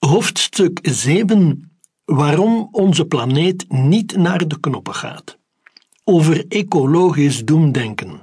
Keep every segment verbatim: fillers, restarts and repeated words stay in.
Hoofdstuk zeven. Waarom onze planeet niet naar de knoppen gaat. Over ecologisch doemdenken.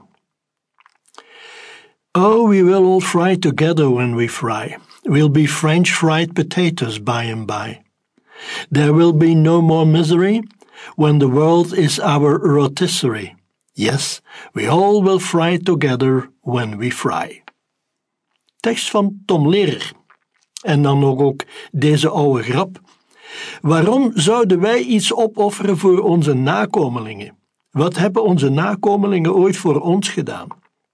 Oh, we will all fry together when we fry. We'll be French fried potatoes by and by. There will be no more misery when the world is our rotisserie. Yes, we all will fry together when we fry. Tekst van Tom Lehrer. En dan nog ook deze oude grap. Waarom zouden wij iets opofferen voor onze nakomelingen? Wat hebben onze nakomelingen ooit voor ons gedaan?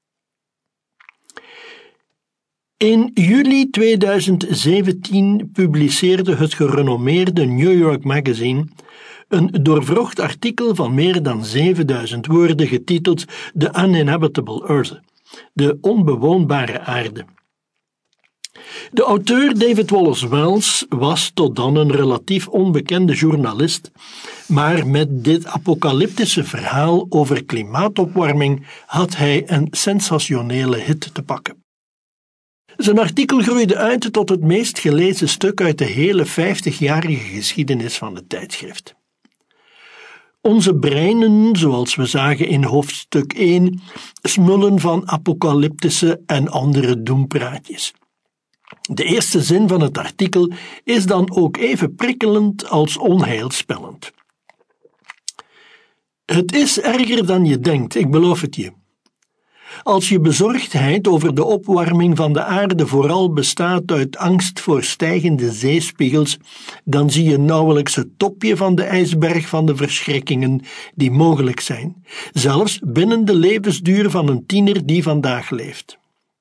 In juli tweeduizend zeventien publiceerde het gerenommeerde New York Magazine een doorwrocht artikel van meer dan zevenduizend woorden getiteld The Uninhabitable Earth, de onbewoonbare aarde. De auteur David Wallace Wells was tot dan een relatief onbekende journalist, maar met dit apocalyptische verhaal over klimaatopwarming had hij een sensationele hit te pakken. Zijn artikel groeide uit tot het meest gelezen stuk uit de hele vijftigjarige geschiedenis van het tijdschrift. Onze breinen, zoals we zagen in hoofdstuk één, smullen van apocalyptische en andere doempraatjes. De eerste zin van het artikel is dan ook even prikkelend als onheilspellend. Het is erger dan je denkt, ik beloof het je. Als je bezorgdheid over de opwarming van de aarde vooral bestaat uit angst voor stijgende zeespiegels, dan zie je nauwelijks het topje van de ijsberg van de verschrikkingen die mogelijk zijn, zelfs binnen de levensduur van een tiener die vandaag leeft.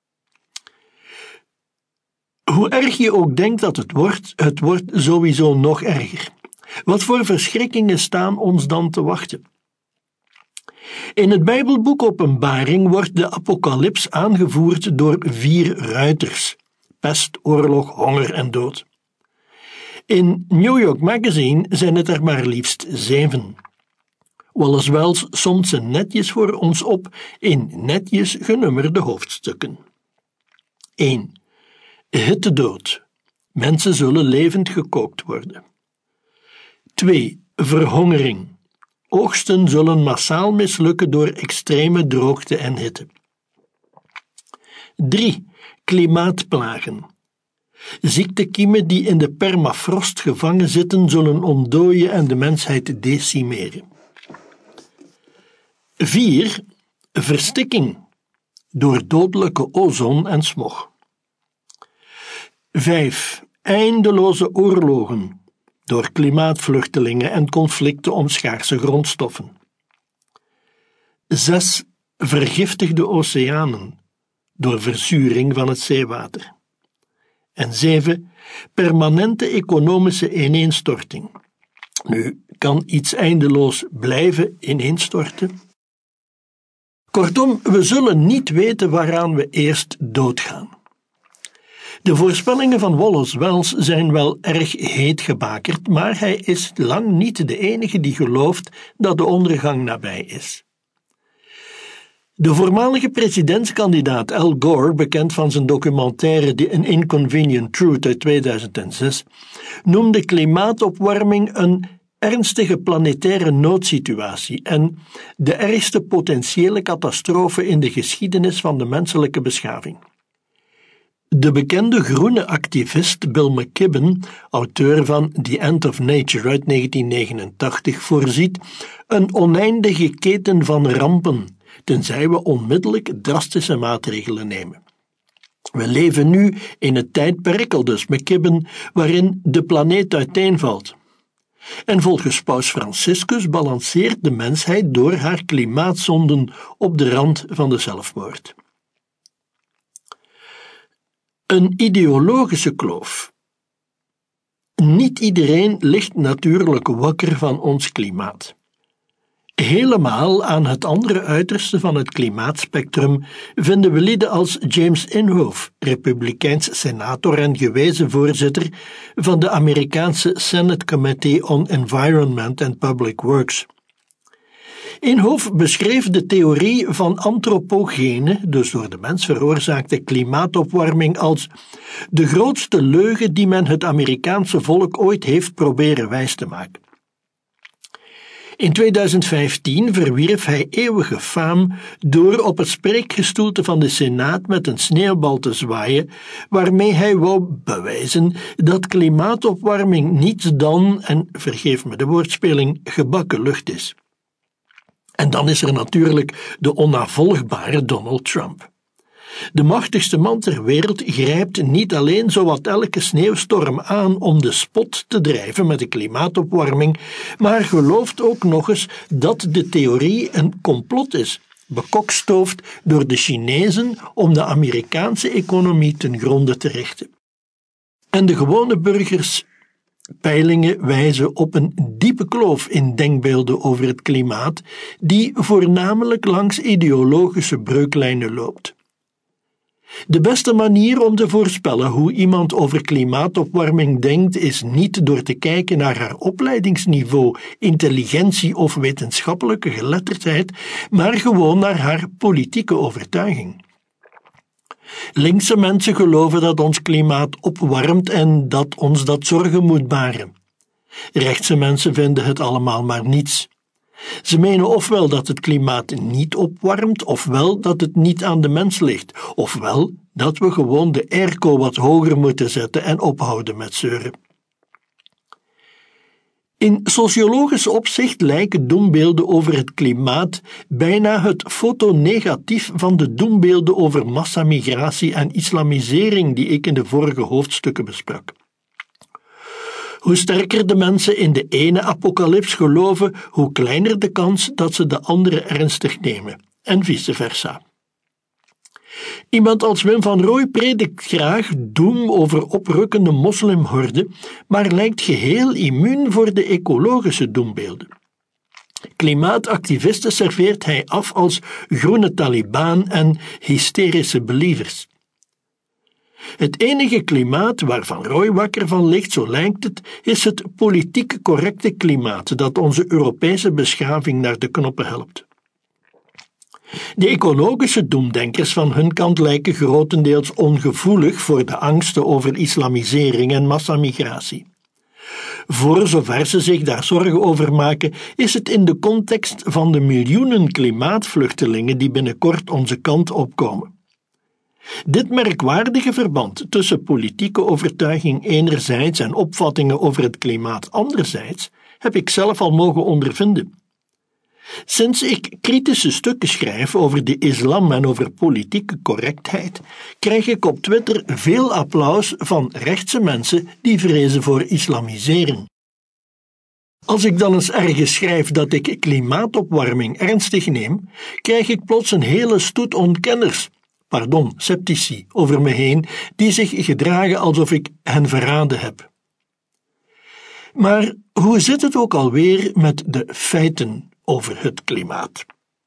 Hoe erg je ook denkt dat het wordt, het wordt sowieso nog erger. Wat voor verschrikkingen staan ons dan te wachten? In het Bijbelboek Openbaring wordt de apocalyps aangevoerd door vier ruiters: pest, oorlog, honger en dood. In New York Magazine zijn het er maar liefst zeven. Wallace Wells somt ze netjes voor ons op in netjes genummerde hoofdstukken. één. Hittedood. Mensen zullen levend gekookt worden. twee. Verhongering. Oogsten zullen massaal mislukken door extreme droogte en hitte. drie. Klimaatplagen. Ziektekiemen die in de permafrost gevangen zitten, zullen ontdooien en de mensheid decimeren. vier. Verstikking door dodelijke ozon en smog. vijf. Eindeloze oorlogen door klimaatvluchtelingen en conflicten om schaarse grondstoffen. zes. Vergiftigde oceanen door verzuring van het zeewater. En zeven. Permanente economische ineenstorting. Nu, kan iets eindeloos blijven ineenstorten? Kortom, we zullen niet weten waaraan we eerst doodgaan. De voorspellingen van Wallace Wells zijn wel erg heet gebakerd, maar hij is lang niet de enige die gelooft dat de ondergang nabij is. De voormalige presidentskandidaat Al Gore, bekend van zijn documentaire The Inconvenient Truth uit tweeduizend zes, noemde klimaatopwarming een ernstige planetaire noodsituatie en de ergste potentiële catastrofe in de geschiedenis van de menselijke beschaving. De bekende groene activist Bill McKibben, auteur van The End of Nature uit negentien negenentachtig, voorziet een oneindige keten van rampen, tenzij we onmiddellijk drastische maatregelen nemen. We leven nu in het tijdperk, aldus McKibben, waarin de planeet uiteenvalt. En volgens Paus Franciscus balanceert de mensheid door haar klimaatzonden op de rand van de zelfmoord. Een ideologische kloof. Niet iedereen ligt natuurlijk wakker van ons klimaat. Helemaal aan het andere uiterste van het klimaatspectrum vinden we lieden als James Inhofe, republikeins senator en gewezen voorzitter van de Amerikaanse Senate Committee on Environment and Public Works. Inhofe beschreef de theorie van antropogene, dus door de mens veroorzaakte klimaatopwarming, als de grootste leugen die men het Amerikaanse volk ooit heeft proberen wijs te maken. In tweeduizend vijftien verwierf hij eeuwige faam door op het spreekgestoelte van de Senaat met een sneeuwbal te zwaaien, waarmee hij wou bewijzen dat klimaatopwarming niets dan, en vergeef me de woordspeling, gebakken lucht is. En dan is er natuurlijk de onnavolgbare Donald Trump. De machtigste man ter wereld grijpt niet alleen zowat elke sneeuwstorm aan om de spot te drijven met de klimaatopwarming, maar gelooft ook nog eens dat de theorie een complot is, bekokstoofd door de Chinezen om de Amerikaanse economie ten gronde te richten. En de gewone burgers peilingen wijzen op een diepe kloof in denkbeelden over het klimaat, die voornamelijk langs ideologische breuklijnen loopt. De beste manier om te voorspellen hoe iemand over klimaatopwarming denkt is niet door te kijken naar haar opleidingsniveau, intelligentie of wetenschappelijke geletterdheid, maar gewoon naar haar politieke overtuiging. Linkse mensen geloven dat ons klimaat opwarmt en dat ons dat zorgen moet baren. Rechtse mensen vinden het allemaal maar niets. Ze menen ofwel dat het klimaat niet opwarmt, ofwel dat het niet aan de mens ligt, ofwel dat we gewoon de airco wat hoger moeten zetten en ophouden met zeuren. In sociologisch opzicht lijken doembeelden over het klimaat bijna het fotonegatief van de doembeelden over massamigratie en islamisering die ik in de vorige hoofdstukken besprak. Hoe sterker de mensen in de ene apocalyps geloven, hoe kleiner de kans dat ze de andere ernstig nemen, en vice versa. Iemand als Wim van Rooij predikt graag doem over oprukkende moslimhorden, maar lijkt geheel immuun voor de ecologische doembeelden. Klimaatactivisten serveert hij af als groene Taliban en hysterische believers. Het enige klimaat waar Van Rooij wakker van ligt, zo lijkt het, is het politiek correcte klimaat dat onze Europese beschaving naar de knoppen helpt. De ecologische doemdenkers van hun kant lijken grotendeels ongevoelig voor de angsten over islamisering en massamigratie. Voor zover ze zich daar zorgen over maken, is het in de context van de miljoenen klimaatvluchtelingen die binnenkort onze kant opkomen. Dit merkwaardige verband tussen politieke overtuiging enerzijds en opvattingen over het klimaat anderzijds heb ik zelf al mogen ondervinden. Sinds ik kritische stukken schrijf over de islam en over politieke correctheid, krijg ik op Twitter veel applaus van rechtse mensen die vrezen voor islamisering. Als ik dan eens ergens schrijf dat ik klimaatopwarming ernstig neem, krijg ik plots een hele stoet ontkenners, pardon, sceptici, over me heen, die zich gedragen alsof ik hen verraden heb. Maar hoe zit het ook alweer met de feiten over het klimaat?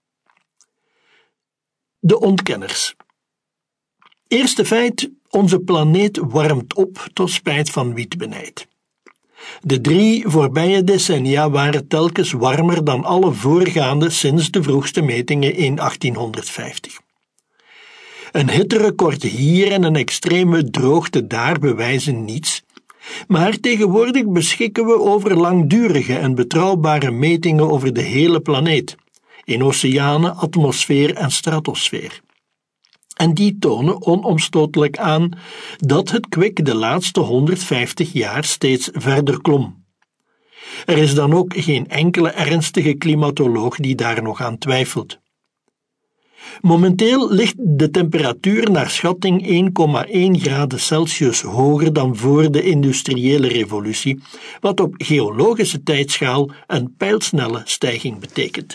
De ontkenners. Eerste feit, onze planeet warmt op tot spijt van wietbenijd. De drie voorbije decennia waren telkens warmer dan alle voorgaande sinds de vroegste metingen in achttienhonderdvijftig. Een hitterecord hier en een extreme droogte daar bewijzen niets, maar tegenwoordig beschikken we over langdurige en betrouwbare metingen over de hele planeet, in oceanen, atmosfeer en stratosfeer. En die tonen onomstotelijk aan dat het kwik de laatste honderdvijftig jaar steeds verder klom. Er is dan ook geen enkele ernstige klimatoloog die daar nog aan twijfelt. Momenteel ligt de temperatuur naar schatting één komma één graden Celsius hoger dan voor de industriële revolutie, wat op geologische tijdschaal een pijlsnelle stijging betekent.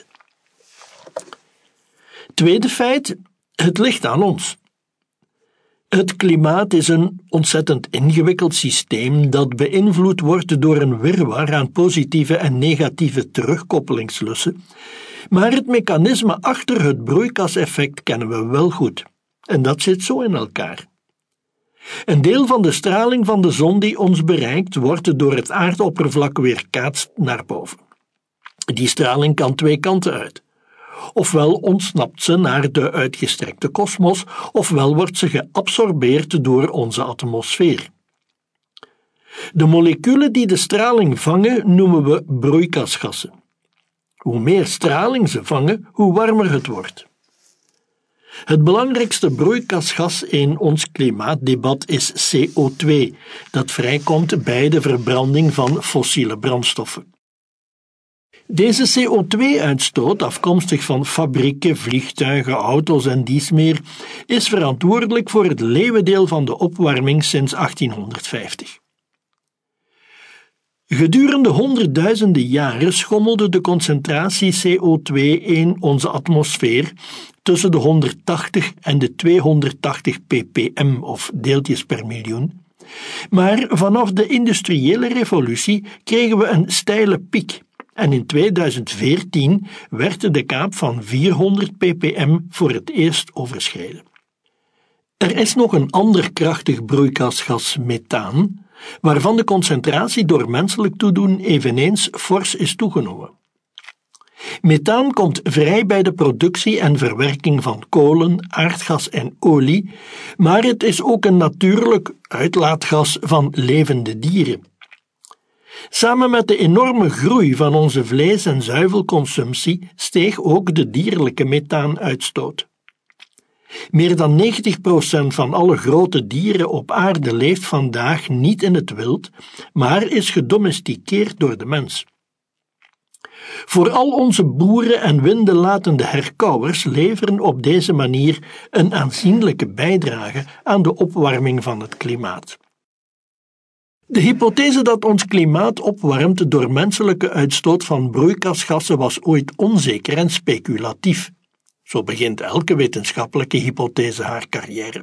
Tweede feit, het ligt aan ons. Het klimaat is een ontzettend ingewikkeld systeem dat beïnvloed wordt door een wirwar aan positieve en negatieve terugkoppelingslussen, maar het mechanisme achter het broeikaseffect kennen we wel goed. En dat zit zo in elkaar. Een deel van de straling van de zon die ons bereikt, wordt door het aardoppervlak weerkaatst naar boven. Die straling kan twee kanten uit, Ofwel ontsnapt ze naar de uitgestrekte kosmos, ofwel wordt ze geabsorbeerd door onze atmosfeer. De moleculen die de straling vangen noemen we broeikasgassen. Hoe meer straling ze vangen, hoe warmer het wordt. Het belangrijkste broeikasgas in ons klimaatdebat is C O twee, dat vrijkomt bij de verbranding van fossiele brandstoffen. Deze C O twee uitstoot, afkomstig van fabrieken, vliegtuigen, auto's en dies meer, is verantwoordelijk voor het leeuwendeel van de opwarming sinds achttienhonderdvijftig. Gedurende honderdduizenden jaren schommelde de concentratie C O twee in onze atmosfeer tussen de honderdtachtig en de tweehonderdtachtig ppm of deeltjes per miljoen. Maar vanaf de industriële revolutie kregen we een steile piek en in tweeduizend veertien werd de kaap van vierhonderd ppm voor het eerst overschreden. Er is nog een ander krachtig broeikasgas, methaan, waarvan de concentratie door menselijk toedoen eveneens fors is toegenomen. Methaan komt vrij bij de productie en verwerking van kolen, aardgas en olie, maar het is ook een natuurlijk uitlaatgas van levende dieren. Samen met de enorme groei van onze vlees- en zuivelconsumptie steeg ook de dierlijke methaanuitstoot. Meer dan negentig procent van alle grote dieren op aarde leeft vandaag niet in het wild, maar is gedomesticeerd door de mens. Voor al onze boeren en windenlatende herkauwers leveren op deze manier een aanzienlijke bijdrage aan de opwarming van het klimaat. De hypothese dat ons klimaat opwarmt door menselijke uitstoot van broeikasgassen was ooit onzeker en speculatief. Zo begint elke wetenschappelijke hypothese haar carrière.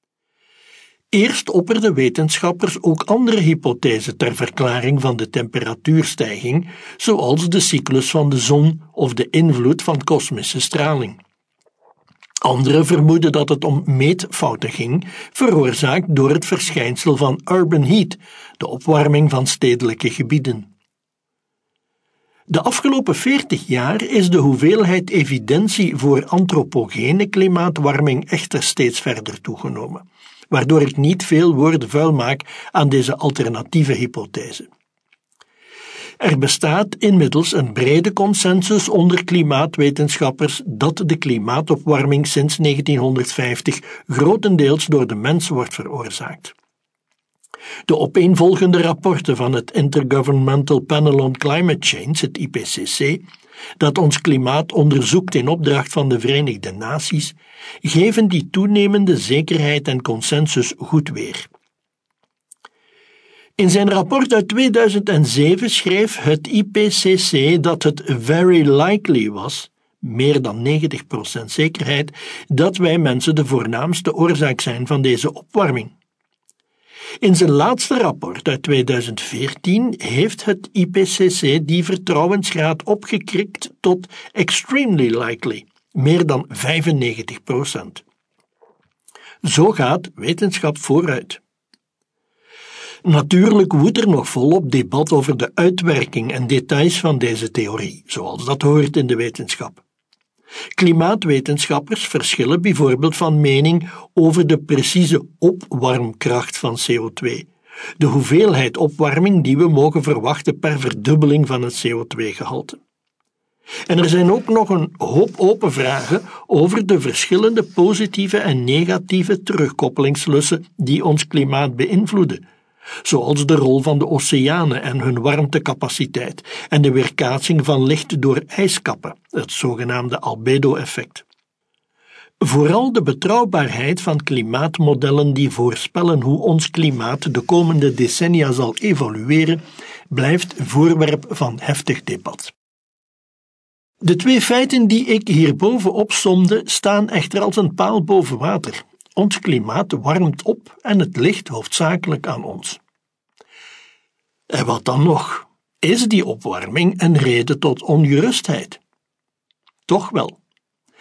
Eerst opperden wetenschappers ook andere hypothesen ter verklaring van de temperatuurstijging, zoals de cyclus van de zon of de invloed van kosmische straling. Anderen vermoeden dat het om meetfouten ging, veroorzaakt door het verschijnsel van urban heat, de opwarming van stedelijke gebieden. De afgelopen veertig jaar is de hoeveelheid evidentie voor antropogene klimaatwarming echter steeds verder toegenomen, waardoor ik niet veel woorden vuil maak aan deze alternatieve hypothese. Er bestaat inmiddels een brede consensus onder klimaatwetenschappers dat de klimaatopwarming sinds negentienhonderdvijftig grotendeels door de mens wordt veroorzaakt. De opeenvolgende rapporten van het Intergovernmental Panel on Climate Change, het I P C C, dat ons klimaat onderzoekt in opdracht van de Verenigde Naties, geven die toenemende zekerheid en consensus goed weer. In zijn rapport uit tweeduizend zeven schreef het I P C C dat het very likely was, meer dan negentig procent zekerheid, dat wij mensen de voornaamste oorzaak zijn van deze opwarming. In zijn laatste rapport uit tweeduizend veertien heeft het I P C C die vertrouwensgraad opgekrikt tot extremely likely, meer dan vijfennegentig procent. Zo gaat wetenschap vooruit. Natuurlijk woedt er nog volop debat over de uitwerking en details van deze theorie, zoals dat hoort in de wetenschap. Klimaatwetenschappers verschillen bijvoorbeeld van mening over de precieze opwarmkracht van C O twee, de hoeveelheid opwarming die we mogen verwachten per verdubbeling van het C O twee gehalte. En er zijn ook nog een hoop open vragen over de verschillende positieve en negatieve terugkoppelingslussen die ons klimaat beïnvloeden, zoals de rol van de oceanen en hun warmtecapaciteit en de weerkaatsing van licht door ijskappen, het zogenaamde albedo-effect. Vooral de betrouwbaarheid van klimaatmodellen die voorspellen hoe ons klimaat de komende decennia zal evolueren, blijft voorwerp van heftig debat. De twee feiten die ik hierboven opsomde staan echter als een paal boven water. Ons klimaat warmt op en het ligt hoofdzakelijk aan ons. En wat dan nog? Is die opwarming een reden tot ongerustheid? Toch wel.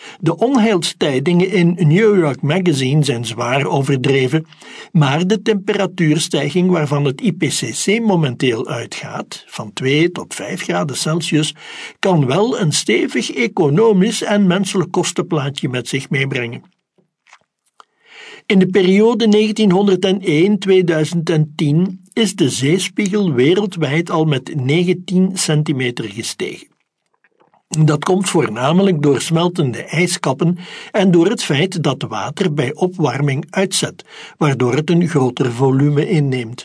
De onheilstijdingen in New York Magazine zijn zwaar overdreven, maar de temperatuurstijging waarvan het I P C C momenteel uitgaat, van twee tot vijf graden Celsius, kan wel een stevig economisch en menselijk kostenplaatje met zich meebrengen. In de periode negentienhonderdéén tot tweeduizend tien is de zeespiegel wereldwijd al met negentien centimeter gestegen. Dat komt voornamelijk door smeltende ijskappen en door het feit dat water bij opwarming uitzet, waardoor het een groter volume inneemt.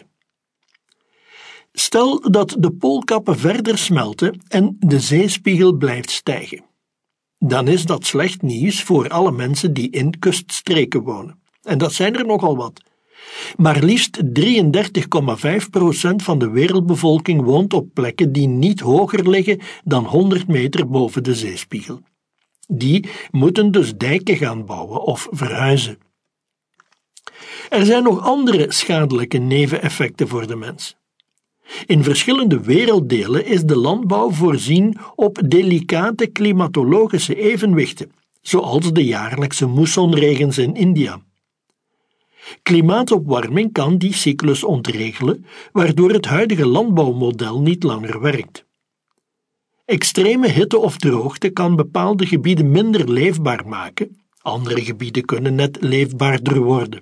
Stel dat de poolkappen verder smelten en de zeespiegel blijft stijgen. Dan is dat slecht nieuws voor alle mensen die in kuststreken wonen. En dat zijn er nogal wat. Maar liefst drieëndertig komma vijf procent van de wereldbevolking woont op plekken die niet hoger liggen dan honderd meter boven de zeespiegel. Die moeten dus dijken gaan bouwen of verhuizen. Er zijn nog andere schadelijke neveneffecten voor de mens. In verschillende werelddelen is de landbouw voorzien op delicate klimatologische evenwichten, zoals de jaarlijkse moessonregens in India. Klimaatopwarming kan die cyclus ontregelen, waardoor het huidige landbouwmodel niet langer werkt. Extreme hitte of droogte kan bepaalde gebieden minder leefbaar maken, andere gebieden kunnen net leefbaarder worden.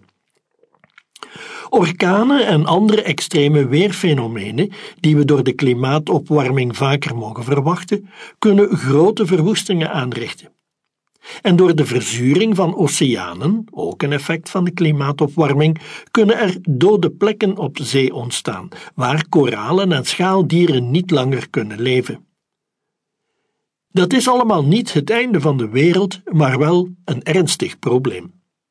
Orkanen en andere extreme weerfenomenen, die we door de klimaatopwarming vaker mogen verwachten, kunnen grote verwoestingen aanrichten. En door de verzuring van oceanen, ook een effect van de klimaatopwarming, kunnen er dode plekken op zee ontstaan, waar koralen en schaaldieren niet langer kunnen leven. Dat is allemaal niet het einde van de wereld, maar wel een ernstig probleem.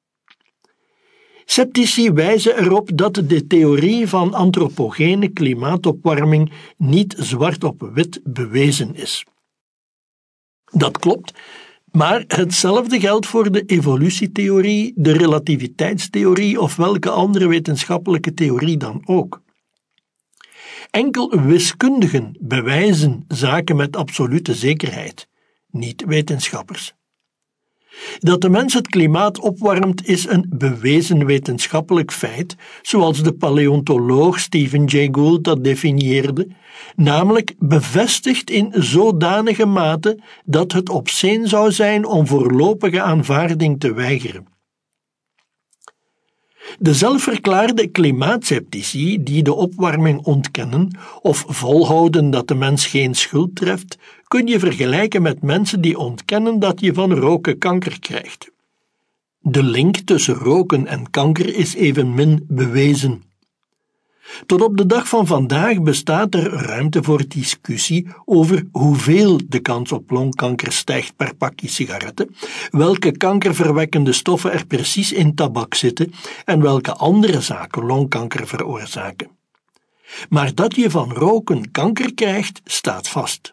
Sceptici wijzen erop dat de theorie van antropogene klimaatopwarming niet zwart op wit bewezen is. Dat klopt. Maar hetzelfde geldt voor de evolutietheorie, de relativiteitstheorie of welke andere wetenschappelijke theorie dan ook. Enkel wiskundigen bewijzen zaken met absolute zekerheid, niet wetenschappers. Dat de mens het klimaat opwarmt is een bewezen wetenschappelijk feit, zoals de paleontoloog Stephen Jay Gould dat definieerde, namelijk bevestigd in zodanige mate dat het obsceen zou zijn om voorlopige aanvaarding te weigeren. De zelfverklaarde klimaatsceptici die de opwarming ontkennen of volhouden dat de mens geen schuld treft, kun je vergelijken met mensen die ontkennen dat je van roken kanker krijgt. De link tussen roken en kanker is evenmin bewezen. Tot op de dag van vandaag bestaat er ruimte voor discussie over hoeveel de kans op longkanker stijgt per pakje sigaretten, welke kankerverwekkende stoffen er precies in tabak zitten en welke andere zaken longkanker veroorzaken. Maar dat je van roken kanker krijgt, staat vast.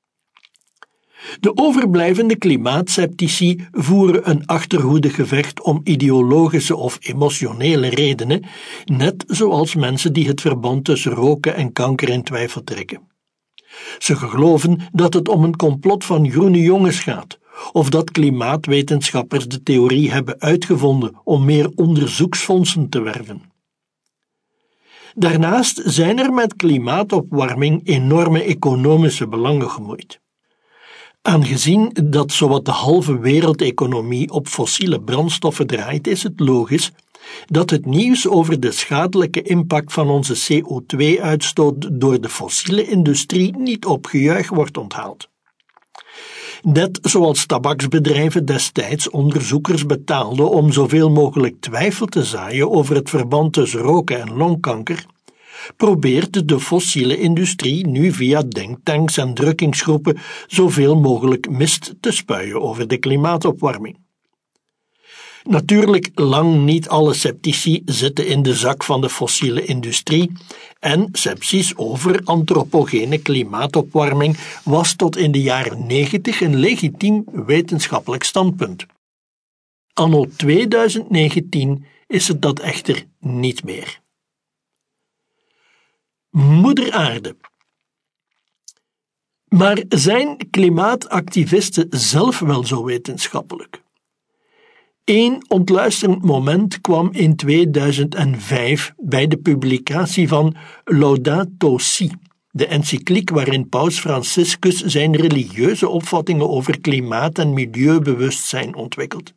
De overblijvende klimaatsceptici voeren een achterhoedegevecht om ideologische of emotionele redenen, net zoals mensen die het verband tussen roken en kanker in twijfel trekken. Ze geloven dat het om een complot van groene jongens gaat, of dat klimaatwetenschappers de theorie hebben uitgevonden om meer onderzoeksfondsen te werven. Daarnaast zijn er met klimaatopwarming enorme economische belangen gemoeid. Aangezien dat zowat de halve wereldeconomie op fossiele brandstoffen draait, is het logisch dat het nieuws over de schadelijke impact van onze C O twee uitstoot door de fossiele industrie niet op gejuich wordt onthaald. Net zoals tabaksbedrijven destijds onderzoekers betaalden om zoveel mogelijk twijfel te zaaien over het verband tussen roken en longkanker, probeert de fossiele industrie nu via denktanks en drukkingsgroepen zoveel mogelijk mist te spuien over de klimaatopwarming. Natuurlijk, lang niet alle sceptici zitten in de zak van de fossiele industrie en scepties over antropogene klimaatopwarming was tot in de jaren negentig een legitiem wetenschappelijk standpunt. Anno tweeduizend negentien is het dat echter niet meer. Moeder Aarde. Maar zijn klimaatactivisten zelf wel zo wetenschappelijk? Eén ontluisterend moment kwam in tweeduizend vijf bij de publicatie van Laudato Si, de encycliek waarin Paus Franciscus zijn religieuze opvattingen over klimaat- en milieubewustzijn ontwikkelt.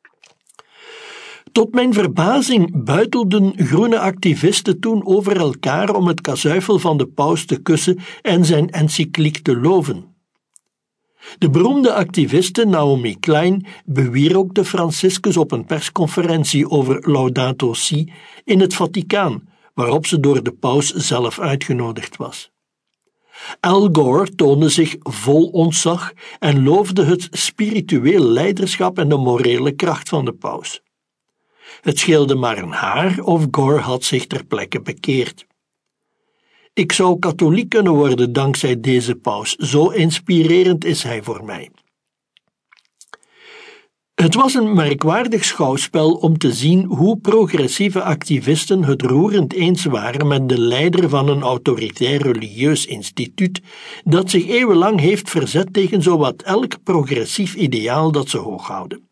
Tot mijn verbazing buitelden groene activisten toen over elkaar om het kazuifel van de paus te kussen en zijn encycliek te loven. De beroemde activiste Naomi Klein bewierokte Franciscus op een persconferentie over Laudato Si in het Vaticaan, waarop ze door de paus zelf uitgenodigd was. Al Gore toonde zich vol ontzag en loofde het spiritueel leiderschap en de morele kracht van de paus. Het scheelde maar een haar of Gore had zich ter plekke bekeerd. Ik zou katholiek kunnen worden dankzij deze paus, zo inspirerend is hij voor mij. Het was een merkwaardig schouwspel om te zien hoe progressieve activisten het roerend eens waren met de leider van een autoritair religieus instituut dat zich eeuwenlang heeft verzet tegen zowat elk progressief ideaal dat ze hooghouden.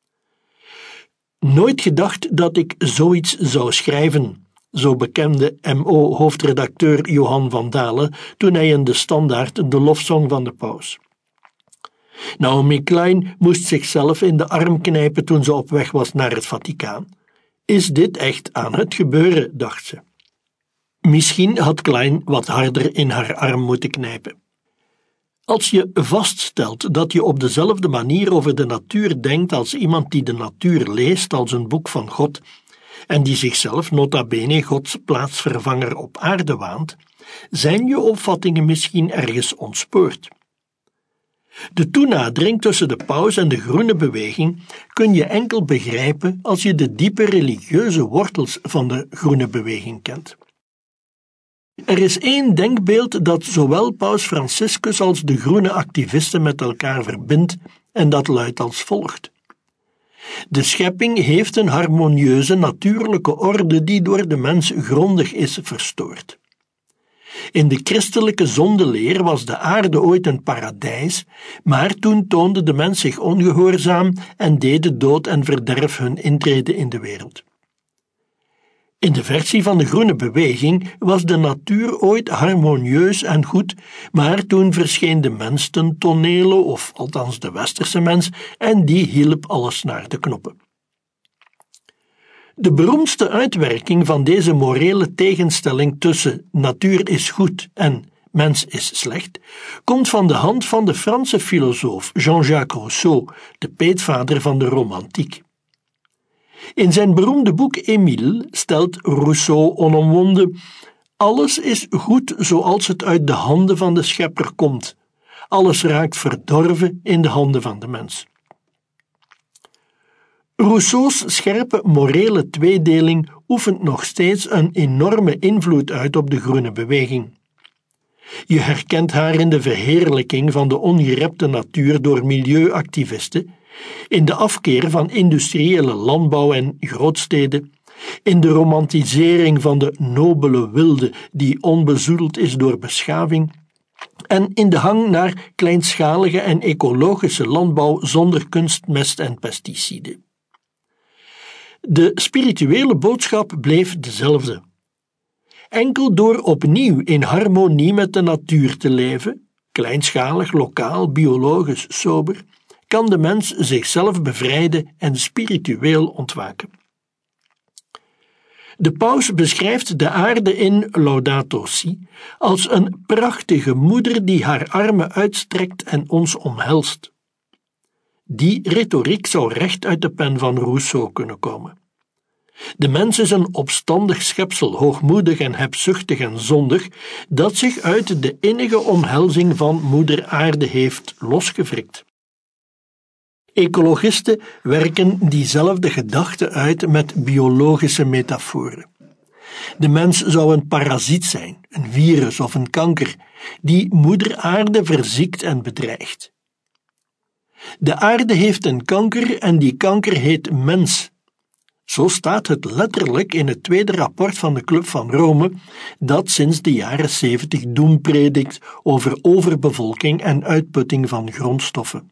Nooit gedacht dat ik zoiets zou schrijven, zo bekende M O-hoofdredacteur Johan van Dalen toen hij in de Standaard de lofzong van de paus. Naomi Klein moest zichzelf in de arm knijpen toen ze op weg was naar het Vaticaan. Is dit echt aan het gebeuren, dacht ze. Misschien had Klein wat harder in haar arm moeten knijpen. Als je vaststelt dat je op dezelfde manier over de natuur denkt als iemand die de natuur leest als een boek van God en die zichzelf nota bene Gods plaatsvervanger op aarde waant, zijn je opvattingen misschien ergens ontspoord. De toenadering tussen de paus en de groene beweging kun je enkel begrijpen als je de diepe religieuze wortels van de groene beweging kent. Er is één denkbeeld dat zowel paus Franciscus als de groene activisten met elkaar verbindt en dat luidt als volgt. De schepping heeft een harmonieuze natuurlijke orde die door de mens grondig is verstoord. In de christelijke zondeleer was de aarde ooit een paradijs, maar toen toonde de mens zich ongehoorzaam en deden dood en verderf hun intrede in de wereld. In de versie van de groene beweging was de natuur ooit harmonieus en goed, maar toen verscheen de mens ten tonele, of althans de westerse mens, en die hielp alles naar de knoppen. De beroemdste uitwerking van deze morele tegenstelling tussen natuur is goed en mens is slecht, komt van de hand van de Franse filosoof Jean-Jacques Rousseau, de peetvader van de romantiek. In zijn beroemde boek Émile stelt Rousseau onomwonden: alles is goed zoals het uit de handen van de schepper komt. Alles raakt verdorven in de handen van de mens. Rousseaus scherpe morele tweedeling oefent nog steeds een enorme invloed uit op de groene beweging. Je herkent haar in de verheerlijking van de ongerepte natuur door milieuactivisten, in de afkeer van industriële landbouw en grootsteden, in de romantisering van de nobele wilde die onbezoedeld is door beschaving, en in de hang naar kleinschalige en ecologische landbouw zonder kunstmest en pesticiden. De spirituele boodschap bleef dezelfde. Enkel door opnieuw in harmonie met de natuur te leven, kleinschalig, lokaal, biologisch, sober, kan de mens zichzelf bevrijden en spiritueel ontwaken. De paus beschrijft de aarde in Laudato Si als een prachtige moeder die haar armen uitstrekt en ons omhelst. Die retoriek zou recht uit de pen van Rousseau kunnen komen. De mens is een opstandig schepsel, hoogmoedig en hebzuchtig en zondig, dat zich uit de innige omhelzing van moeder aarde heeft losgewrikt. Ecologisten werken diezelfde gedachte uit met biologische metaforen. De mens zou een parasiet zijn, een virus of een kanker, die moeder aarde verziekt en bedreigt. De aarde heeft een kanker en die kanker heet mens. Zo staat het letterlijk in het tweede rapport van de Club van Rome, dat sinds de jaren zeventig doem predikt over overbevolking en uitputting van grondstoffen.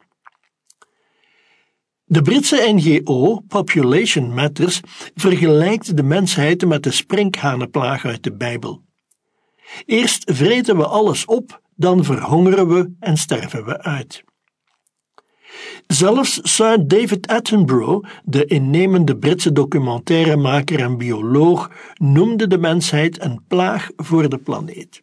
De Britse N G O, Population Matters, vergelijkt de mensheid met de sprinkhanenplaag uit de Bijbel. Eerst vreten we alles op, dan verhongeren we en sterven we uit. Zelfs Sir David Attenborough, de innemende Britse documentairemaker en bioloog, noemde de mensheid een plaag voor de planeet.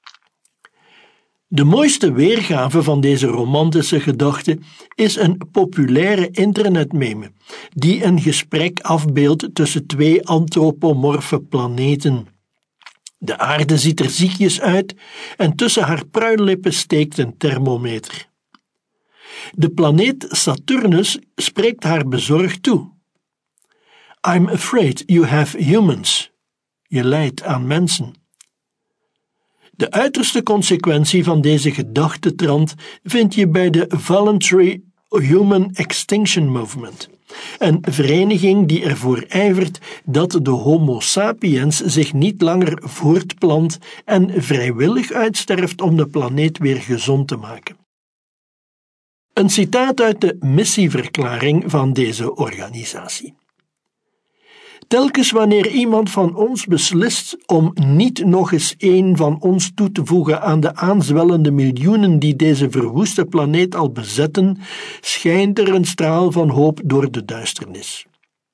De mooiste weergave van deze romantische gedachte is een populaire internetmeme, die een gesprek afbeeldt tussen twee antropomorfe planeten. De aarde ziet er ziekjes uit en tussen haar pruillippen steekt een thermometer. De planeet Saturnus spreekt haar bezorgd toe. I'm afraid you have humans. Je lijdt aan mensen. De uiterste consequentie van deze gedachtetrand vind je bij de Voluntary Human Extinction Movement, een vereniging die ervoor ijvert dat de Homo sapiens zich niet langer voortplant en vrijwillig uitsterft om de planeet weer gezond te maken. Een citaat uit de missieverklaring van deze organisatie. Telkens wanneer iemand van ons beslist om niet nog eens één van ons toe te voegen aan de aanzwellende miljoenen die deze verwoeste planeet al bezetten, schijnt er een straal van hoop door de duisternis.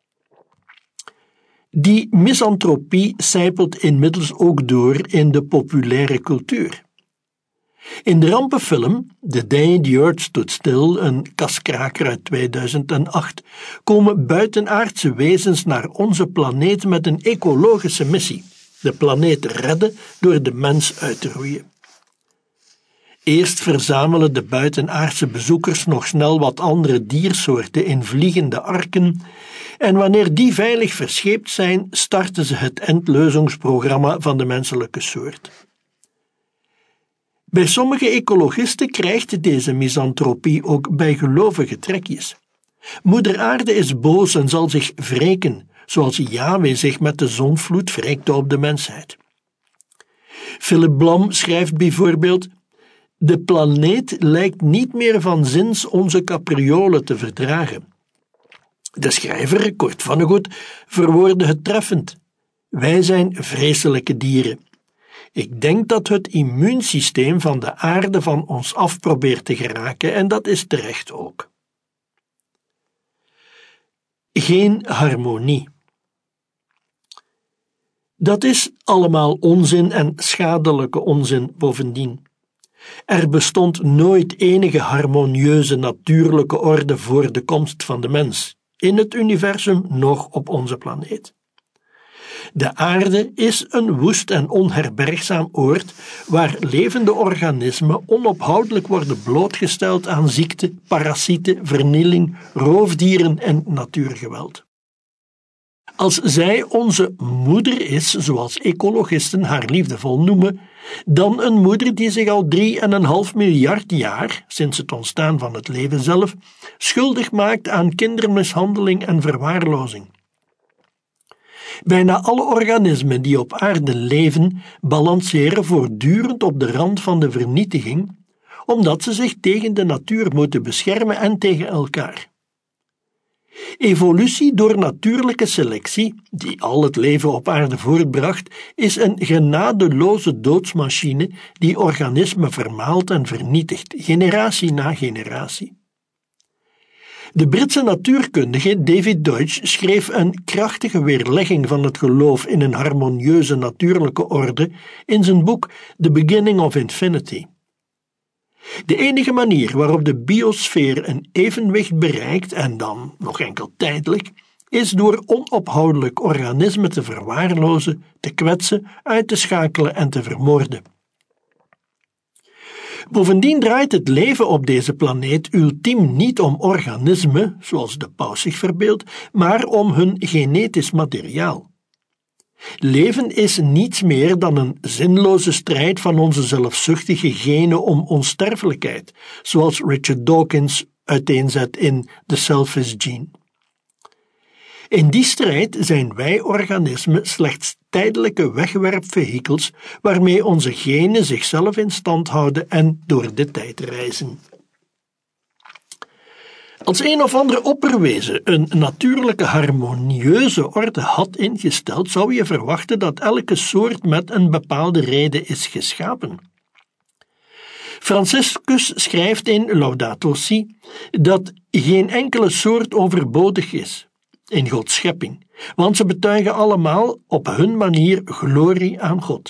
Die misantropie sijpelt inmiddels ook door in de populaire cultuur. In de rampenfilm The Day the Earth Stood Still, een kaskraker uit tweeduizend acht, komen buitenaardse wezens naar onze planeet met een ecologische missie: de planeet redden door de mens uit te roeien. Eerst verzamelen de buitenaardse bezoekers nog snel wat andere diersoorten in vliegende arken, en wanneer die veilig verscheept zijn, starten ze het endleuzingsprogramma van de menselijke soort. Bij sommige ecologisten krijgt deze misantropie ook bijgelovige trekjes. Moeder Aarde is boos en zal zich wreken, zoals Yahweh zich met de zondvloed wreekte op de mensheid. Philip Blom schrijft bijvoorbeeld: de planeet lijkt niet meer van zins onze capriolen te verdragen. De schrijver, Kurt Vonnegut, verwoordde het treffend: wij zijn vreselijke dieren. Ik denk dat het immuunsysteem van de aarde van ons af probeert te geraken, en dat is terecht ook. Geen harmonie. Dat is allemaal onzin en schadelijke onzin bovendien. Er bestond nooit enige harmonieuze natuurlijke orde voor de komst van de mens, in het universum noch op onze planeet. De aarde is een woest en onherbergzaam oord waar levende organismen onophoudelijk worden blootgesteld aan ziekte, parasieten, vernieling, roofdieren en natuurgeweld. Als zij onze moeder is, zoals ecologisten haar liefdevol noemen, dan een moeder die zich al drie en een half miljard jaar, sinds het ontstaan van het leven zelf, schuldig maakt aan kindermishandeling en verwaarlozing. Bijna alle organismen die op aarde leven, balanceren voortdurend op de rand van de vernietiging, omdat ze zich tegen de natuur moeten beschermen en tegen elkaar. Evolutie door natuurlijke selectie, die al het leven op aarde voortbracht, is een genadeloze doodsmachine die organismen vermaalt en vernietigt, generatie na generatie. De Britse natuurkundige David Deutsch schreef een krachtige weerlegging van het geloof in een harmonieuze natuurlijke orde in zijn boek The Beginning of Infinity. De enige manier waarop de biosfeer een evenwicht bereikt, en dan nog enkel tijdelijk, is door onophoudelijk organismen te verwaarlozen, te kwetsen, uit te schakelen en te vermoorden. Bovendien draait het leven op deze planeet ultiem niet om organismen, zoals de paus zich verbeeldt, maar om hun genetisch materiaal. Leven is niets meer dan een zinloze strijd van onze zelfzuchtige genen om onsterfelijkheid, zoals Richard Dawkins uiteenzet in The Selfish Gene. In die strijd zijn wij organismen slechts tijdelijke wegwerpvehikels waarmee onze genen zichzelf in stand houden en door de tijd reizen. Als een of ander opperwezen een natuurlijke harmonieuze orde had ingesteld, zou je verwachten dat elke soort met een bepaalde reden is geschapen. Franciscus schrijft in Laudato Si dat geen enkele soort overbodig is in Gods schepping, want ze betuigen allemaal op hun manier glorie aan God.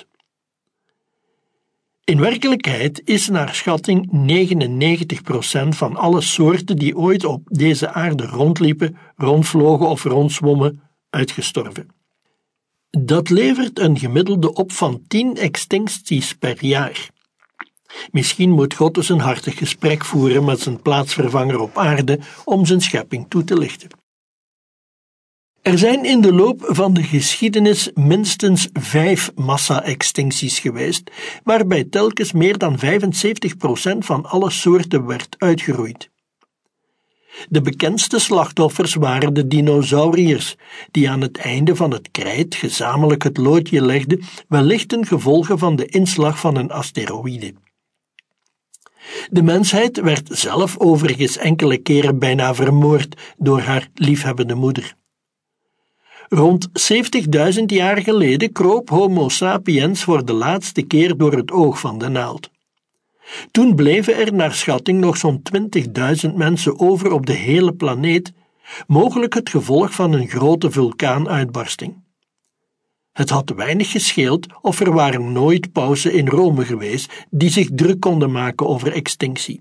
In werkelijkheid is naar schatting negenennegentig procent van alle soorten die ooit op deze aarde rondliepen, rondvlogen of rondzwommen, uitgestorven. Dat levert een gemiddelde op van tien extincties per jaar. Misschien moet God dus een hartig gesprek voeren met zijn plaatsvervanger op aarde om zijn schepping toe te lichten. Er zijn in de loop van de geschiedenis minstens vijf massa-extincties geweest, waarbij telkens meer dan vijfenzeventig procent van alle soorten werd uitgeroeid. De bekendste slachtoffers waren de dinosauriërs, die aan het einde van het krijt gezamenlijk het loodje legden, wellicht ten gevolge van de inslag van een asteroïde. De mensheid werd zelf overigens enkele keren bijna vermoord door haar liefhebbende moeder. Rond zeventigduizend jaar geleden kroop Homo sapiens voor de laatste keer door het oog van de naald. Toen bleven er naar schatting nog zo'n twintigduizend mensen over op de hele planeet, mogelijk het gevolg van een grote vulkaanuitbarsting. Het had weinig gescheeld of er waren nooit pausen in Rome geweest die zich druk konden maken over extinctie.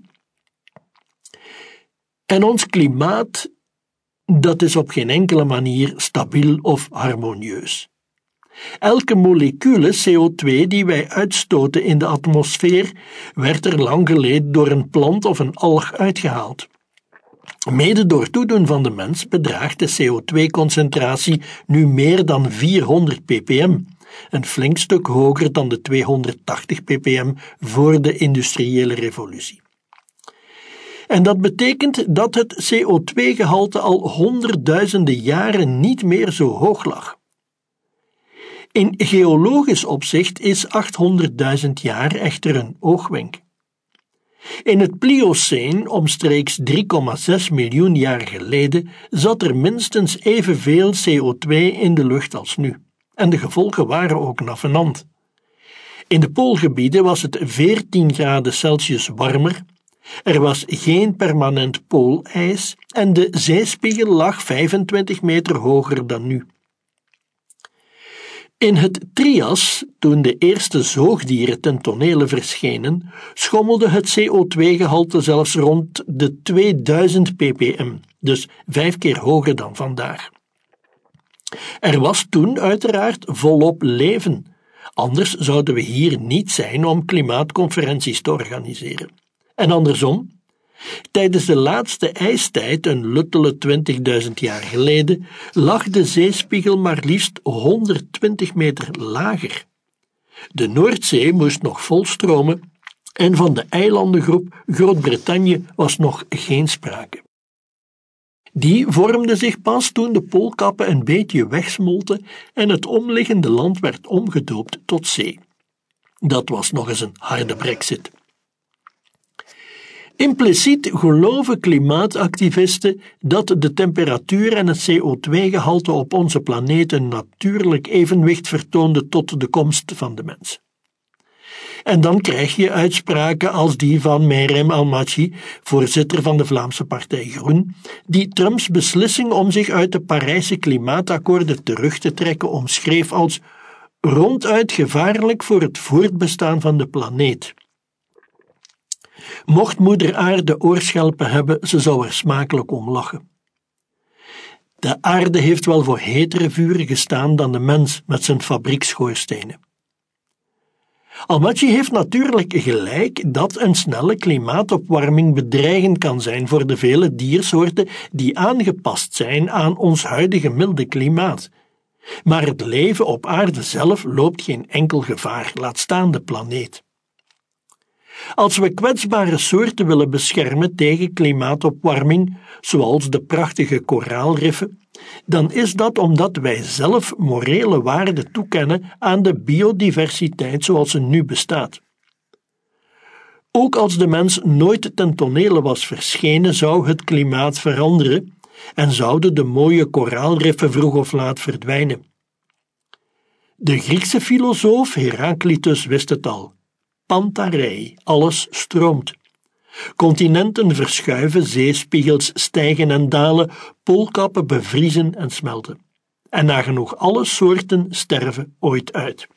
En ons klimaat, dat is op geen enkele manier stabiel of harmonieus. Elke molecule C O twee die wij uitstoten in de atmosfeer werd er lang geleden door een plant of een alg uitgehaald. Mede door toedoen van de mens bedraagt de C O twee concentratie nu meer dan vierhonderd ppm, een flink stuk hoger dan de tweehonderdtachtig ppm voor de industriële revolutie. En dat betekent dat het C O twee gehalte al honderdduizenden jaren niet meer zo hoog lag. In geologisch opzicht is achthonderdduizend jaar echter een oogwenk. In het Plioceen, omstreeks drie komma zes miljoen jaar geleden, zat er minstens evenveel C O twee in de lucht als nu. En de gevolgen waren ook navenant. In de poolgebieden was het veertien graden Celsius warmer, er was geen permanent poolijs en de zeespiegel lag vijfentwintig meter hoger dan nu. In het Trias, toen de eerste zoogdieren ten tonele verschenen, schommelde het C O twee gehalte zelfs rond de tweeduizend ppm, dus vijf keer hoger dan vandaag. Er was toen uiteraard volop leven, anders zouden we hier niet zijn om klimaatconferenties te organiseren. En andersom, tijdens de laatste ijstijd, een luttele twintigduizend jaar geleden, lag de zeespiegel maar liefst honderdtwintig meter lager. De Noordzee moest nog volstromen en van de eilandengroep Groot-Brittannië was nog geen sprake. Die vormde zich pas toen de poolkappen een beetje wegsmolten en het omliggende land werd omgedoopt tot zee. Dat was nog eens een harde brexit. Impliciet geloven klimaatactivisten dat de temperatuur en het C O twee gehalte op onze planeet een natuurlijk evenwicht vertoonden tot de komst van de mens. En dan krijg je uitspraken als die van Meirem Almaty, voorzitter van de Vlaamse partij Groen, die Trumps beslissing om zich uit de Parijse klimaatakkoorden terug te trekken omschreef als ronduit gevaarlijk voor het voortbestaan van de planeet. Mocht moeder aarde oorschelpen hebben, ze zou er smakelijk om lachen. De aarde heeft wel voor hetere vuren gestaan dan de mens met zijn fabriekschoorstenen. Almaty heeft natuurlijk gelijk dat een snelle klimaatopwarming bedreigend kan zijn voor de vele diersoorten die aangepast zijn aan ons huidige milde klimaat. Maar het leven op aarde zelf loopt geen enkel gevaar, laat staan de planeet. Als we kwetsbare soorten willen beschermen tegen klimaatopwarming, zoals de prachtige koraalriffen, dan is dat omdat wij zelf morele waarde toekennen aan de biodiversiteit zoals ze nu bestaat. Ook als de mens nooit ten tonele was verschenen, zou het klimaat veranderen en zouden de mooie koraalriffen vroeg of laat verdwijnen. De Griekse filosoof Heraclitus wist het al. Pantarei, alles stroomt. Continenten verschuiven, zeespiegels stijgen en dalen, poolkappen bevriezen en smelten. En nagenoeg alle soorten sterven ooit uit.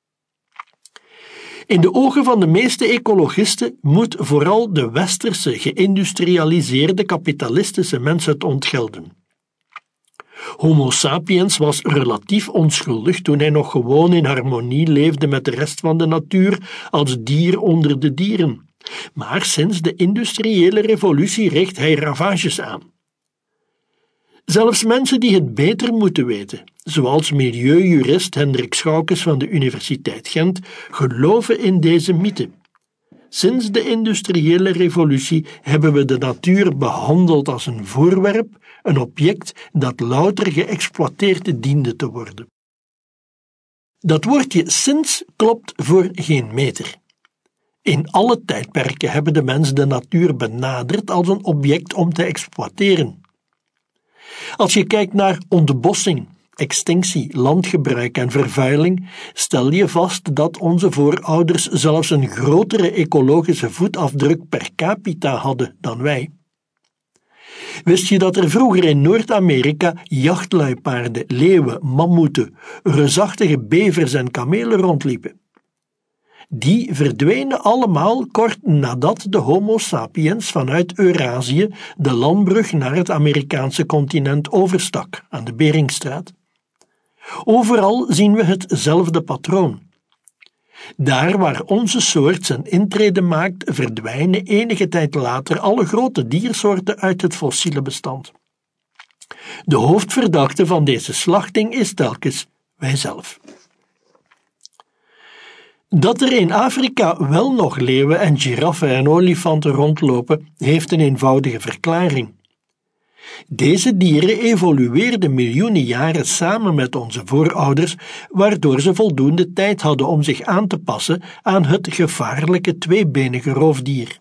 In de ogen van de meeste ecologisten moet vooral de westerse, geïndustrialiseerde, kapitalistische mens het ontgelden. Homo sapiens was relatief onschuldig toen hij nog gewoon in harmonie leefde met de rest van de natuur als dier onder de dieren. Maar sinds de industriële revolutie richt hij ravages aan. Zelfs mensen die het beter moeten weten, zoals milieujurist Hendrik Schoukes van de Universiteit Gent, geloven in deze mythe. Sinds de industriële revolutie hebben we de natuur behandeld als een voorwerp, een object dat louter geëxploiteerd diende te worden. Dat woordje sinds klopt voor geen meter. In alle tijdperken hebben de mens de natuur benaderd als een object om te exploiteren. Als je kijkt naar ontbossing, extinctie, landgebruik en vervuiling, stel je vast dat onze voorouders zelfs een grotere ecologische voetafdruk per capita hadden dan wij. Wist je dat er vroeger in Noord-Amerika jachtluipaarden, leeuwen, mammoeten, reusachtige bevers en kamelen rondliepen? Die verdwenen allemaal kort nadat de Homo sapiens vanuit Eurazië de landbrug naar het Amerikaanse continent overstak aan de Beringstraat. Overal zien we hetzelfde patroon. Daar waar onze soort zijn intrede maakt, verdwijnen enige tijd later alle grote diersoorten uit het fossiele bestand. De hoofdverdachte van deze slachting is telkens wijzelf. Dat er in Afrika wel nog leeuwen en giraffen en olifanten rondlopen, heeft een eenvoudige verklaring. Deze dieren evolueerden miljoenen jaren samen met onze voorouders, waardoor ze voldoende tijd hadden om zich aan te passen aan het gevaarlijke tweebenige roofdier.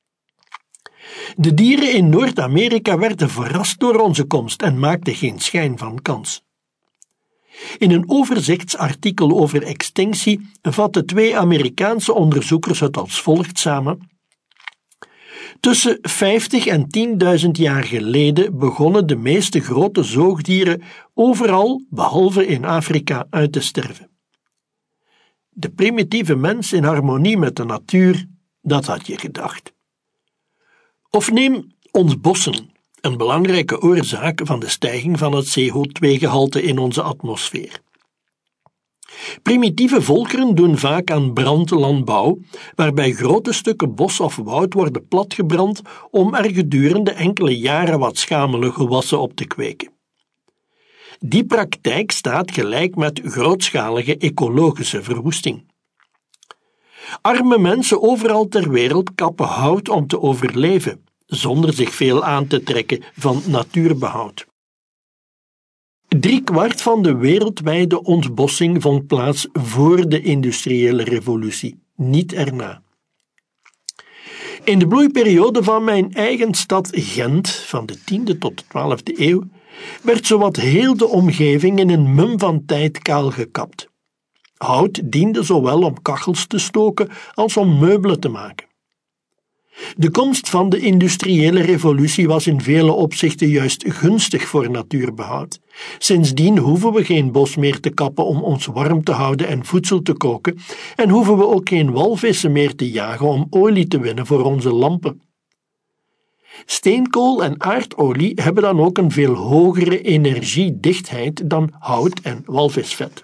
De dieren in Noord-Amerika werden verrast door onze komst en maakten geen schijn van kans. In een overzichtsartikel over extinctie vatten twee Amerikaanse onderzoekers het als volgt samen. Tussen vijftig en tienduizend jaar geleden begonnen de meeste grote zoogdieren overal, behalve in Afrika, uit te sterven. De primitieve mens in harmonie met de natuur, dat had je gedacht. Of neem ontbossen, een belangrijke oorzaak van de stijging van het C O twee gehalte in onze atmosfeer. Primitieve volkeren doen vaak aan brandlandbouw, waarbij grote stukken bos of woud worden platgebrand om er gedurende enkele jaren wat schamele gewassen op te kweken. Die praktijk staat gelijk met grootschalige ecologische verwoesting. Arme mensen overal ter wereld kappen hout om te overleven, zonder zich veel aan te trekken van natuurbehoud. Driekwart van de wereldwijde ontbossing vond plaats voor de industriële revolutie, niet erna. In de bloeiperiode van mijn eigen stad Gent, van de tiende tot de twaalfde eeuw, werd zowat heel de omgeving in een mum van tijd kaal gekapt. Hout diende zowel om kachels te stoken als om meubelen te maken. De komst van de industriële revolutie was in vele opzichten juist gunstig voor natuurbehoud. Sindsdien hoeven we geen bos meer te kappen om ons warm te houden en voedsel te koken, en hoeven we ook geen walvissen meer te jagen om olie te winnen voor onze lampen. Steenkool en aardolie hebben dan ook een veel hogere energiedichtheid dan hout en walvisvet.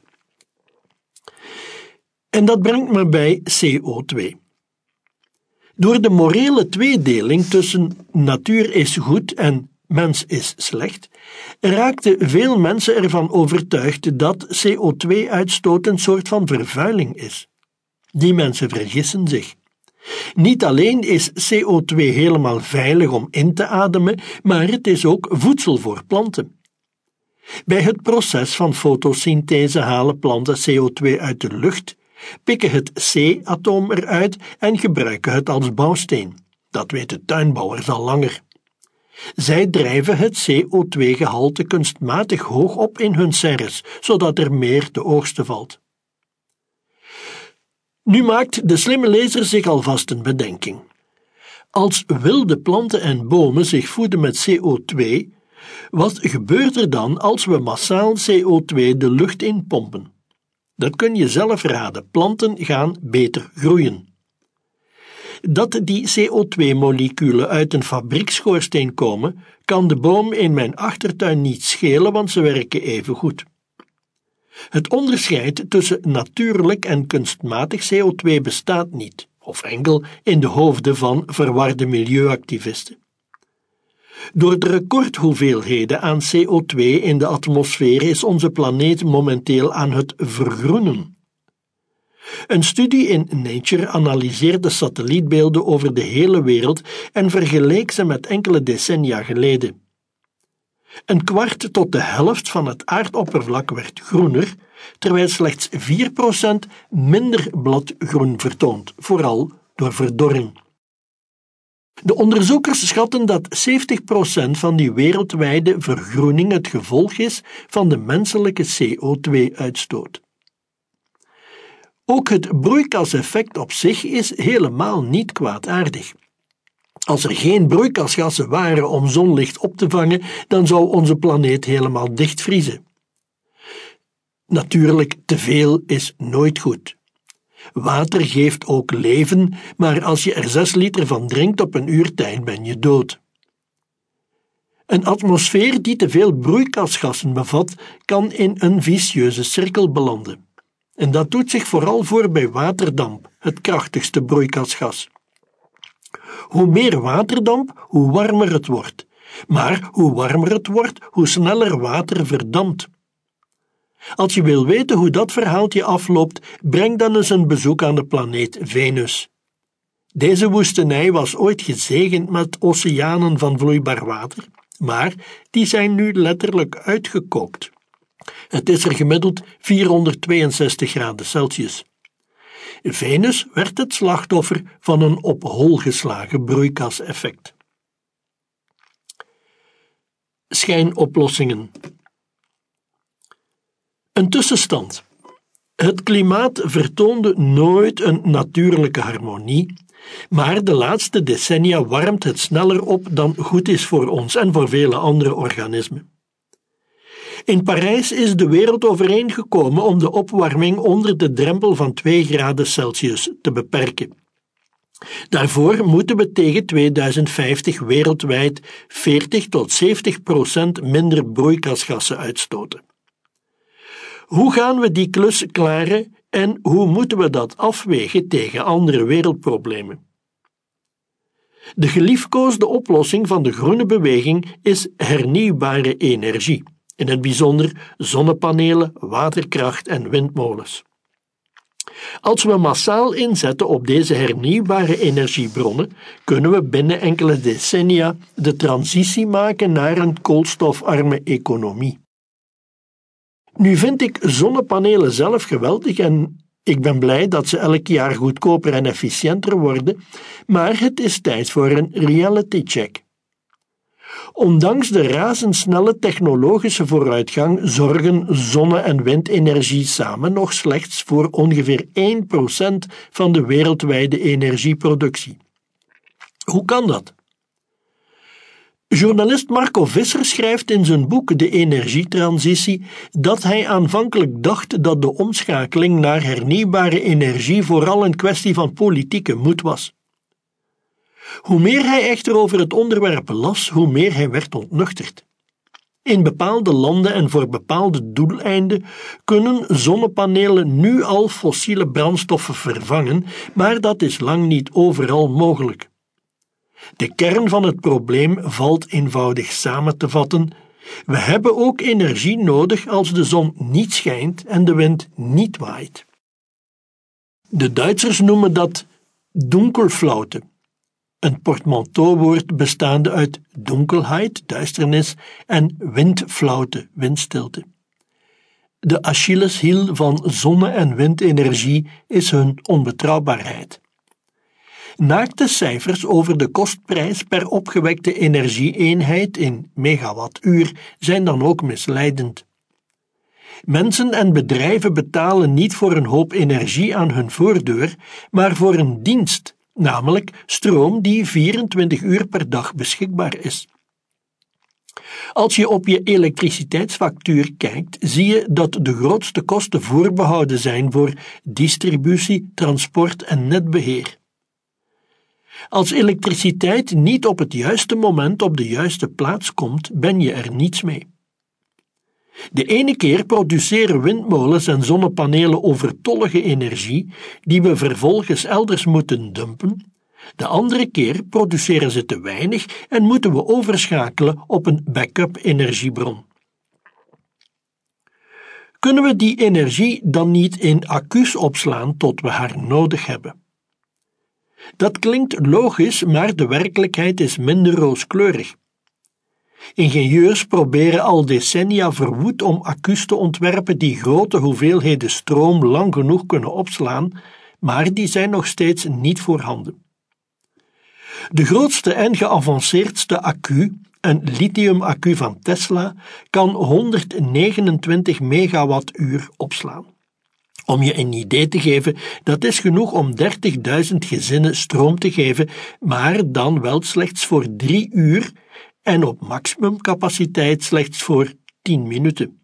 En dat brengt me bij C O twee. Door de morele tweedeling tussen natuur is goed en mens is slecht, raakten veel mensen ervan overtuigd dat C O twee uitstoot een soort van vervuiling is. Die mensen vergissen zich. Niet alleen is C O twee helemaal veilig om in te ademen, maar het is ook voedsel voor planten. Bij het proces van fotosynthese halen planten C O twee uit de lucht, pikken het C-atoom eruit en gebruiken het als bouwsteen. Dat weten tuinbouwers al langer. Zij drijven het C O twee gehalte kunstmatig hoog op in hun serres, zodat er meer te oogsten valt. Nu maakt de slimme lezer zich alvast een bedenking. Als wilde planten en bomen zich voeden met C O twee, wat gebeurt er dan als we massaal C O twee de lucht inpompen? Dat kun je zelf raden. Planten gaan beter groeien. Dat die C O twee moleculen uit een fabrieksschoorsteen komen, kan de boom in mijn achtertuin niet schelen, want ze werken even goed. Het onderscheid tussen natuurlijk en kunstmatig C O twee bestaat niet, of enkel in de hoofden van verwarde milieuactivisten. Door de recordhoeveelheden aan C O twee in de atmosfeer is onze planeet momenteel aan het vergroenen. Een studie in Nature analyseerde satellietbeelden over de hele wereld en vergeleek ze met enkele decennia geleden. Een kwart tot de helft van het aardoppervlak werd groener, terwijl slechts vier procent minder bladgroen vertoont, vooral door verdorring. De onderzoekers schatten dat zeventig procent van die wereldwijde vergroening het gevolg is van de menselijke C O twee uitstoot. Ook het broeikaseffect op zich is helemaal niet kwaadaardig. Als er geen broeikasgassen waren om zonlicht op te vangen, dan zou onze planeet helemaal dichtvriezen. Natuurlijk, te veel is nooit goed. Water geeft ook leven, maar als je er zes liter van drinkt op een uur tijd, ben je dood. Een atmosfeer die te veel broeikasgassen bevat, kan in een vicieuze cirkel belanden. En dat doet zich vooral voor bij waterdamp, het krachtigste broeikasgas. Hoe meer waterdamp, hoe warmer het wordt. Maar hoe warmer het wordt, hoe sneller water verdampt. Als je wil weten hoe dat verhaaltje afloopt, breng dan eens een bezoek aan de planeet Venus. Deze woestenij was ooit gezegend met oceanen van vloeibaar water, maar die zijn nu letterlijk uitgekookt. Het is er gemiddeld vierhonderdtweeënzestig graden Celsius. Venus werd het slachtoffer van een op hol geslagen broeikaseffect. Schijnoplossingen. Een tussenstand. Het klimaat vertoonde nooit een natuurlijke harmonie, maar de laatste decennia warmt het sneller op dan goed is voor ons en voor vele andere organismen. In Parijs is de wereld overeengekomen om de opwarming onder de drempel van twee graden Celsius te beperken. Daarvoor moeten we tegen tweeduizend vijftig wereldwijd veertig tot zeventig procent minder broeikasgassen uitstoten. Hoe gaan we die klus klaren en hoe moeten we dat afwegen tegen andere wereldproblemen? De geliefkoosde oplossing van de groene beweging is hernieuwbare energie, in het bijzonder zonnepanelen, waterkracht en windmolens. Als we massaal inzetten op deze hernieuwbare energiebronnen, kunnen we binnen enkele decennia de transitie maken naar een koolstofarme economie. Nu vind ik zonnepanelen zelf geweldig en ik ben blij dat ze elk jaar goedkoper en efficiënter worden, maar het is tijd voor een reality check. Ondanks de razendsnelle technologische vooruitgang zorgen zonne- en windenergie samen nog slechts voor ongeveer één procent van de wereldwijde energieproductie. Hoe kan dat? Journalist Marco Visser schrijft in zijn boek De Energietransitie dat hij aanvankelijk dacht dat de omschakeling naar hernieuwbare energie vooral een kwestie van politieke moed was. Hoe meer hij echter over het onderwerp las, hoe meer hij werd ontnuchterd. In bepaalde landen en voor bepaalde doeleinden kunnen zonnepanelen nu al fossiele brandstoffen vervangen, maar dat is lang niet overal mogelijk. De kern van het probleem valt eenvoudig samen te vatten. We hebben ook energie nodig als de zon niet schijnt en de wind niet waait. De Duitsers noemen dat Dunkelflaute. een portmanteauwoord bestaande uit donkelheid, duisternis, en windflaute, windstilte. De Achilleshiel van zonne- en windenergie is hun onbetrouwbaarheid. Naakte cijfers over de kostprijs per opgewekte energieeenheid in megawattuur zijn dan ook misleidend. Mensen en bedrijven betalen niet voor een hoop energie aan hun voordeur, maar voor een dienst, namelijk stroom die vierentwintig uur per dag beschikbaar is. Als je op je elektriciteitsfactuur kijkt, zie je dat de grootste kosten voorbehouden zijn voor distributie, transport en netbeheer. Als elektriciteit niet op het juiste moment op de juiste plaats komt, ben je er niets mee. De ene keer produceren windmolens en zonnepanelen overtollige energie die we vervolgens elders moeten dumpen. De andere keer produceren ze te weinig en moeten we overschakelen op een backup energiebron. Kunnen we die energie dan niet in accu's opslaan tot we haar nodig hebben? Dat klinkt logisch, maar de werkelijkheid is minder rooskleurig. Ingenieurs proberen al decennia verwoed om accu's te ontwerpen die grote hoeveelheden stroom lang genoeg kunnen opslaan, maar die zijn nog steeds niet voorhanden. De grootste en geavanceerdste accu, een lithiumaccu van Tesla, kan honderdnegenentwintig megawattuur opslaan. Om je een idee te geven, dat is genoeg om dertigduizend gezinnen stroom te geven, maar dan wel slechts voor drie uur en op maximumcapaciteit slechts voor tien minuten.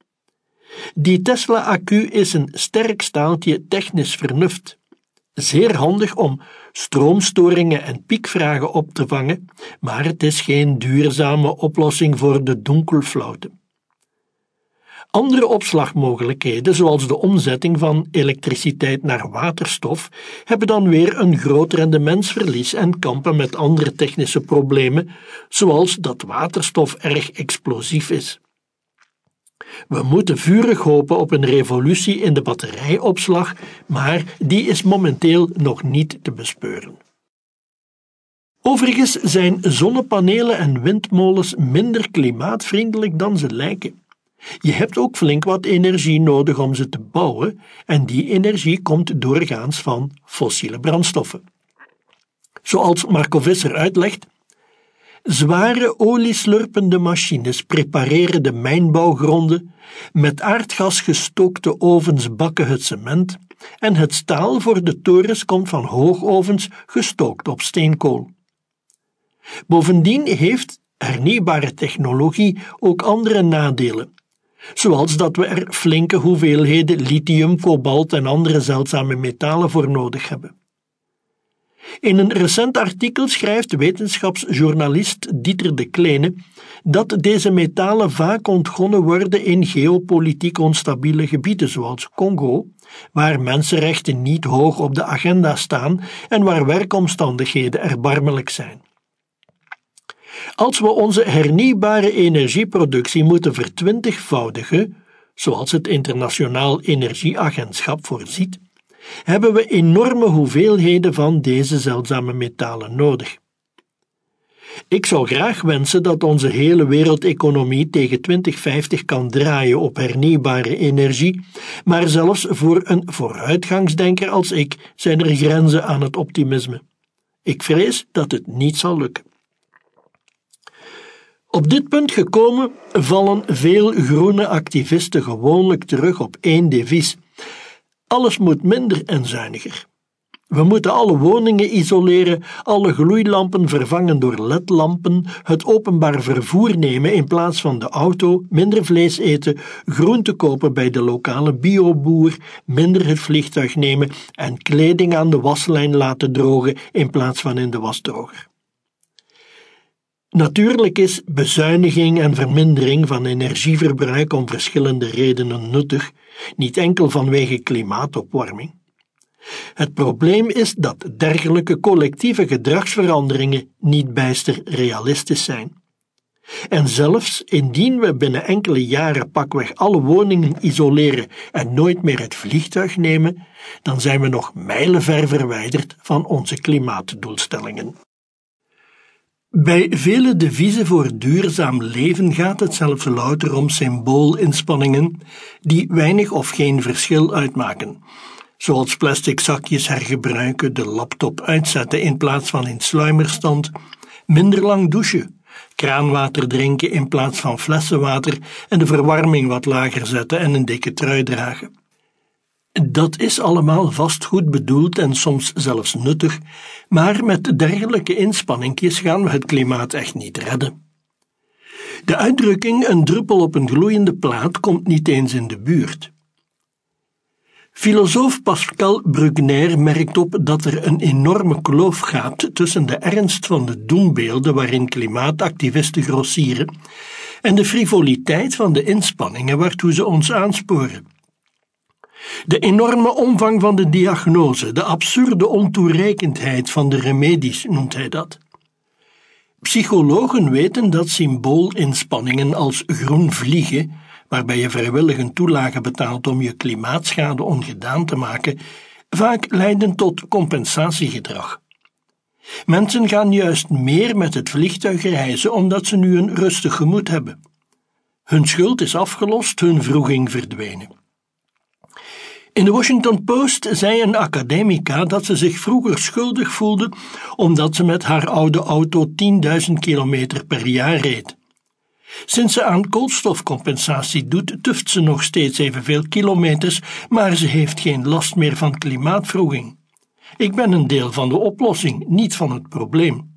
Die Tesla-accu is een sterk staaltje technisch vernuft. Zeer handig om stroomstoringen en piekvragen op te vangen, maar het is geen duurzame oplossing voor de donkelflaute. Andere opslagmogelijkheden, zoals de omzetting van elektriciteit naar waterstof, hebben dan weer een groot rendementsverlies en kampen met andere technische problemen, zoals dat waterstof erg explosief is. We moeten vurig hopen op een revolutie in de batterijopslag, maar die is momenteel nog niet te bespeuren. Overigens zijn zonnepanelen en windmolens minder klimaatvriendelijk dan ze lijken. Je hebt ook flink wat energie nodig om ze te bouwen en die energie komt doorgaans van fossiele brandstoffen. Zoals Marco Visser uitlegt, zware olieslurpende machines prepareren de mijnbouwgronden, met aardgas gestookte ovens bakken het cement en het staal voor de torens komt van hoogovens gestookt op steenkool. Bovendien heeft hernieuwbare technologie ook andere nadelen, zoals dat we er flinke hoeveelheden lithium, kobalt en andere zeldzame metalen voor nodig hebben. In een recent artikel schrijft wetenschapsjournalist Dieter de Kleene dat deze metalen vaak ontgonnen worden in geopolitiek onstabiele gebieden zoals Congo, waar mensenrechten niet hoog op de agenda staan en waar werkomstandigheden erbarmelijk zijn. Als we onze hernieuwbare energieproductie moeten vertwintigvoudigen, zoals het Internationaal Energieagentschap voorziet, hebben we enorme hoeveelheden van deze zeldzame metalen nodig. Ik zou graag wensen dat onze hele wereldeconomie tegen twintig vijftig kan draaien op hernieuwbare energie, maar zelfs voor een vooruitgangsdenker als ik zijn er grenzen aan het optimisme. Ik vrees dat het niet zal lukken. Op dit punt gekomen vallen veel groene activisten gewoonlijk terug op één devies: alles moet minder en zuiniger. We moeten alle woningen isoleren, alle gloeilampen vervangen door L E D-lampen, het openbaar vervoer nemen in plaats van de auto, minder vlees eten, groente kopen bij de lokale bioboer, minder het vliegtuig nemen en kleding aan de waslijn laten drogen in plaats van in de wasdroger. Natuurlijk is bezuiniging en vermindering van energieverbruik om verschillende redenen nuttig, niet enkel vanwege klimaatopwarming. Het probleem is dat dergelijke collectieve gedragsveranderingen niet bijster realistisch zijn. En zelfs indien we binnen enkele jaren pakweg alle woningen isoleren en nooit meer het vliegtuig nemen, dan zijn we nog mijlenver verwijderd van onze klimaatdoelstellingen. Bij vele deviezen voor duurzaam leven gaat het zelfs louter om symboolinspanningen die weinig of geen verschil uitmaken, zoals plastic zakjes hergebruiken, de laptop uitzetten in plaats van in sluimerstand, minder lang douchen, kraanwater drinken in plaats van flessenwater en de verwarming wat lager zetten en een dikke trui dragen. Dat is allemaal vast goed bedoeld en soms zelfs nuttig, maar met dergelijke inspanningjes gaan we het klimaat echt niet redden. De uitdrukking een druppel op een gloeiende plaat komt niet eens in de buurt. Filosoof Pascal Bruckner merkt op dat er een enorme kloof gaat tussen de ernst van de doembeelden waarin klimaatactivisten grossieren en de frivoliteit van de inspanningen waartoe ze ons aansporen. De enorme omvang van de diagnose, de absurde ontoereikendheid van de remedies, noemt hij dat. Psychologen weten dat symboolinspanningen als groen vliegen, waarbij je vrijwillig een toelage betaalt om je klimaatschade ongedaan te maken, vaak leiden tot compensatiegedrag. Mensen gaan juist meer met het vliegtuig reizen omdat ze nu een rustig gemoed hebben. Hun schuld is afgelost, hun wroeging verdwenen. In de Washington Post zei een academica dat ze zich vroeger schuldig voelde omdat ze met haar oude auto tienduizend kilometer per jaar reed. Sinds ze aan koolstofcompensatie doet, tuft ze nog steeds evenveel kilometers, maar ze heeft geen last meer van klimaatwroeging. Ik ben een deel van de oplossing, niet van het probleem.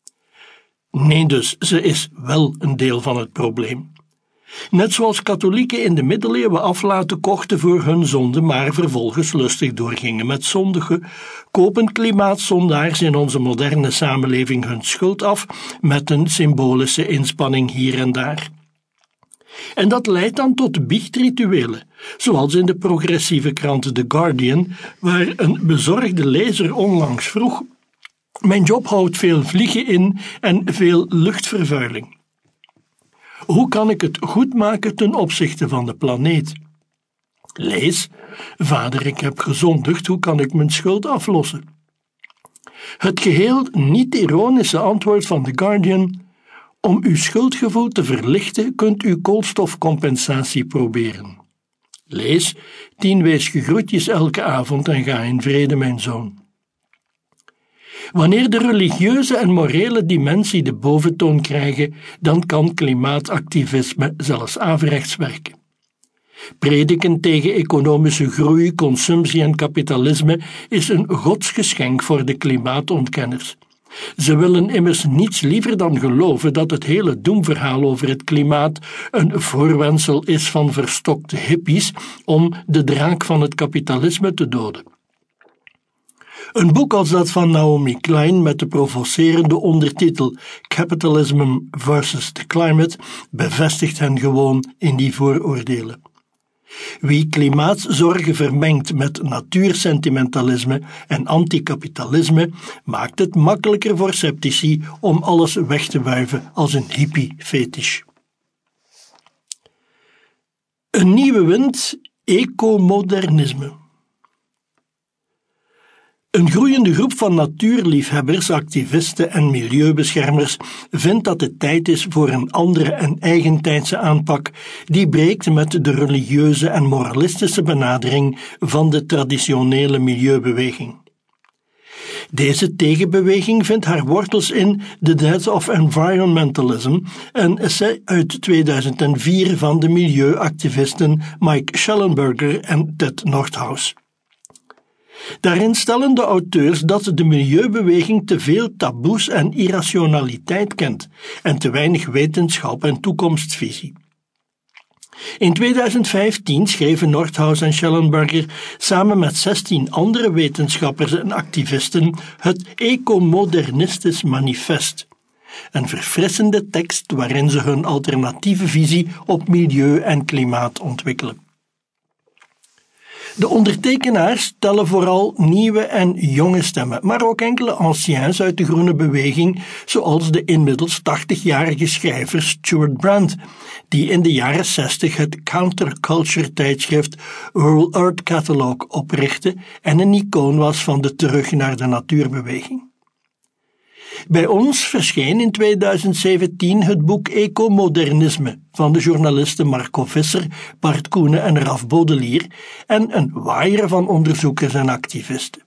Nee, dus, ze is wel een deel van het probleem. Net zoals katholieken in de middeleeuwen aflaten kochten voor hun zonde, maar vervolgens lustig doorgingen met zondigen, kopen klimaatzondaars in onze moderne samenleving hun schuld af met een symbolische inspanning hier en daar. En dat leidt dan tot biechtrituelen, zoals in de progressieve krant The Guardian, waar een bezorgde lezer onlangs vroeg: mijn job houdt veel vliegen in en veel luchtvervuiling. Hoe kan ik het goed maken ten opzichte van de planeet? Lees: vader, ik heb gezondigd, hoe kan ik mijn schuld aflossen? Het geheel niet-ironische antwoord van The Guardian: om uw schuldgevoel te verlichten, kunt u koolstofcompensatie proberen. Lees: tien weesje groetjes elke avond en ga in vrede, mijn zoon. Wanneer de religieuze en morele dimensie de boventoon krijgen, dan kan klimaatactivisme zelfs averechts werken. Prediken tegen economische groei, consumptie en kapitalisme is een godsgeschenk voor de klimaatontkenners. Ze willen immers niets liever dan geloven dat het hele doemverhaal over het klimaat een voorwendsel is van verstokte hippies om de draak van het kapitalisme te doden. Een boek als dat van Naomi Klein met de provocerende ondertitel Capitalism versus the Climate bevestigt hen gewoon in die vooroordelen. Wie klimaatzorgen vermengt met natuursentimentalisme en anticapitalisme maakt het makkelijker voor sceptici om alles weg te wuiven als een hippie-fetish. Een nieuwe wind, ecomodernisme. Een groeiende groep van natuurliefhebbers, activisten en milieubeschermers vindt dat het tijd is voor een andere en eigentijdse aanpak die breekt met de religieuze en moralistische benadering van de traditionele milieubeweging. Deze tegenbeweging vindt haar wortels in The Death of Environmentalism, een essay uit tweeduizend vier van de milieuactivisten Mike Schellenberger en Ted Nordhaus. Daarin stellen de auteurs dat de milieubeweging te veel taboes en irrationaliteit kent en te weinig wetenschap en toekomstvisie. In tweeduizend vijftien schreven Nordhaus en Schellenberger samen met zestien andere wetenschappers en activisten het Ecomodernistisch Manifest, een verfrissende tekst waarin ze hun alternatieve visie op milieu en klimaat ontwikkelen. De ondertekenaars tellen vooral nieuwe en jonge stemmen, maar ook enkele anciens uit de groene beweging, zoals de inmiddels tachtigjarige schrijver Stewart Brand, die in de jaren zestig het counterculture tijdschrift Rural Earth Catalog oprichtte en een icoon was van de terug naar de natuurbeweging. Bij ons verscheen in tweeduizend zeventien het boek Ecomodernisme van de journalisten Marco Visser, Bart Koene en Raf Bodelier en een waaier van onderzoekers en activisten.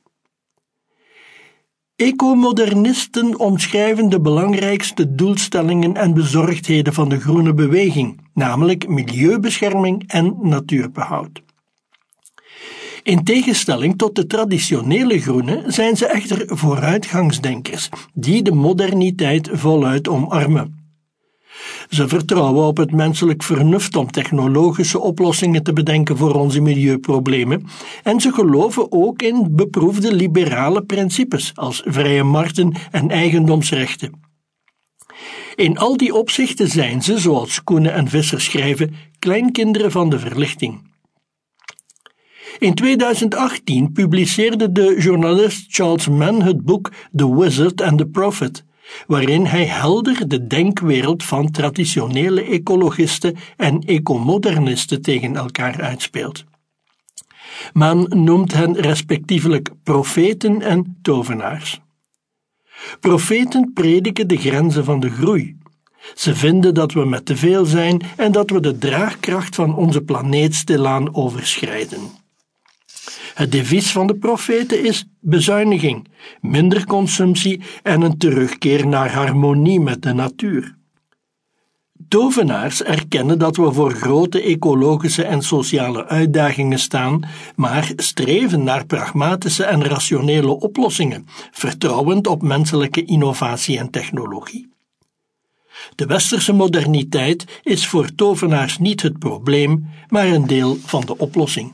Ecomodernisten omschrijven de belangrijkste doelstellingen en bezorgdheden van de groene beweging, namelijk milieubescherming en natuurbehoud. In tegenstelling tot de traditionele groenen zijn ze echter vooruitgangsdenkers, die de moderniteit voluit omarmen. Ze vertrouwen op het menselijk vernuft om technologische oplossingen te bedenken voor onze milieuproblemen en ze geloven ook in beproefde liberale principes als vrije markten en eigendomsrechten. In al die opzichten zijn ze, zoals Koene en Visser schrijven, kleinkinderen van de verlichting. In tweeduizend achttien publiceerde de journalist Charles Mann het boek The Wizard and the Prophet, waarin hij helder de denkwereld van traditionele ecologisten en ecomodernisten tegen elkaar uitspeelt. Mann noemt hen respectievelijk profeten en tovenaars. Profeten prediken de grenzen van de groei. Ze vinden dat we met te veel zijn en dat we de draagkracht van onze planeet stilaan overschrijden. Het devies van de profeten is bezuiniging, minder consumptie en een terugkeer naar harmonie met de natuur. Tovenaars erkennen dat we voor grote ecologische en sociale uitdagingen staan, maar streven naar pragmatische en rationele oplossingen, vertrouwend op menselijke innovatie en technologie. De westerse moderniteit is voor tovenaars niet het probleem, maar een deel van de oplossing.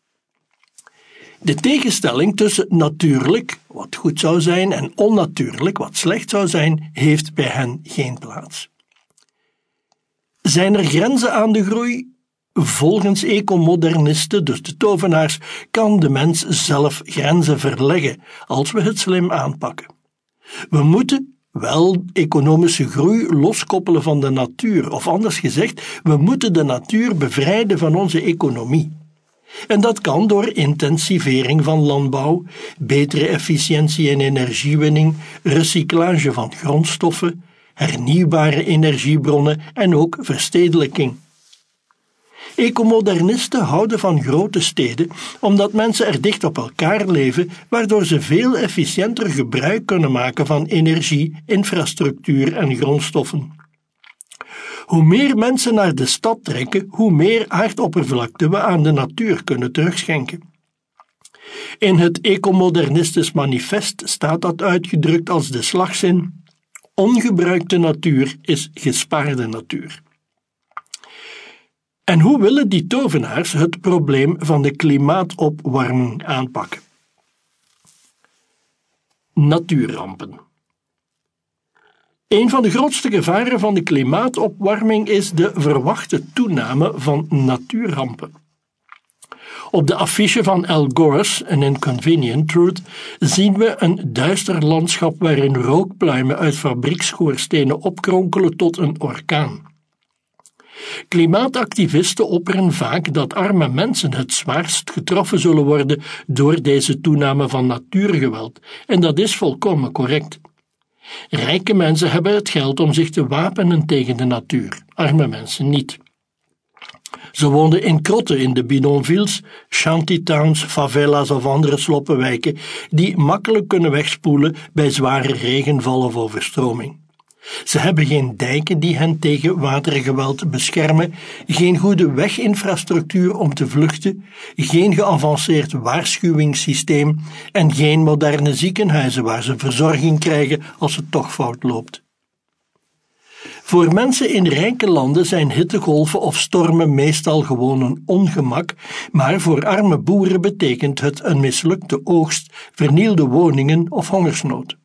De tegenstelling tussen natuurlijk, wat goed zou zijn, en onnatuurlijk, wat slecht zou zijn, heeft bij hen geen plaats. Zijn er grenzen aan de groei? Volgens ecomodernisten, dus de tovenaars, kan de mens zelf grenzen verleggen als we het slim aanpakken. We moeten wel economische groei loskoppelen van de natuur, of anders gezegd, we moeten de natuur bevrijden van onze economie. En dat kan door intensivering van landbouw, betere efficiëntie in energiewinning, recyclage van grondstoffen, hernieuwbare energiebronnen en ook verstedelijking. Ecomodernisten houden van grote steden omdat mensen er dicht op elkaar leven, waardoor ze veel efficiënter gebruik kunnen maken van energie, infrastructuur en grondstoffen. Hoe meer mensen naar de stad trekken, hoe meer aardoppervlakte we aan de natuur kunnen terugschenken. In het Ecomodernistisch Manifest staat dat uitgedrukt als de slagzin: ongebruikte natuur is gespaarde natuur. En hoe willen die tovenaars het probleem van de klimaatopwarming aanpakken? Natuurrampen. Een van de grootste gevaren van de klimaatopwarming is de verwachte toename van natuurrampen. Op de affiche van Al Gore's An Inconvenient Truth zien we een duister landschap waarin rookpluimen uit fabriekschoorstenen opkronkelen tot een orkaan. Klimaatactivisten opperen vaak dat arme mensen het zwaarst getroffen zullen worden door deze toename van natuurgeweld, en dat is volkomen correct. Rijke mensen hebben het geld om zich te wapenen tegen de natuur, arme mensen niet. Ze woonden in krotten in de bidonvilles, shantytowns, favelas of andere sloppenwijken die makkelijk kunnen wegspoelen bij zware regenval of overstroming. Ze hebben geen dijken die hen tegen watergeweld beschermen, geen goede weginfrastructuur om te vluchten, geen geavanceerd waarschuwingssysteem en geen moderne ziekenhuizen waar ze verzorging krijgen als het toch fout loopt. Voor mensen in rijke landen zijn hittegolven of stormen meestal gewoon een ongemak, maar voor arme boeren betekent het een mislukte oogst, vernielde woningen of hongersnood.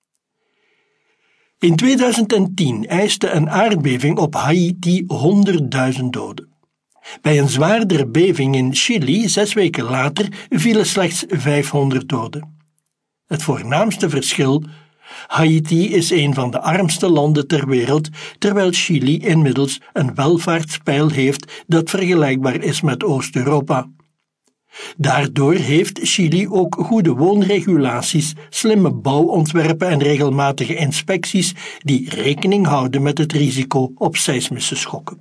In tweeduizend tien eiste een aardbeving op Haiti honderdduizend doden. Bij een zwaardere beving in Chili, zes weken later, vielen slechts vijfhonderd doden. Het voornaamste verschil: Haiti is een van de armste landen ter wereld, terwijl Chili inmiddels een welvaartspeil heeft dat vergelijkbaar is met Oost-Europa. Daardoor heeft Chili ook goede woonregulaties, slimme bouwontwerpen en regelmatige inspecties die rekening houden met het risico op seismische schokken.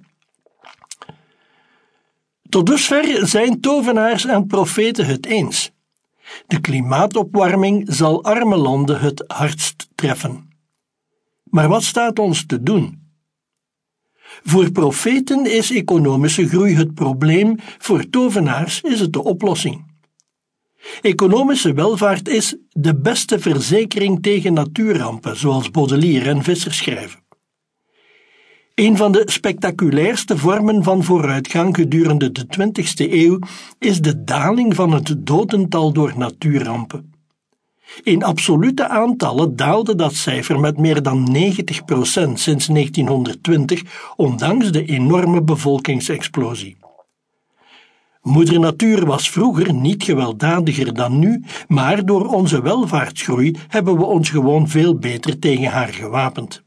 Tot dusver zijn tovenaars en profeten het eens. De klimaatopwarming zal arme landen het hardst treffen. Maar wat staat ons te doen? Voor profeten is economische groei het probleem, voor tovenaars is het de oplossing. Economische welvaart is de beste verzekering tegen natuurrampen, zoals Baudelaire en Visser schrijven. Een van de spectaculairste vormen van vooruitgang gedurende de twintigste eeuw is de daling van het dodental door natuurrampen. In absolute aantallen daalde dat cijfer met meer dan negentig procent sinds negentienhonderdtwintig, ondanks de enorme bevolkingsexplosie. Moeder Natuur was vroeger niet gewelddadiger dan nu, maar door onze welvaartsgroei hebben we ons gewoon veel beter tegen haar gewapend.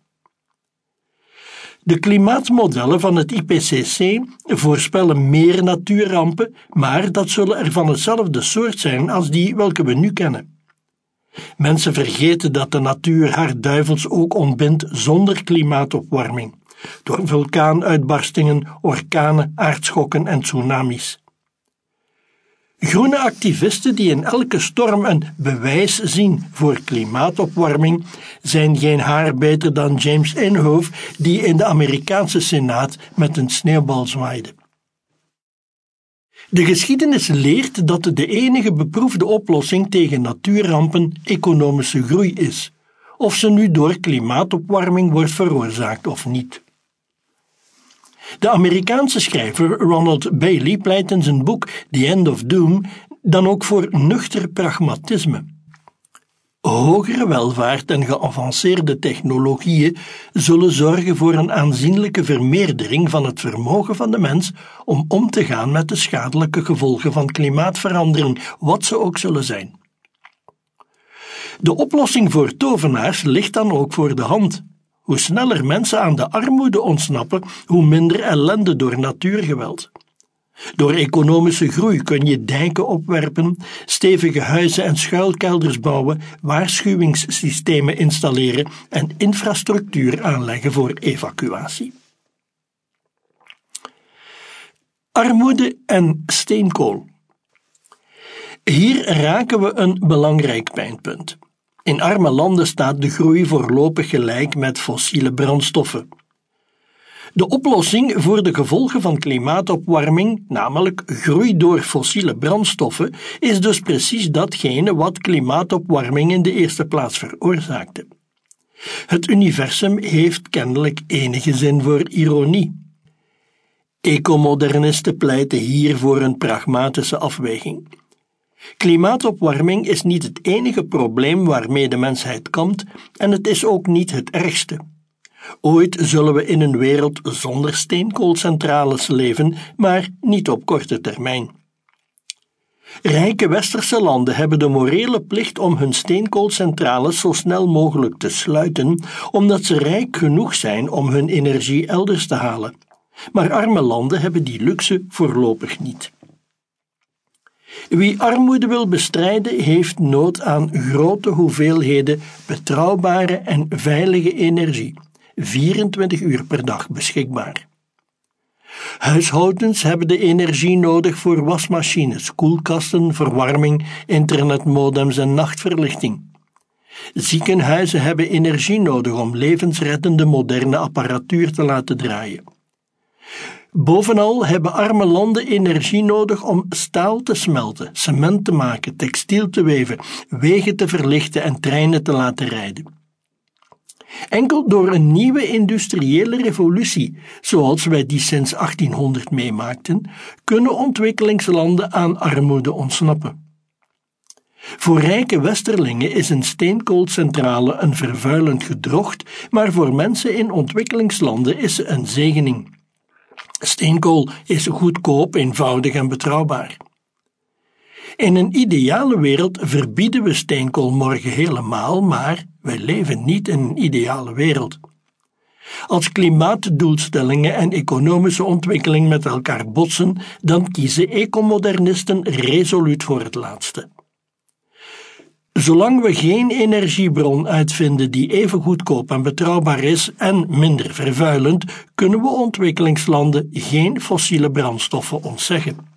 De klimaatmodellen van het I P C C voorspellen meer natuurrampen, maar dat zullen er van hetzelfde soort zijn als die welke we nu kennen. Mensen vergeten dat de natuur haar duivels ook ontbindt zonder klimaatopwarming, door vulkaanuitbarstingen, orkanen, aardschokken en tsunamis. Groene activisten die in elke storm een bewijs zien voor klimaatopwarming zijn geen haar beter dan James Inhofe, die in de Amerikaanse Senaat met een sneeuwbal zwaaide. De geschiedenis leert dat de enige beproefde oplossing tegen natuurrampen economische groei is, of ze nu door klimaatopwarming wordt veroorzaakt of niet. De Amerikaanse schrijver Ronald Bailey pleit in zijn boek The End of Doom dan ook voor nuchter pragmatisme. Hogere welvaart en geavanceerde technologieën zullen zorgen voor een aanzienlijke vermeerdering van het vermogen van de mens om om te gaan met de schadelijke gevolgen van klimaatverandering, wat ze ook zullen zijn. De oplossing voor tovenaars ligt dan ook voor de hand. Hoe sneller mensen aan de armoede ontsnappen, hoe minder ellende door natuurgeweld. Door economische groei kun je dijken opwerpen, stevige huizen en schuilkelders bouwen, waarschuwingssystemen installeren en infrastructuur aanleggen voor evacuatie. Armoede en steenkool. Hier raken we een belangrijk pijnpunt. In arme landen staat de groei voorlopig gelijk met fossiele brandstoffen. De oplossing voor de gevolgen van klimaatopwarming, namelijk groei door fossiele brandstoffen, is dus precies datgene wat klimaatopwarming in de eerste plaats veroorzaakte. Het universum heeft kennelijk enige zin voor ironie. Ecomodernisten pleiten hier voor een pragmatische afweging. Klimaatopwarming is niet het enige probleem waarmee de mensheid kampt en het is ook niet het ergste. Ooit zullen we in een wereld zonder steenkoolcentrales leven, maar niet op korte termijn. Rijke westerse landen hebben de morele plicht om hun steenkoolcentrales zo snel mogelijk te sluiten, omdat ze rijk genoeg zijn om hun energie elders te halen. Maar arme landen hebben die luxe voorlopig niet. Wie armoede wil bestrijden, heeft nood aan grote hoeveelheden betrouwbare en veilige energie, vierentwintig uur per dag beschikbaar. Huishoudens hebben de energie nodig voor wasmachines, koelkasten, verwarming, internetmodems en nachtverlichting. Ziekenhuizen hebben energie nodig om levensreddende moderne apparatuur te laten draaien. Bovenal hebben arme landen energie nodig om staal te smelten, cement te maken, textiel te weven, wegen te verlichten en treinen te laten rijden. Enkel door een nieuwe industriële revolutie, zoals wij die sinds achttienhonderd meemaakten, kunnen ontwikkelingslanden aan armoede ontsnappen. Voor rijke westerlingen is een steenkoolcentrale een vervuilend gedrocht, maar voor mensen in ontwikkelingslanden is ze een zegening. Steenkool is goedkoop, eenvoudig en betrouwbaar. In een ideale wereld verbieden we steenkool morgen helemaal, maar wij leven niet in een ideale wereld. Als klimaatdoelstellingen en economische ontwikkeling met elkaar botsen, dan kiezen ecomodernisten resoluut voor het laatste. Zolang we geen energiebron uitvinden die even goedkoop en betrouwbaar is en minder vervuilend, kunnen we ontwikkelingslanden geen fossiele brandstoffen ontzeggen.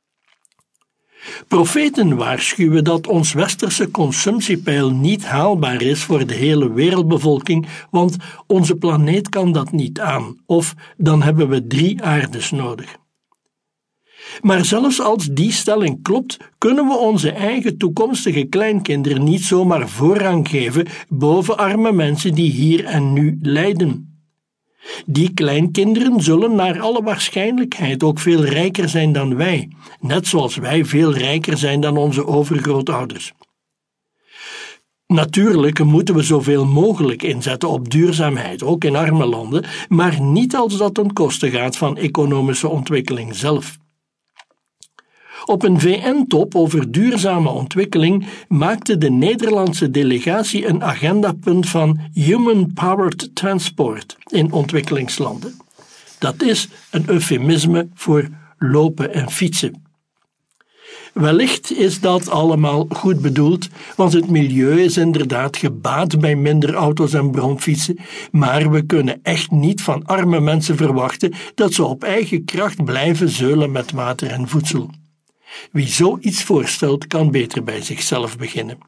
Profeten waarschuwen dat ons westerse consumptiepeil niet haalbaar is voor de hele wereldbevolking, want onze planeet kan dat niet aan, of dan hebben we drie aardes nodig. Maar zelfs als die stelling klopt, kunnen we onze eigen toekomstige kleinkinderen niet zomaar voorrang geven boven arme mensen die hier en nu lijden. Die kleinkinderen zullen naar alle waarschijnlijkheid ook veel rijker zijn dan wij, net zoals wij veel rijker zijn dan onze overgrootouders. Natuurlijk moeten we zoveel mogelijk inzetten op duurzaamheid, ook in arme landen, maar niet als dat ten koste gaat van economische ontwikkeling zelf. Op een V N-top over duurzame ontwikkeling maakte de Nederlandse delegatie een agendapunt van human-powered transport in ontwikkelingslanden. Dat is een eufemisme voor lopen en fietsen. Wellicht is dat allemaal goed bedoeld, want het milieu is inderdaad gebaat bij minder auto's en bromfietsen, maar we kunnen echt niet van arme mensen verwachten dat ze op eigen kracht blijven zeulen met water en voedsel. Wie zoiets voorstelt, kan beter bij zichzelf beginnen.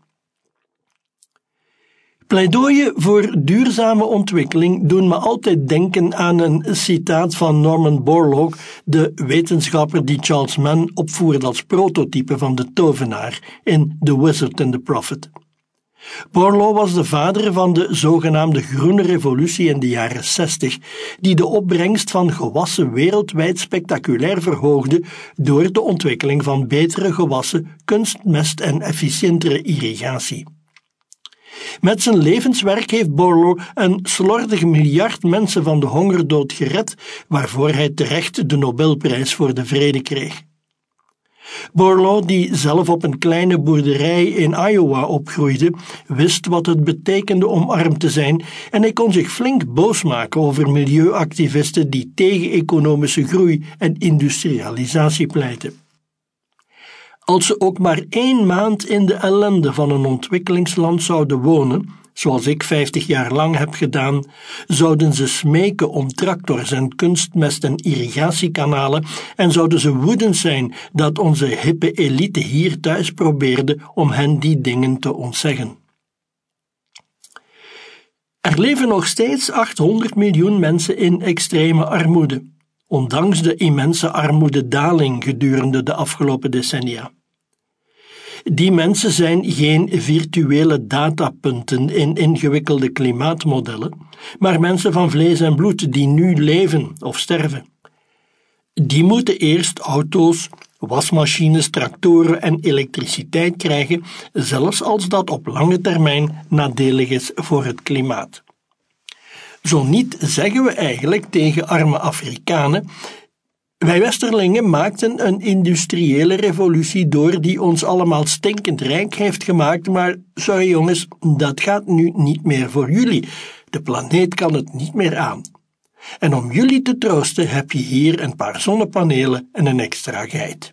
Pleidooien voor duurzame ontwikkeling doen me altijd denken aan een citaat van Norman Borlaug, de wetenschapper die Charles Mann opvoerde als prototype van de tovenaar in The Wizard and the Prophet. Borlaug was de vader van de zogenaamde groene revolutie in de jaren zestig, die de opbrengst van gewassen wereldwijd spectaculair verhoogde door de ontwikkeling van betere gewassen, kunstmest en efficiëntere irrigatie. Met zijn levenswerk heeft Borlaug een slordig miljard mensen van de hongerdood gered, waarvoor hij terecht de Nobelprijs voor de Vrede kreeg. Borlaug, die zelf op een kleine boerderij in Iowa opgroeide, wist wat het betekende om arm te zijn en hij kon zich flink boos maken over milieuactivisten die tegen economische groei en industrialisatie pleiten. Als ze ook maar één maand in de ellende van een ontwikkelingsland zouden wonen, zoals ik vijftig jaar lang heb gedaan, zouden ze smeken om tractors en kunstmest en irrigatiekanalen en zouden ze woedend zijn dat onze hippe elite hier thuis probeerde om hen die dingen te ontzeggen. Er leven nog steeds achthonderd miljoen mensen in extreme armoede, ondanks de immense armoededaling gedurende de afgelopen decennia. Die mensen zijn geen virtuele datapunten in ingewikkelde klimaatmodellen, maar mensen van vlees en bloed die nu leven of sterven. Die moeten eerst auto's, wasmachines, tractoren en elektriciteit krijgen, zelfs als dat op lange termijn nadelig is voor het klimaat. Zo niet zeggen we eigenlijk tegen arme Afrikanen: wij Westerlingen maakten een industriële revolutie door die ons allemaal stinkend rijk heeft gemaakt, maar sorry jongens, dat gaat nu niet meer voor jullie. De planeet kan het niet meer aan. En om jullie te troosten heb je hier een paar zonnepanelen en een extra geit.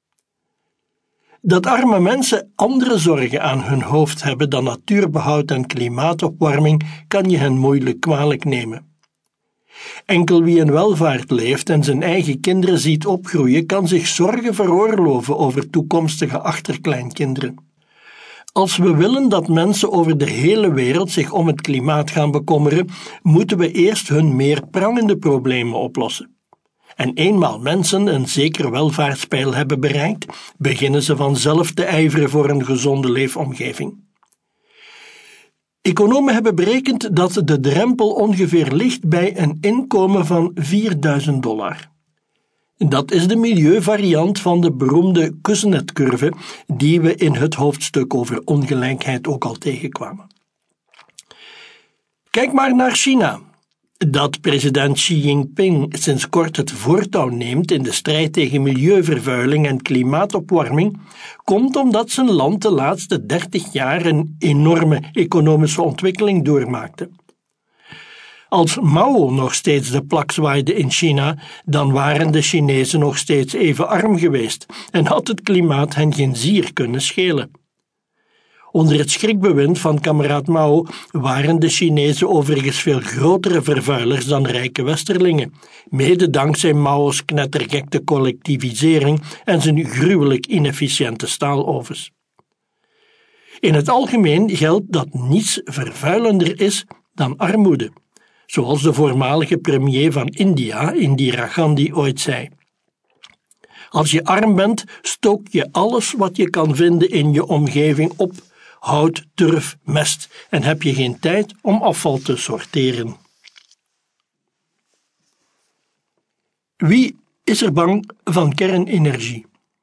Dat arme mensen andere zorgen aan hun hoofd hebben dan natuurbehoud en klimaatopwarming, kan je hen moeilijk kwalijk nemen. Enkel wie in welvaart leeft en zijn eigen kinderen ziet opgroeien, kan zich zorgen veroorloven over toekomstige achterkleinkinderen. Als we willen dat mensen over de hele wereld zich om het klimaat gaan bekommeren, moeten we eerst hun meer prangende problemen oplossen. En eenmaal mensen een zeker welvaartspeil hebben bereikt, beginnen ze vanzelf te ijveren voor een gezonde leefomgeving. Economen hebben berekend dat de drempel ongeveer ligt bij een inkomen van vierduizend dollar. Dat is de milieuvariant van de beroemde Kuznets-curve die we in het hoofdstuk over ongelijkheid ook al tegenkwamen. Kijk maar naar China. Dat president Xi Jinping sinds kort het voortouw neemt in de strijd tegen milieuvervuiling en klimaatopwarming, komt omdat zijn land de laatste dertig jaar een enorme economische ontwikkeling doormaakte. Als Mao nog steeds de plak zwaaide in China, dan waren de Chinezen nog steeds even arm geweest en had het klimaat hen geen zier kunnen schelen. Onder het schrikbewind van kameraad Mao waren de Chinezen overigens veel grotere vervuilers dan rijke westerlingen, mede dankzij Mao's knettergekte collectivisering en zijn gruwelijk inefficiënte staalovens. In het algemeen geldt dat niets vervuilender is dan armoede, zoals de voormalige premier van India, Indira Gandhi, ooit zei. Als je arm bent, stook je alles wat je kan vinden in je omgeving op, hout, turf, mest, en heb je geen tijd om afval te sorteren. Wie is er bang van kernenergie?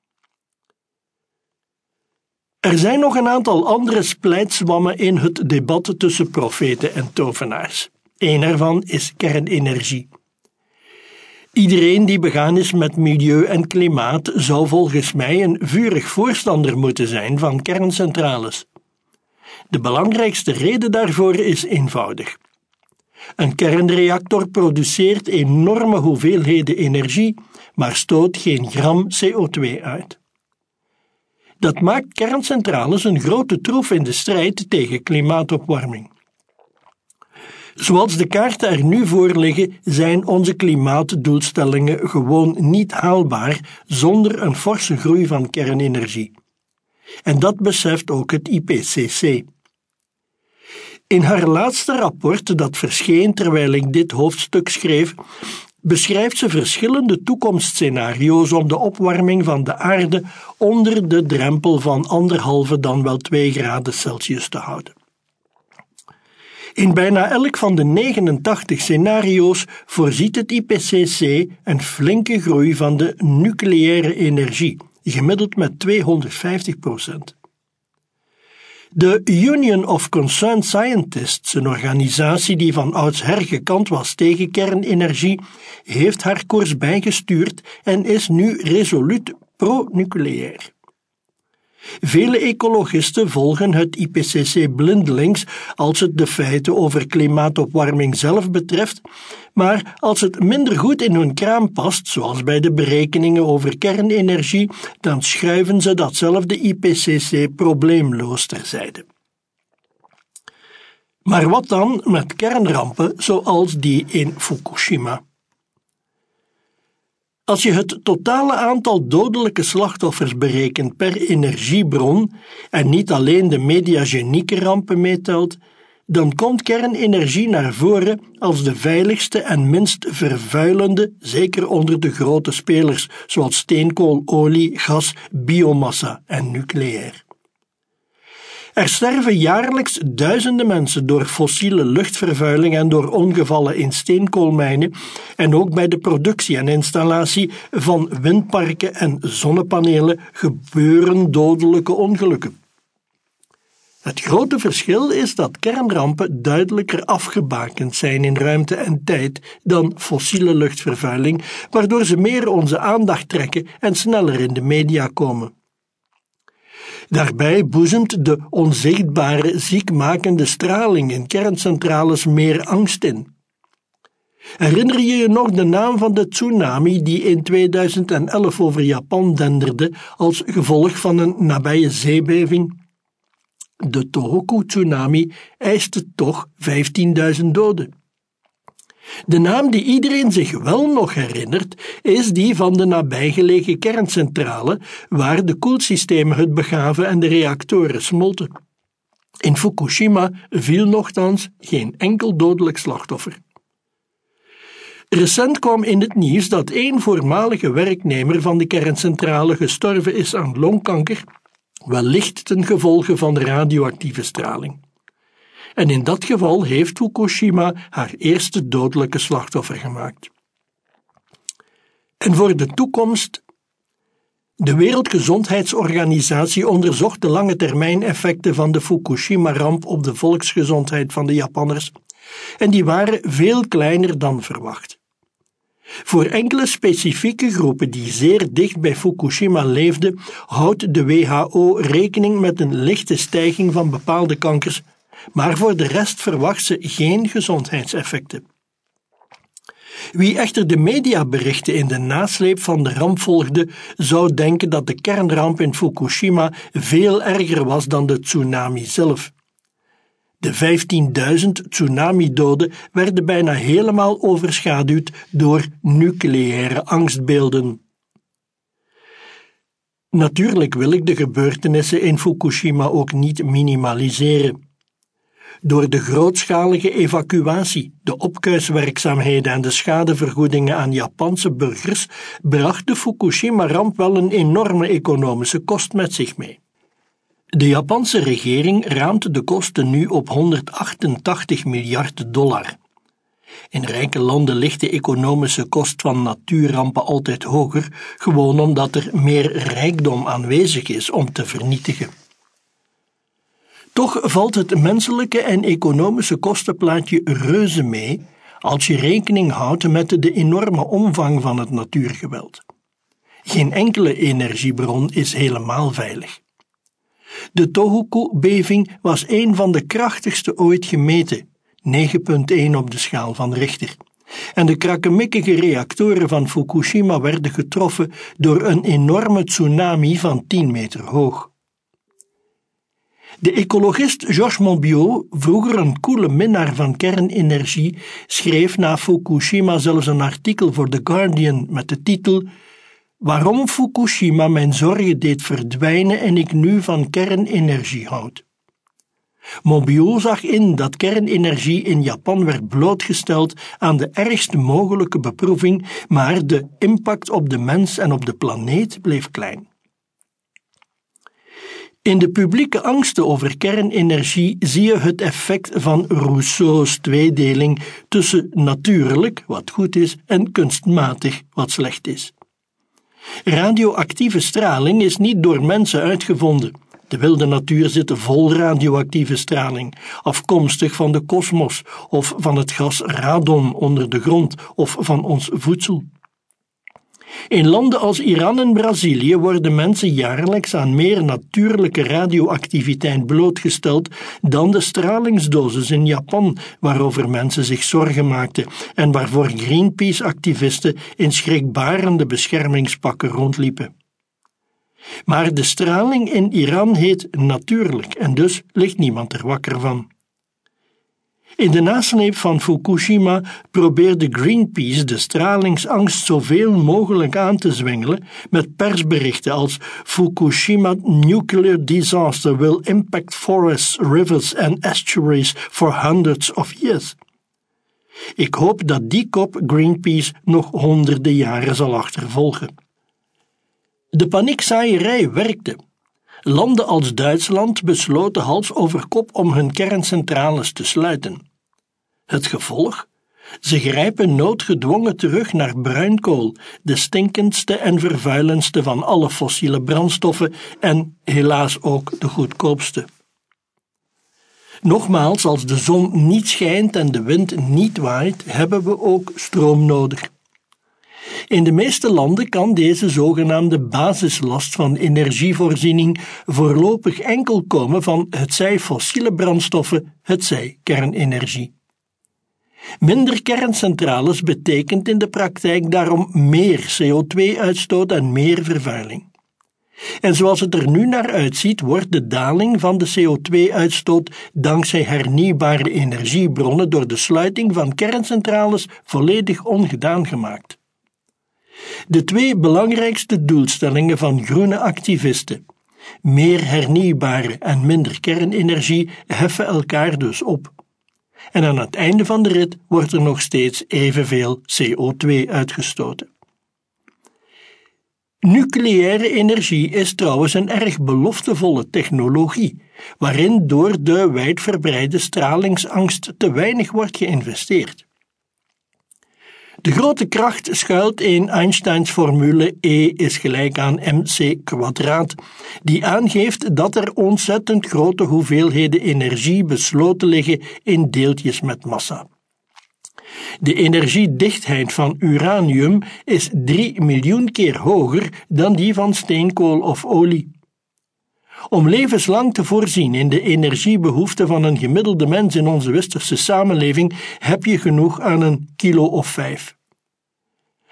Er zijn nog een aantal andere splijtswammen in het debat tussen profeten en tovenaars. Eén ervan is kernenergie. Iedereen die begaan is met milieu en klimaat zou volgens mij een vurig voorstander moeten zijn van kerncentrales. De belangrijkste reden daarvoor is eenvoudig. Een kernreactor produceert enorme hoeveelheden energie, maar stoot geen gram C O twee uit. Dat maakt kerncentrales een grote troef in de strijd tegen klimaatopwarming. Zoals de kaarten er nu voor liggen, zijn onze klimaatdoelstellingen gewoon niet haalbaar zonder een forse groei van kernenergie. En dat beseft ook het I P C C. In haar laatste rapport, dat verscheen terwijl ik dit hoofdstuk schreef, beschrijft ze verschillende toekomstscenario's om de opwarming van de aarde onder de drempel van anderhalve dan wel twee graden Celsius te houden. In bijna elk van de negenentachtig scenario's voorziet het I P C C een flinke groei van de nucleaire energie, gemiddeld met tweehonderdvijftig procent. De Union of Concerned Scientists, een organisatie die van oudsher gekant was tegen kernenergie, heeft haar koers bijgestuurd en is nu resoluut pro-nucleair. Vele ecologisten volgen het I P C C blindelings als het de feiten over klimaatopwarming zelf betreft, maar als het minder goed in hun kraam past, zoals bij de berekeningen over kernenergie, dan schuiven ze datzelfde I P C C probleemloos terzijde. Maar wat dan met kernrampen zoals die in Fukushima? Als je het totale aantal dodelijke slachtoffers berekent per energiebron en niet alleen de mediagenieke rampen meetelt, dan komt kernenergie naar voren als de veiligste en minst vervuilende, zeker onder de grote spelers zoals steenkool, olie, gas, biomassa en nucleair. Er sterven jaarlijks duizenden mensen door fossiele luchtvervuiling en door ongevallen in steenkoolmijnen en ook bij de productie en installatie van windparken en zonnepanelen gebeuren dodelijke ongelukken. Het grote verschil is dat kernrampen duidelijker afgebakend zijn in ruimte en tijd dan fossiele luchtvervuiling, waardoor ze meer onze aandacht trekken en sneller in de media komen. Daarbij boezemt de onzichtbare, ziekmakende straling in kerncentrales meer angst in. Herinner je je nog de naam van de tsunami die in tweeduizend elf over Japan denderde als gevolg van een nabije zeebeving? De Tohoku-tsunami eiste toch vijftienduizend doden. De naam die iedereen zich wel nog herinnert, is die van de nabijgelegen kerncentrale, waar de koelsystemen het begaven en de reactoren smolten. In Fukushima viel nochtans geen enkel dodelijk slachtoffer. Recent kwam in het nieuws dat één voormalige werknemer van de kerncentrale gestorven is aan longkanker, wellicht ten gevolge van radioactieve straling. En in dat geval heeft Fukushima haar eerste dodelijke slachtoffer gemaakt. En voor de toekomst? De Wereldgezondheidsorganisatie onderzocht de lange termijn effecten van de Fukushima-ramp op de volksgezondheid van de Japanners, en die waren veel kleiner dan verwacht. Voor enkele specifieke groepen die zeer dicht bij Fukushima leefden, houdt de W H O rekening met een lichte stijging van bepaalde kankers, maar voor de rest verwacht ze geen gezondheidseffecten. Wie echter de mediaberichten in de nasleep van de ramp volgde, zou denken dat de kernramp in Fukushima veel erger was dan de tsunami zelf. De vijftienduizend tsunamidoden werden bijna helemaal overschaduwd door nucleaire angstbeelden. Natuurlijk wil ik de gebeurtenissen in Fukushima ook niet minimaliseren. Door de grootschalige evacuatie, de opkuiswerkzaamheden en de schadevergoedingen aan Japanse burgers bracht de Fukushima-ramp wel een enorme economische kost met zich mee. De Japanse regering raamt de kosten nu op honderdachtentachtig miljard dollar. In rijke landen ligt de economische kost van natuurrampen altijd hoger, gewoon omdat er meer rijkdom aanwezig is om te vernietigen. Toch valt het menselijke en economische kostenplaatje reuze mee als je rekening houdt met de enorme omvang van het natuurgeweld. Geen enkele energiebron is helemaal veilig. De Tohoku-beving was een van de krachtigste ooit gemeten, negen komma één op de schaal van Richter. En de krakkemikkige reactoren van Fukushima werden getroffen door een enorme tsunami van tien meter hoog. De ecologist Georges Monbiot, vroeger een koele minnaar van kernenergie, schreef na Fukushima zelfs een artikel voor The Guardian met de titel Waarom Fukushima mijn zorgen deed verdwijnen en ik nu van kernenergie houd. Monbiot zag in dat kernenergie in Japan werd blootgesteld aan de ergste mogelijke beproeving, maar de impact op de mens en op de planeet bleef klein. In de publieke angsten over kernenergie zie je het effect van Rousseau's tweedeling tussen natuurlijk, wat goed is, en kunstmatig, wat slecht is. Radioactieve straling is niet door mensen uitgevonden. De wilde natuur zit vol radioactieve straling, afkomstig van de kosmos of van het gas radon onder de grond of van ons voedsel. In landen als Iran en Brazilië worden mensen jaarlijks aan meer natuurlijke radioactiviteit blootgesteld dan de stralingsdosis in Japan, waarover mensen zich zorgen maakten en waarvoor Greenpeace-activisten in schrikbarende beschermingspakken rondliepen. Maar de straling in Iran heet natuurlijk en dus ligt niemand er wakker van. In de nasleep van Fukushima probeerde Greenpeace de stralingsangst zoveel mogelijk aan te zwengelen met persberichten als Fukushima nuclear disaster will impact forests, rivers and estuaries for hundreds of years. Ik hoop dat die kop Greenpeace nog honderden jaren zal achtervolgen. De paniekzaaierij werkte. Landen als Duitsland besloten hals over kop om hun kerncentrales te sluiten. Het gevolg? Ze grijpen noodgedwongen terug naar bruinkool, de stinkendste en vervuilendste van alle fossiele brandstoffen en helaas ook de goedkoopste. Nogmaals, als de zon niet schijnt en de wind niet waait, hebben we ook stroom nodig. In de meeste landen kan deze zogenaamde basislast van energievoorziening voorlopig enkel komen van hetzij fossiele brandstoffen, hetzij kernenergie. Minder kerncentrales betekent in de praktijk daarom meer C O twee uitstoot en meer vervuiling. En zoals het er nu naar uitziet, wordt de daling van de C O twee uitstoot dankzij hernieuwbare energiebronnen door de sluiting van kerncentrales volledig ongedaan gemaakt. De twee belangrijkste doelstellingen van groene activisten, meer hernieuwbare en minder kernenergie, heffen elkaar dus op. En aan het einde van de rit wordt er nog steeds evenveel C O twee uitgestoten. Nucleaire energie is trouwens een erg beloftevolle technologie, waarin door de wijdverbreide stralingsangst te weinig wordt geïnvesteerd. De grote kracht schuilt in Einsteins formule E is gelijk aan mc kwadraat, die aangeeft dat er ontzettend grote hoeveelheden energie besloten liggen in deeltjes met massa. De energiedichtheid van uranium is drie miljoen keer hoger dan die van steenkool of olie. Om levenslang te voorzien in de energiebehoeften van een gemiddelde mens in onze westerse samenleving heb je genoeg aan een kilo of vijf.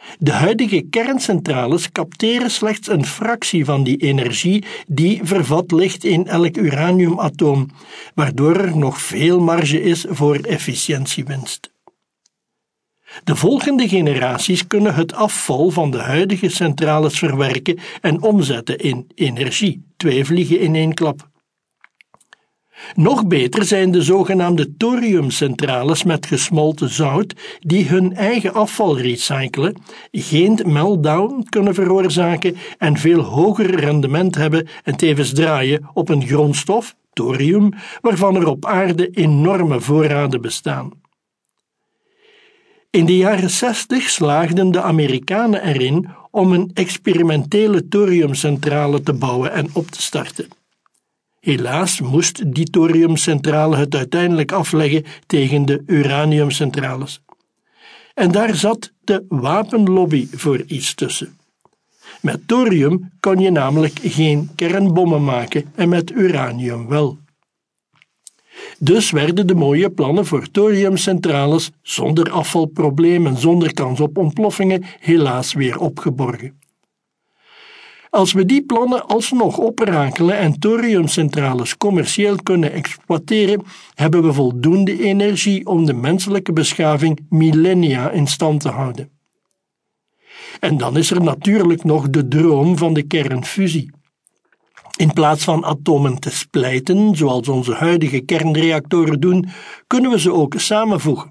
De huidige kerncentrales capteren slechts een fractie van die energie die vervat ligt in elk uraniumatoom, waardoor er nog veel marge is voor efficiëntiewinst. De volgende generaties kunnen het afval van de huidige centrales verwerken en omzetten in energie, twee vliegen in één klap. Nog beter zijn de zogenaamde thoriumcentrales met gesmolten zout die hun eigen afval recyclen, geen meltdown kunnen veroorzaken en veel hoger rendement hebben en tevens draaien op een grondstof, thorium, waarvan er op aarde enorme voorraden bestaan. In de jaren zestig slaagden de Amerikanen erin om een experimentele thoriumcentrale te bouwen en op te starten. Helaas moest die thoriumcentrale het uiteindelijk afleggen tegen de uraniumcentrales. En daar zat de wapenlobby voor iets tussen. Met thorium kon je namelijk geen kernbommen maken en met uranium wel. Dus werden de mooie plannen voor thoriumcentrales zonder afvalproblemen en zonder kans op ontploffingen helaas weer opgeborgen. Als we die plannen alsnog oprakelen en thoriumcentrales commercieel kunnen exploiteren, hebben we voldoende energie om de menselijke beschaving millennia in stand te houden. En dan is er natuurlijk nog de droom van de kernfusie. In plaats van atomen te splijten, zoals onze huidige kernreactoren doen, kunnen we ze ook samenvoegen.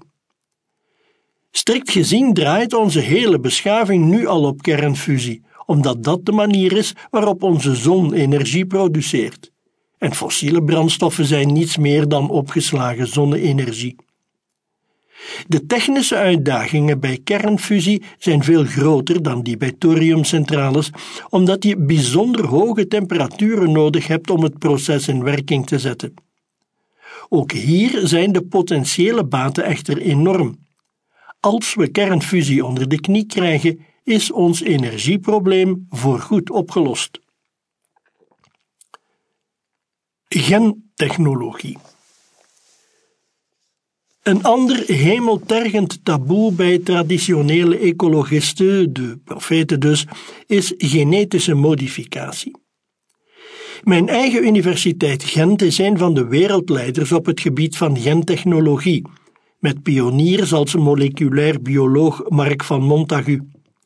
Strikt gezien draait onze hele beschaving nu al op kernfusie, omdat dat de manier is waarop onze zon energie produceert. En fossiele brandstoffen zijn niets meer dan opgeslagen zonne-energie. De technische uitdagingen bij kernfusie zijn veel groter dan die bij thoriumcentrales, omdat je bijzonder hoge temperaturen nodig hebt om het proces in werking te zetten. Ook hier zijn de potentiële baten echter enorm. Als we kernfusie onder de knie krijgen, is ons energieprobleem voorgoed opgelost. Gentechnologie. Een ander hemeltergend taboe bij traditionele ecologisten, de profeten dus, is genetische modificatie. Mijn eigen universiteit Gent is een van de wereldleiders op het gebied van gentechnologie, met pioniers als moleculair bioloog Mark van Montagu.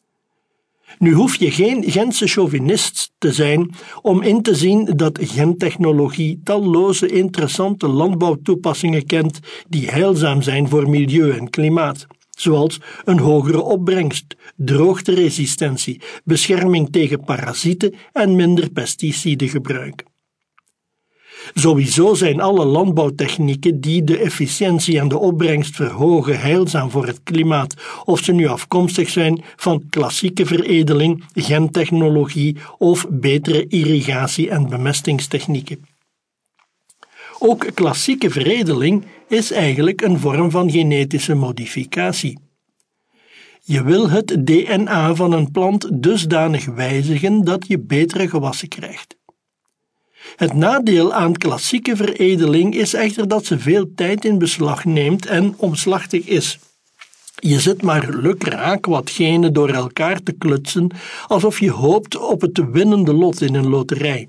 Nu hoef je geen Gentse chauvinist te zijn om in te zien dat gentechnologie talloze interessante landbouwtoepassingen kent die heilzaam zijn voor milieu en klimaat, zoals een hogere opbrengst, droogteresistentie, bescherming tegen parasieten en minder pesticidengebruik. Sowieso zijn alle landbouwtechnieken die de efficiëntie en de opbrengst verhogen heilzaam voor het klimaat, of ze nu afkomstig zijn van klassieke veredeling, gentechnologie of betere irrigatie- en bemestingstechnieken. Ook klassieke veredeling is eigenlijk een vorm van genetische modificatie. Je wil het D N A van een plant dusdanig wijzigen dat je betere gewassen krijgt. Het nadeel aan klassieke veredeling is echter dat ze veel tijd in beslag neemt en omslachtig is. Je zit maar lukraak wat genen door elkaar te klutsen, alsof je hoopt op het winnende lot in een loterij.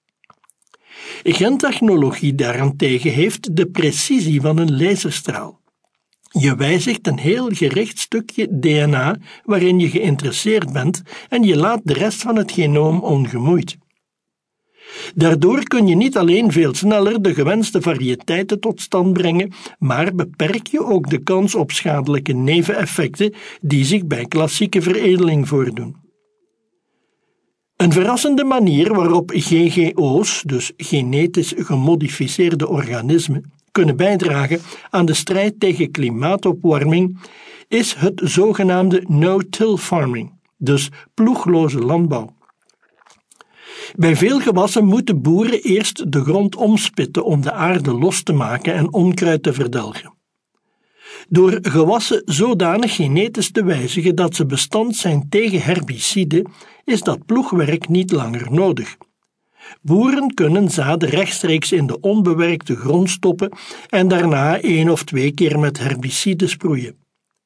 Gentechnologie daarentegen heeft de precisie van een laserstraal. Je wijzigt een heel gericht stukje D N A waarin je geïnteresseerd bent en je laat de rest van het genoom ongemoeid. Daardoor kun je niet alleen veel sneller de gewenste variëteiten tot stand brengen, maar beperk je ook de kans op schadelijke neveneffecten die zich bij klassieke veredeling voordoen. Een verrassende manier waarop G G O's, dus genetisch gemodificeerde organismen, kunnen bijdragen aan de strijd tegen klimaatopwarming, is het zogenaamde no-till farming, dus ploegloze landbouw. Bij veel gewassen moeten boeren eerst de grond omspitten om de aarde los te maken en onkruid te verdelgen. Door gewassen zodanig genetisch te wijzigen dat ze bestand zijn tegen herbiciden, is dat ploegwerk niet langer nodig. Boeren kunnen zaden rechtstreeks in de onbewerkte grond stoppen en daarna één of twee keer met herbiciden sproeien.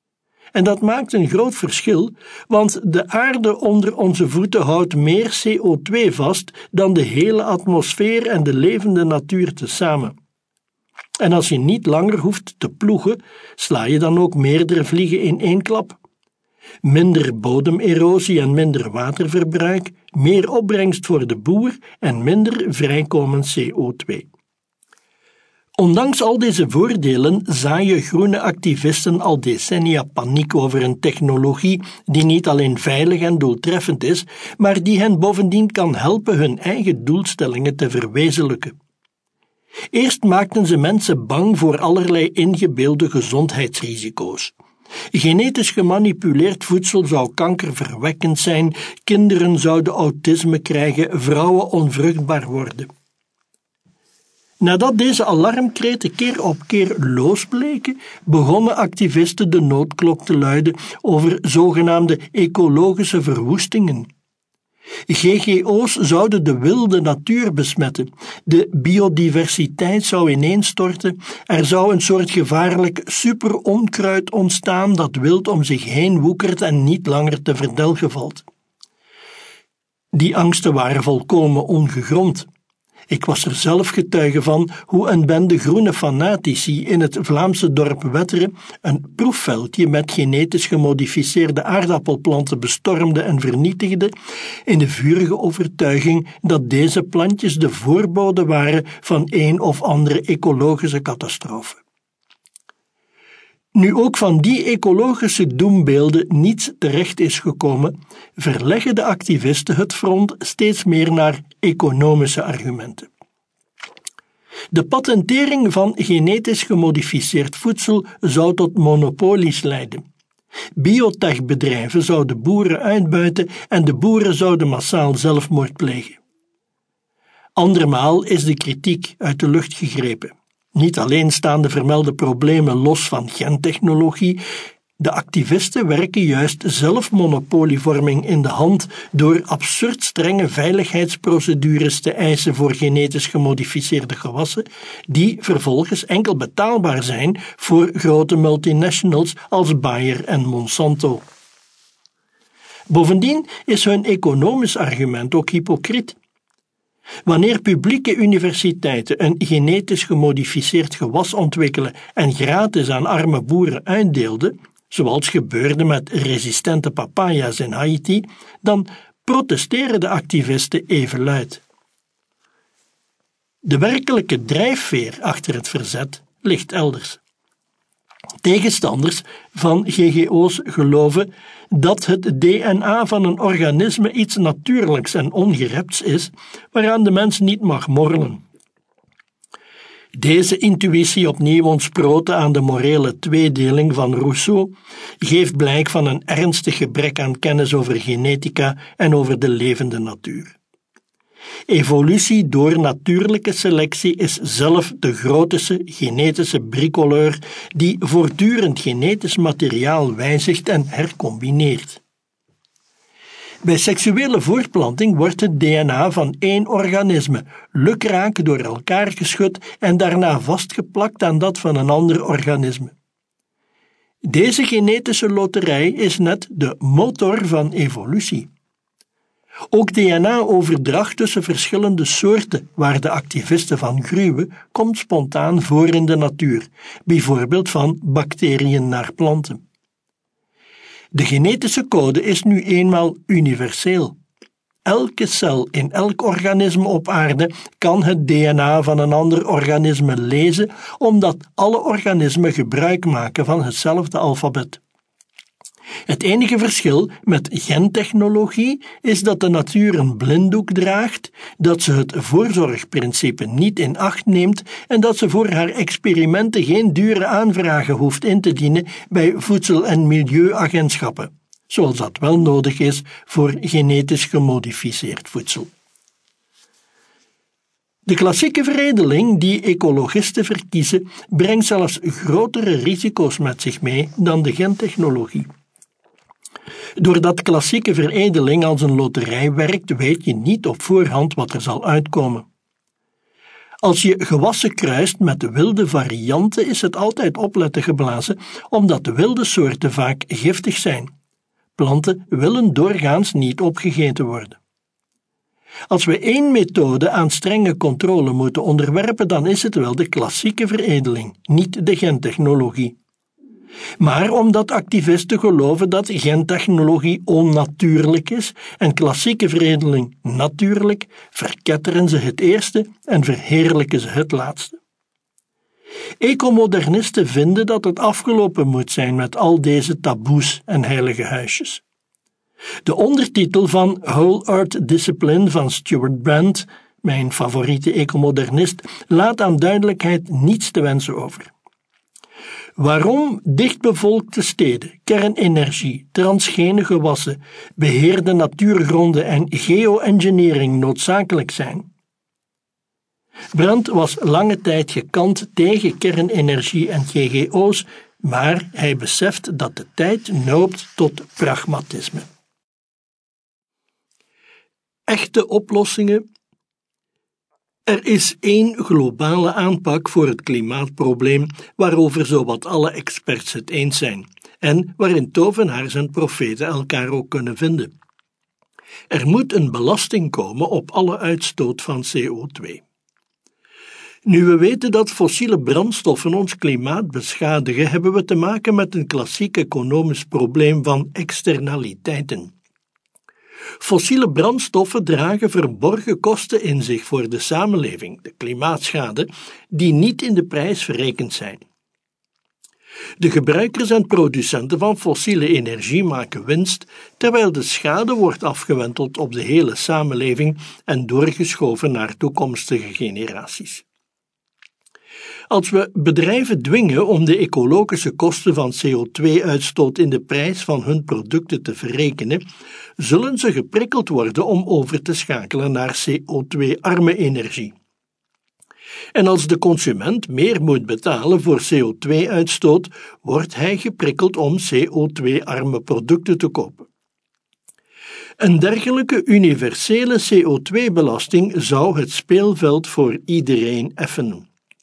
En dat maakt een groot verschil, want de aarde onder onze voeten houdt meer C O twee vast dan de hele atmosfeer en de levende natuur tezamen. En als je niet langer hoeft te ploegen, sla je dan ook meerdere vliegen in één klap. Minder bodemerosie en minder waterverbruik, meer opbrengst voor de boer en minder vrijkomend C O twee. Ondanks al deze voordelen zaaien groene activisten al decennia paniek over een technologie die niet alleen veilig en doeltreffend is, maar die hen bovendien kan helpen hun eigen doelstellingen te verwezenlijken. Eerst maakten ze mensen bang voor allerlei ingebeelde gezondheidsrisico's. Genetisch gemanipuleerd voedsel zou kankerverwekkend zijn, kinderen zouden autisme krijgen, vrouwen onvruchtbaar worden. Nadat deze alarmkreten keer op keer losbleken, begonnen activisten de noodklok te luiden over zogenaamde ecologische verwoestingen. G G O's zouden de wilde natuur besmetten, de biodiversiteit zou ineenstorten, er zou een soort gevaarlijk superonkruid ontstaan dat wild om zich heen woekert en niet langer te verdelgen valt. Die angsten waren volkomen ongegrond. Ik was er zelf getuige van hoe een bende groene fanatici in het Vlaamse dorp Wetteren een proefveldje met genetisch gemodificeerde aardappelplanten bestormde en vernietigde, in de vurige overtuiging dat deze plantjes de voorbode waren van een of andere ecologische catastrofe. Nu ook van die ecologische doembeelden niets terecht is gekomen, verleggen de activisten het front steeds meer naar economische argumenten. De patentering van genetisch gemodificeerd voedsel zou tot monopolies leiden. Biotechbedrijven zouden boeren uitbuiten en de boeren zouden massaal zelfmoord plegen. Andermaal is de kritiek uit de lucht gegrepen. Niet alleen staan de vermelde problemen los van gentechnologie, de activisten werken juist zelf monopolievorming in de hand door absurd strenge veiligheidsprocedures te eisen voor genetisch gemodificeerde gewassen, die vervolgens enkel betaalbaar zijn voor grote multinationals als Bayer en Monsanto. Bovendien is hun economisch argument ook hypocriet. Wanneer publieke universiteiten een genetisch gemodificeerd gewas ontwikkelen en gratis aan arme boeren uitdeelden, zoals gebeurde met resistente papaya's in Haiti, dan protesteren de activisten even luid. De werkelijke drijfveer achter het verzet ligt elders. Tegenstanders van G G O's geloven dat het D N A van een organisme iets natuurlijks en ongerepts is, waaraan de mens niet mag morrelen. Deze intuïtie, opnieuw ontsproten aan de morele tweedeling van Rousseau, geeft blijk van een ernstig gebrek aan kennis over genetica en over de levende natuur. Evolutie door natuurlijke selectie is zelf de grootste genetische bricoleur die voortdurend genetisch materiaal wijzigt en hercombineert. Bij seksuele voortplanting wordt het D N A van één organisme lukraak door elkaar geschud en daarna vastgeplakt aan dat van een ander organisme. Deze genetische loterij is net de motor van evolutie. Ook D N A-overdracht tussen verschillende soorten waar de activisten van gruwen komt spontaan voor in de natuur, bijvoorbeeld van bacteriën naar planten. De genetische code is nu eenmaal universeel. Elke cel in elk organisme op aarde kan het D N A van een ander organisme lezen, omdat alle organismen gebruik maken van hetzelfde alfabet. Het enige verschil met gentechnologie is dat de natuur een blinddoek draagt, dat ze het voorzorgprincipe niet in acht neemt en dat ze voor haar experimenten geen dure aanvragen hoeft in te dienen bij voedsel- en milieuagentschappen, zoals dat wel nodig is voor genetisch gemodificeerd voedsel. De klassieke veredeling die ecologisten verkiezen, brengt zelfs grotere risico's met zich mee dan de gentechnologie. Doordat klassieke veredeling als een loterij werkt, weet je niet op voorhand wat er zal uitkomen. Als je gewassen kruist met de wilde varianten is het altijd opletten geblazen, omdat de wilde soorten vaak giftig zijn. Planten willen doorgaans niet opgegeten worden. Als we één methode aan strenge controle moeten onderwerpen, dan is het wel de klassieke veredeling, niet de gentechnologie. Maar omdat activisten geloven dat gentechnologie onnatuurlijk is en klassieke veredeling natuurlijk, verketteren ze het eerste en verheerlijken ze het laatste. Ecomodernisten vinden dat het afgelopen moet zijn met al deze taboes en heilige huisjes. De ondertitel van Whole Earth Discipline van Stewart Brand, mijn favoriete ecomodernist, laat aan duidelijkheid niets te wensen over. Waarom dichtbevolkte steden, kernenergie, transgene gewassen, beheerde natuurgronden en geoengineering noodzakelijk zijn? Brand was lange tijd gekant tegen kernenergie en G G O's, maar hij beseft dat de tijd noopt tot pragmatisme. Echte oplossingen. Er is één globale aanpak voor het klimaatprobleem waarover zowat alle experts het eens zijn en waarin tovenaars en profeten elkaar ook kunnen vinden. Er moet een belasting komen op alle uitstoot van C O twee. Nu we weten dat fossiele brandstoffen ons klimaat beschadigen, hebben we te maken met een klassiek economisch probleem van externaliteiten. Fossiele brandstoffen dragen verborgen kosten in zich voor de samenleving, de klimaatschade, die niet in de prijs verrekend zijn. De gebruikers en producenten van fossiele energie maken winst, terwijl de schade wordt afgewenteld op de hele samenleving en doorgeschoven naar toekomstige generaties. Als we bedrijven dwingen om de ecologische kosten van C O twee uitstoot in de prijs van hun producten te verrekenen, zullen ze geprikkeld worden om over te schakelen naar C O twee arme energie. En als de consument meer moet betalen voor C O twee uitstoot, wordt hij geprikkeld om C O twee arme producten te kopen. Een dergelijke universele C O twee belasting zou het speelveld voor iedereen effenen.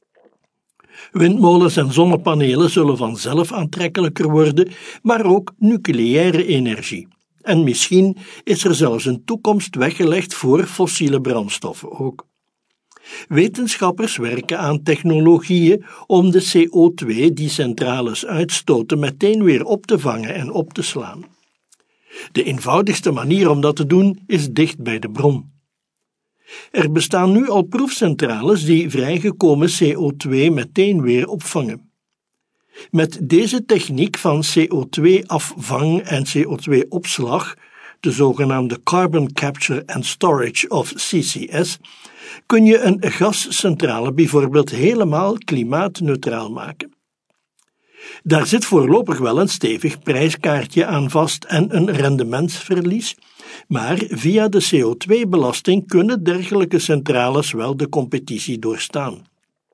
Windmolens en zonnepanelen zullen vanzelf aantrekkelijker worden, maar ook nucleaire energie. En misschien is er zelfs een toekomst weggelegd voor fossiele brandstoffen ook. Wetenschappers werken aan technologieën om de C O twee die centrales uitstoten meteen weer op te vangen en op te slaan. De eenvoudigste manier om dat te doen is dicht bij de bron. Er bestaan nu al proefcentrales die vrijgekomen C O twee meteen weer opvangen. Met deze techniek van C O twee afvang en C O twee opslag, de zogenaamde Carbon Capture and Storage of C C S, kun je een gascentrale bijvoorbeeld helemaal klimaatneutraal maken. Daar zit voorlopig wel een stevig prijskaartje aan vast en een rendementsverlies, maar via de C O twee belasting kunnen dergelijke centrales wel de competitie doorstaan.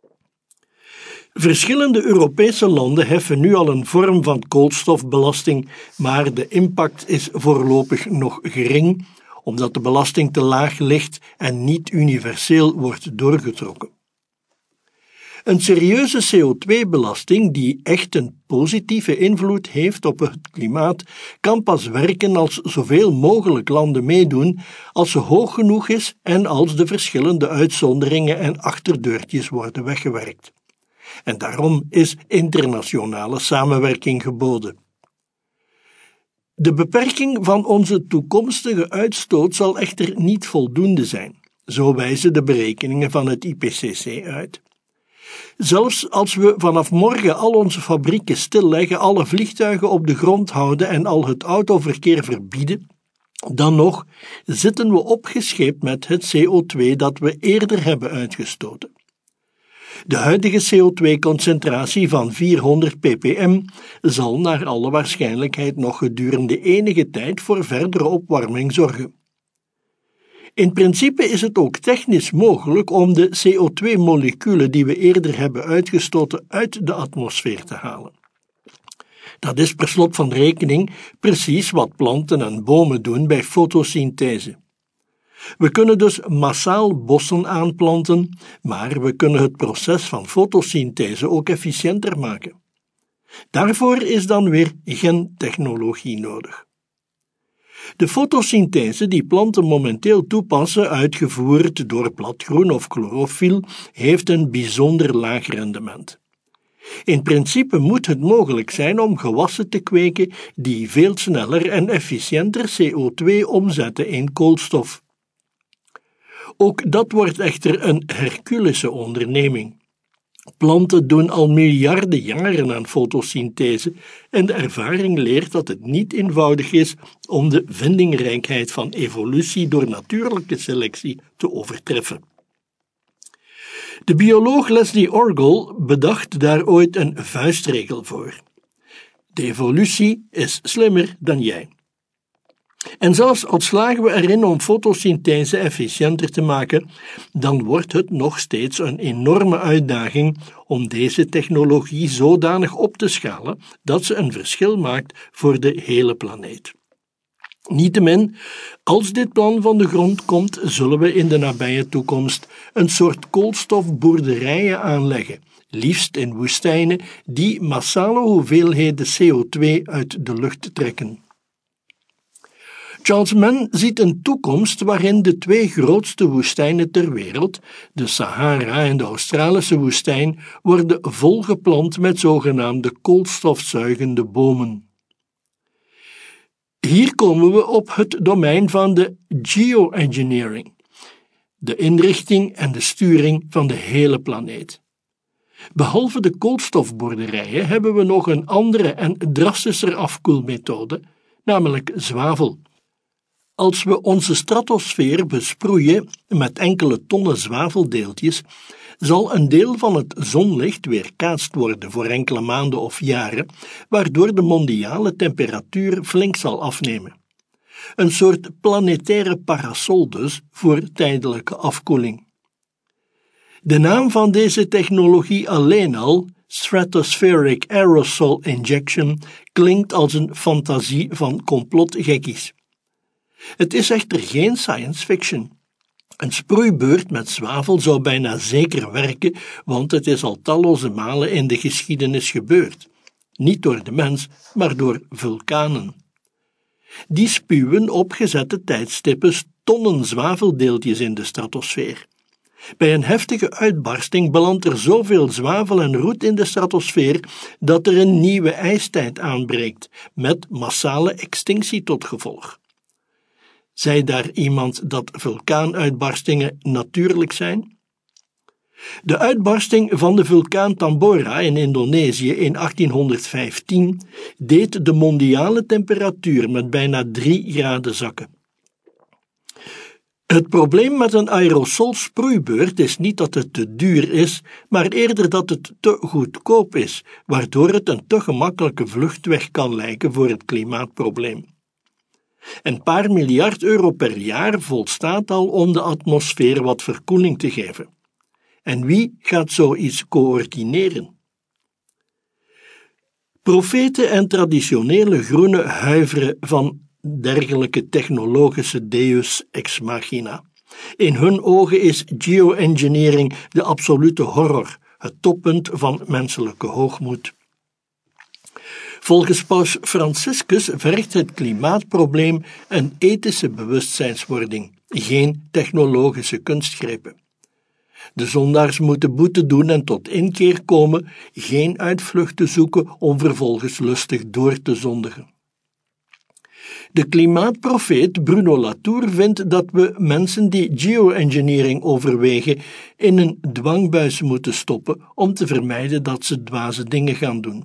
Verschillende Europese landen heffen nu al een vorm van koolstofbelasting, maar de impact is voorlopig nog gering, omdat de belasting te laag ligt en niet universeel wordt doorgetrokken. Een serieuze C O twee belasting die echt een positieve invloed heeft op het klimaat kan pas werken als zoveel mogelijk landen meedoen, als ze hoog genoeg is en als de verschillende uitzonderingen en achterdeurtjes worden weggewerkt. En daarom is internationale samenwerking geboden. De beperking van onze toekomstige uitstoot zal echter niet voldoende zijn, zo wijzen de berekeningen van het I P C C uit. Zelfs als we vanaf morgen al onze fabrieken stilleggen, alle vliegtuigen op de grond houden en al het autoverkeer verbieden, dan nog zitten we opgescheept met het C O twee dat we eerder hebben uitgestoten. De huidige C O twee concentratie van vierhonderd ppm zal naar alle waarschijnlijkheid nog gedurende enige tijd voor verdere opwarming zorgen. In principe is het ook technisch mogelijk om de C O twee moleculen die we eerder hebben uitgestoten uit de atmosfeer te halen. Dat is per slot van rekening precies wat planten en bomen doen bij fotosynthese. We kunnen dus massaal bossen aanplanten, maar we kunnen het proces van fotosynthese ook efficiënter maken. Daarvoor is dan weer gentechnologie nodig. De fotosynthese die planten momenteel toepassen, uitgevoerd door bladgroen of chlorofiel, heeft een bijzonder laag rendement. In principe moet het mogelijk zijn om gewassen te kweken die veel sneller en efficiënter C O twee omzetten in koolstof. Ook dat wordt echter een Herculese onderneming. Planten doen al miljarden jaren aan fotosynthese en de ervaring leert dat het niet eenvoudig is om de vindingrijkheid van evolutie door natuurlijke selectie te overtreffen. De bioloog Leslie Orgel bedacht daar ooit een vuistregel voor. De evolutie is slimmer dan jij. En zelfs al slagen we erin om fotosynthese efficiënter te maken, dan wordt het nog steeds een enorme uitdaging om deze technologie zodanig op te schalen dat ze een verschil maakt voor de hele planeet. Niettemin, als dit plan van de grond komt, zullen we in de nabije toekomst een soort koolstofboerderijen aanleggen, liefst in woestijnen die massale hoeveelheden C O twee uit de lucht trekken. Charles Mann ziet een toekomst waarin de twee grootste woestijnen ter wereld, de Sahara en de Australische woestijn, worden volgeplant met zogenaamde koolstofzuigende bomen. Hier komen we op het domein van de geoengineering, de inrichting en de sturing van de hele planeet. Behalve de koolstofboerderijen hebben we nog een andere en drastischer afkoelmethode, namelijk zwavel. Als we onze stratosfeer besproeien met enkele tonnen zwaveldeeltjes, zal een deel van het zonlicht weerkaatst worden voor enkele maanden of jaren, waardoor de mondiale temperatuur flink zal afnemen. Een soort planetaire parasol dus voor tijdelijke afkoeling. De naam van deze technologie alleen al, Stratospheric Aerosol Injection, klinkt als een fantasie van complotgekkies. Het is echter geen science fiction. Een sproeibeurt met zwavel zou bijna zeker werken, want het is al talloze malen in de geschiedenis gebeurd. Niet door de mens, maar door vulkanen. Die spuwen op gezette tijdstippen tonnen zwaveldeeltjes in de stratosfeer. Bij een heftige uitbarsting belandt er zoveel zwavel en roet in de stratosfeer dat er een nieuwe ijstijd aanbreekt, met massale extinctie tot gevolg. Zei daar iemand dat vulkaanuitbarstingen natuurlijk zijn? De uitbarsting van de vulkaan Tambora in Indonesië in achttienhonderdvijftien deed de mondiale temperatuur met bijna drie graden zakken. Het probleem met een aerosolsproeibeurt is niet dat het te duur is, maar eerder dat het te goedkoop is, waardoor het een te gemakkelijke vluchtweg kan lijken voor het klimaatprobleem. Een paar miljard euro per jaar volstaat al om de atmosfeer wat verkoeling te geven. En wie gaat zoiets coördineren? Profeten en traditionele groenen huiveren van dergelijke technologische deus ex machina. In hun ogen is geoengineering de absolute horror, het toppunt van menselijke hoogmoed. Volgens paus Franciscus vergt het klimaatprobleem een ethische bewustzijnswording, geen technologische kunstgrepen. De zondaars moeten boete doen en tot inkeer komen, geen uitvluchten zoeken om vervolgens lustig door te zondigen. De klimaatprofeet Bruno Latour vindt dat we mensen die geoengineering overwegen in een dwangbuis moeten stoppen om te vermijden dat ze dwaze dingen gaan doen.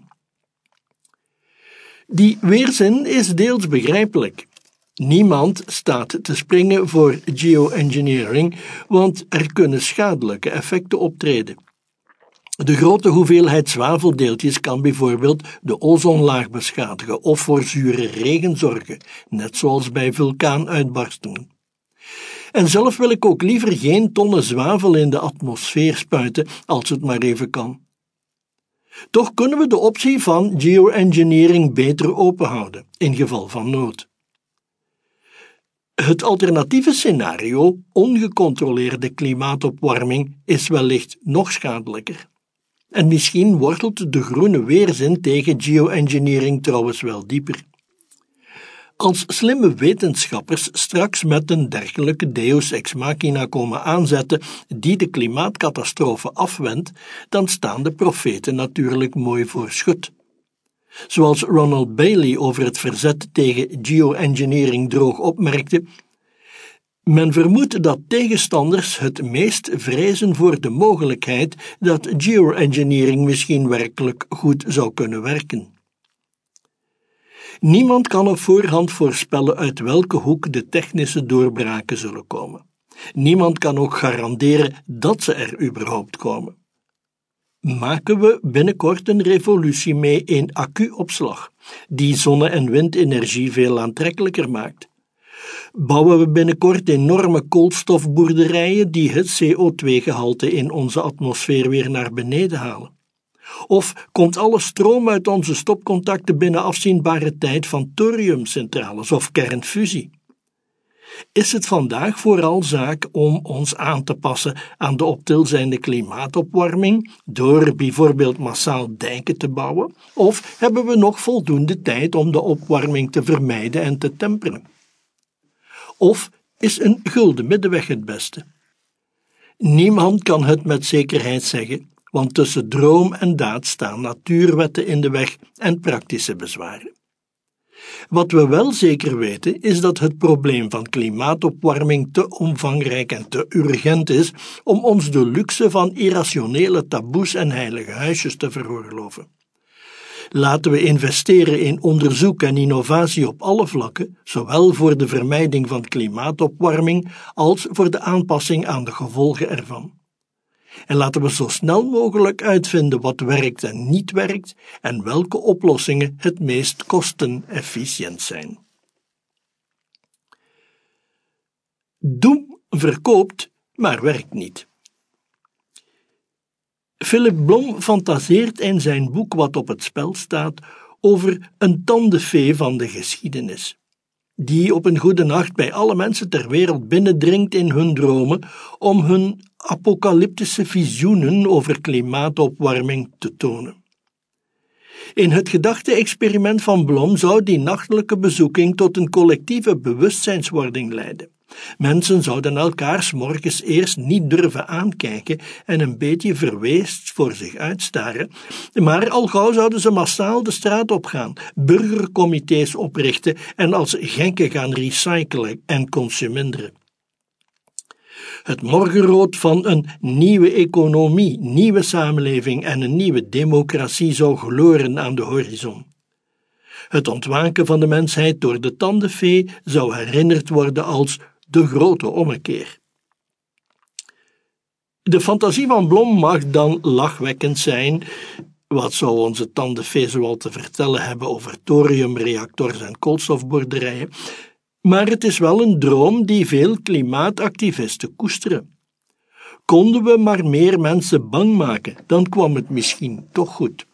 Die weerzin is deels begrijpelijk. Niemand staat te springen voor geoengineering, want er kunnen schadelijke effecten optreden. De grote hoeveelheid zwaveldeeltjes kan bijvoorbeeld de ozonlaag beschadigen of voor zure regen zorgen, net zoals bij vulkaanuitbarstingen. En zelf wil ik ook liever geen tonnen zwavel in de atmosfeer spuiten, als het maar even kan. Toch kunnen we de optie van geoengineering beter openhouden, in geval van nood. Het alternatieve scenario, ongecontroleerde klimaatopwarming, is wellicht nog schadelijker. En misschien wortelt de groene weerzin tegen geoengineering trouwens wel dieper. Als slimme wetenschappers straks met een dergelijke deus ex machina komen aanzetten die de klimaatcatastrofe afwendt, dan staan de profeten natuurlijk mooi voor schut. Zoals Ronald Bailey over het verzet tegen geoengineering droog opmerkte: men vermoedt dat tegenstanders het meest vrezen voor de mogelijkheid dat geoengineering misschien werkelijk goed zou kunnen werken. Niemand kan op voorhand voorspellen uit welke hoek de technische doorbraken zullen komen. Niemand kan ook garanderen dat ze er überhaupt komen. Maken we binnenkort een revolutie mee in accu-opslag, die zonne- en windenergie veel aantrekkelijker maakt? Bouwen we binnenkort enorme koolstofboerderijen die het C O twee gehalte in onze atmosfeer weer naar beneden halen? Of komt alle stroom uit onze stopcontacten binnen afzienbare tijd van thoriumcentrales of kernfusie? Is het vandaag vooral zaak om ons aan te passen aan de op til zijnde klimaatopwarming door bijvoorbeeld massaal dijken te bouwen, of hebben we nog voldoende tijd om de opwarming te vermijden en te temperen? Of is een gulden middenweg het beste? Niemand kan het met zekerheid zeggen, want tussen droom en daad staan natuurwetten in de weg en praktische bezwaren. Wat we wel zeker weten is dat het probleem van klimaatopwarming te omvangrijk en te urgent is om ons de luxe van irrationele taboes en heilige huisjes te veroorloven. Laten we investeren in onderzoek en innovatie op alle vlakken, zowel voor de vermijding van klimaatopwarming als voor de aanpassing aan de gevolgen ervan. En laten we zo snel mogelijk uitvinden wat werkt en niet werkt en welke oplossingen het meest kostenefficiënt zijn. Doem verkoopt, maar werkt niet. Philip Blom fantaseert in zijn boek Wat op het spel staat over een tandenfee van de geschiedenis, die op een goede nacht bij alle mensen ter wereld binnendringt in hun dromen om hun apocalyptische visioenen over klimaatopwarming te tonen. In het gedachte-experiment van Blom zou die nachtelijke bezoeking tot een collectieve bewustzijnswording leiden. Mensen zouden elkaar 's morgens eerst niet durven aankijken en een beetje verweest voor zich uitstaren, maar al gauw zouden ze massaal de straat opgaan, burgercomité's oprichten en als gekken gaan recyclen en consuminderen. Het morgenrood van een nieuwe economie, nieuwe samenleving en een nieuwe democratie zou gloren aan de horizon. Het ontwaken van de mensheid door de tandenfee zou herinnerd worden als de grote ommekeer. De fantasie van Blom mag dan lachwekkend zijn. Wat zou onze tandenfee zoal te vertellen hebben over thoriumreactors en koolstofboerderijen? Maar het is wel een droom die veel klimaatactivisten koesteren. Konden we maar meer mensen bang maken, dan kwam het misschien toch goed.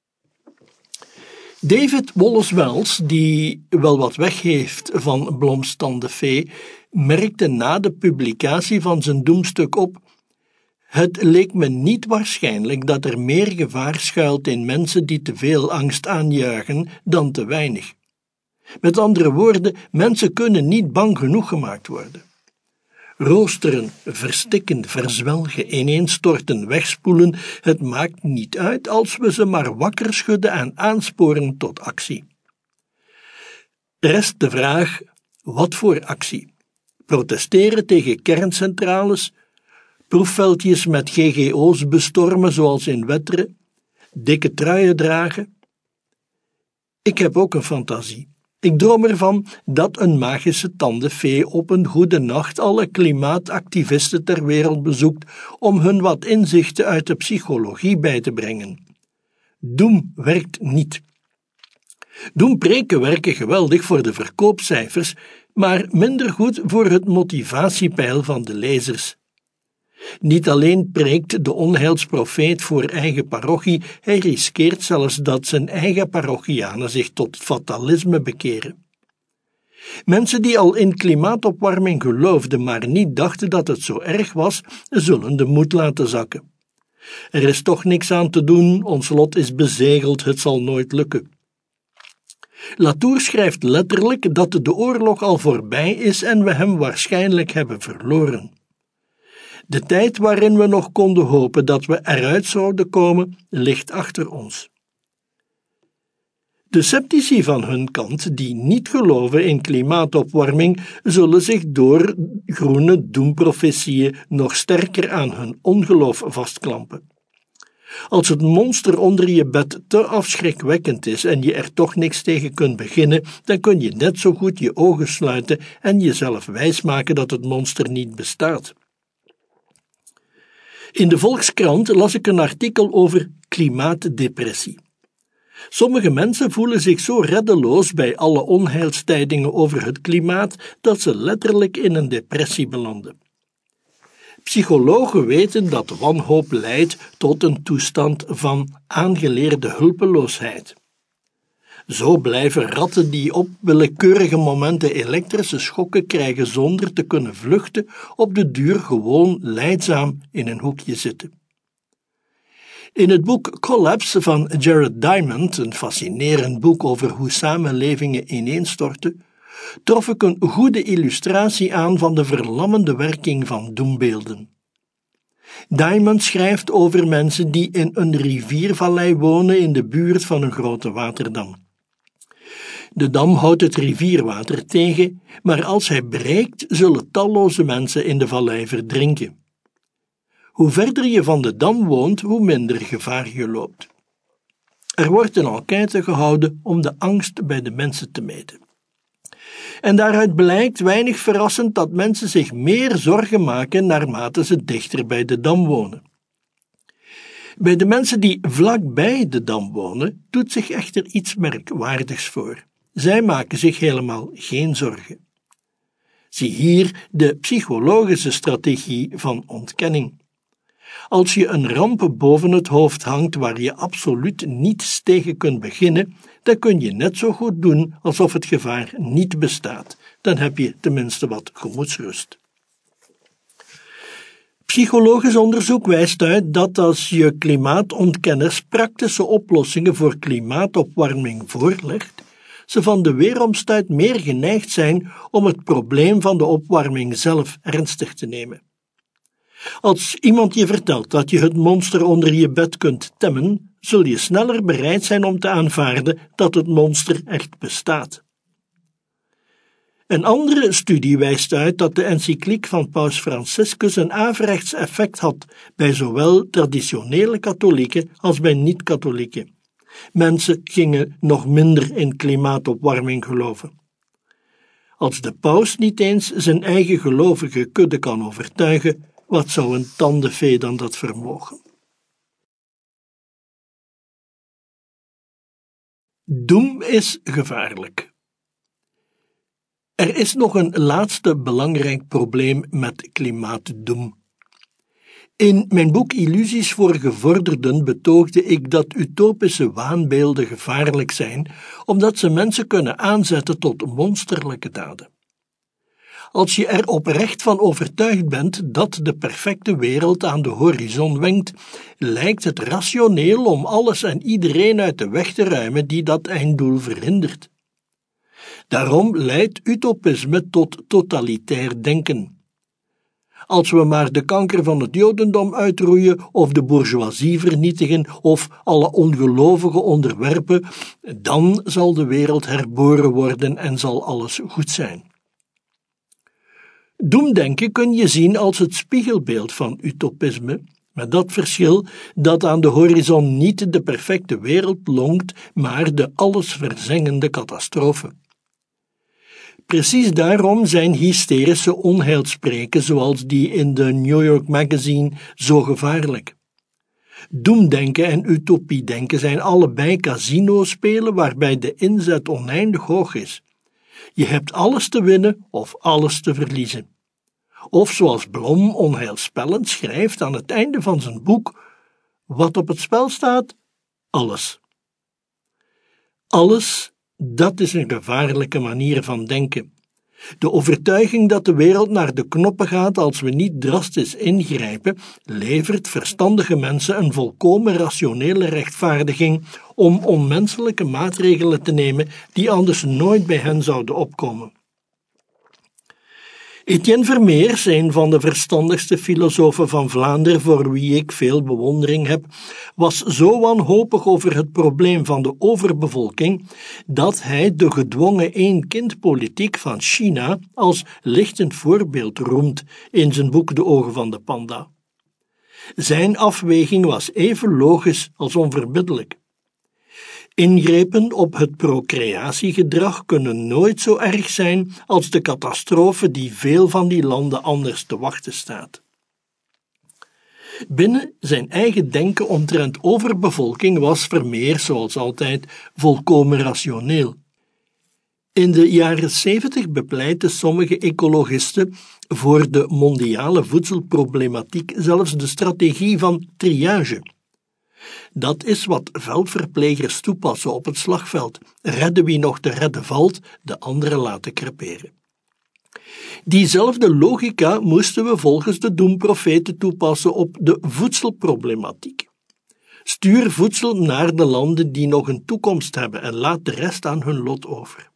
David Wallace Wells, die wel wat weg heeft van Bloms tandenfee, merkte na de publicatie van zijn doemstuk op: het leek me niet waarschijnlijk dat er meer gevaar schuilt in mensen die te veel angst aanjuichen dan te weinig. Met andere woorden, mensen kunnen niet bang genoeg gemaakt worden. Roosteren, verstikken, verzwelgen, ineenstorten, wegspoelen, het maakt niet uit als we ze maar wakker schudden en aansporen tot actie. Rest de vraag, wat voor actie? Protesteren tegen kerncentrales, proefveldjes met G G O's bestormen zoals in Wetteren, dikke truien dragen? Ik heb ook een fantasie. Ik droom ervan dat een magische tandenfee op een goede nacht alle klimaatactivisten ter wereld bezoekt om hun wat inzichten uit de psychologie bij te brengen. Doem werkt niet. Doempreken werken geweldig voor de verkoopcijfers, maar minder goed voor het motivatiepeil van de lezers. Niet alleen preekt de onheilsprofeet voor eigen parochie, hij riskeert zelfs dat zijn eigen parochianen zich tot fatalisme bekeren. Mensen die al in klimaatopwarming geloofden, maar niet dachten dat het zo erg was, zullen de moed laten zakken. Er is toch niks aan te doen, ons lot is bezegeld, het zal nooit lukken. Latour schrijft letterlijk dat de oorlog al voorbij is en we hem waarschijnlijk hebben verloren. De tijd waarin we nog konden hopen dat we eruit zouden komen, ligt achter ons. De sceptici van hun kant, die niet geloven in klimaatopwarming, zullen zich door groene doemprofetieën nog sterker aan hun ongeloof vastklampen. Als het monster onder je bed te afschrikwekkend is en je er toch niks tegen kunt beginnen, dan kun je net zo goed je ogen sluiten en jezelf wijsmaken dat het monster niet bestaat. In de Volkskrant las ik een artikel over klimaatdepressie. Sommige mensen voelen zich zo reddeloos bij alle onheilstijdingen over het klimaat dat ze letterlijk in een depressie belanden. Psychologen weten dat wanhoop leidt tot een toestand van aangeleerde hulpeloosheid. Zo blijven ratten die op willekeurige momenten elektrische schokken krijgen zonder te kunnen vluchten, op de duur gewoon lijdzaam in een hoekje zitten. In het boek Collapse van Jared Diamond, een fascinerend boek over hoe samenlevingen ineenstorten, trof ik een goede illustratie aan van de verlammende werking van doembeelden. Diamond schrijft over mensen die in een riviervallei wonen in de buurt van een grote waterdam. De dam houdt het rivierwater tegen, maar als hij breekt, zullen talloze mensen in de vallei verdrinken. Hoe verder je van de dam woont, hoe minder gevaar je loopt. Er wordt een enquête gehouden om de angst bij de mensen te meten. En daaruit blijkt weinig verrassend dat mensen zich meer zorgen maken naarmate ze dichter bij de dam wonen. Bij de mensen die vlakbij de dam wonen, doet zich echter iets merkwaardigs voor. Zij maken zich helemaal geen zorgen. Zie hier de psychologische strategie van ontkenning. Als je een ramp boven het hoofd hangt waar je absoluut niets tegen kunt beginnen, dan kun je net zo goed doen alsof het gevaar niet bestaat. Dan heb je tenminste wat gemoedsrust. Psychologisch onderzoek wijst uit dat als je klimaatontkenners praktische oplossingen voor klimaatopwarming voorlegt, ze van de weeromstuit meer geneigd zijn om het probleem van de opwarming zelf ernstig te nemen. Als iemand je vertelt dat je het monster onder je bed kunt temmen, zul je sneller bereid zijn om te aanvaarden dat het monster echt bestaat. Een andere studie wijst uit dat de encycliek van paus Franciscus een averechts effect had bij zowel traditionele katholieken als bij niet-katholieken. Mensen gingen nog minder in klimaatopwarming geloven. Als de paus niet eens zijn eigen gelovige kudde kan overtuigen, wat zou een tandenfee dan dat vermogen? Doem is gevaarlijk. Er is nog een laatste belangrijk probleem met klimaatdoem. In mijn boek Illusies voor gevorderden betoogde ik dat utopische waanbeelden gevaarlijk zijn, omdat ze mensen kunnen aanzetten tot monsterlijke daden. Als je er oprecht van overtuigd bent dat de perfecte wereld aan de horizon wenkt, lijkt het rationeel om alles en iedereen uit de weg te ruimen die dat einddoel verhindert. Daarom leidt utopisme tot totalitair denken. Als we maar de kanker van het jodendom uitroeien of de bourgeoisie vernietigen of alle ongelovigen onderwerpen, dan zal de wereld herboren worden en zal alles goed zijn. Doemdenken kun je zien als het spiegelbeeld van utopisme, met dat verschil dat aan de horizon niet de perfecte wereld lonkt, maar de allesverzengende catastrofe. Precies daarom zijn hysterische onheilspreken zoals die in de New York Magazine zo gevaarlijk. Doemdenken en utopiedenken zijn allebei casino-spelen waarbij de inzet oneindig hoog is. Je hebt alles te winnen of alles te verliezen. Of zoals Blom onheilspellend schrijft aan het einde van zijn boek, wat op het spel staat, alles. Alles, dat is een gevaarlijke manier van denken. De overtuiging dat de wereld naar de knoppen gaat als we niet drastisch ingrijpen, levert verstandige mensen een volkomen rationele rechtvaardiging om onmenselijke maatregelen te nemen die anders nooit bij hen zouden opkomen. Etienne Vermeers, een van de verstandigste filosofen van Vlaanderen voor wie ik veel bewondering heb, was zo wanhopig over het probleem van de overbevolking dat hij de gedwongen één-kind-politiek van China als lichtend voorbeeld roemt in zijn boek De Ogen van de Panda. Zijn afweging was even logisch als onverbiddelijk. Ingrepen op het procreatiegedrag kunnen nooit zo erg zijn als de catastrofe die veel van die landen anders te wachten staat. Binnen zijn eigen denken omtrent overbevolking was Vermeer, zoals altijd, volkomen rationeel. In de jaren zeventig bepleitten sommige ecologisten voor de mondiale voedselproblematiek zelfs de strategie van triage. Dat is wat veldverplegers toepassen op het slagveld: redden wie nog te redden valt, de anderen laten creperen. Diezelfde logica moesten we volgens de doemprofeten toepassen op de voedselproblematiek. Stuur voedsel naar de landen die nog een toekomst hebben en laat de rest aan hun lot over.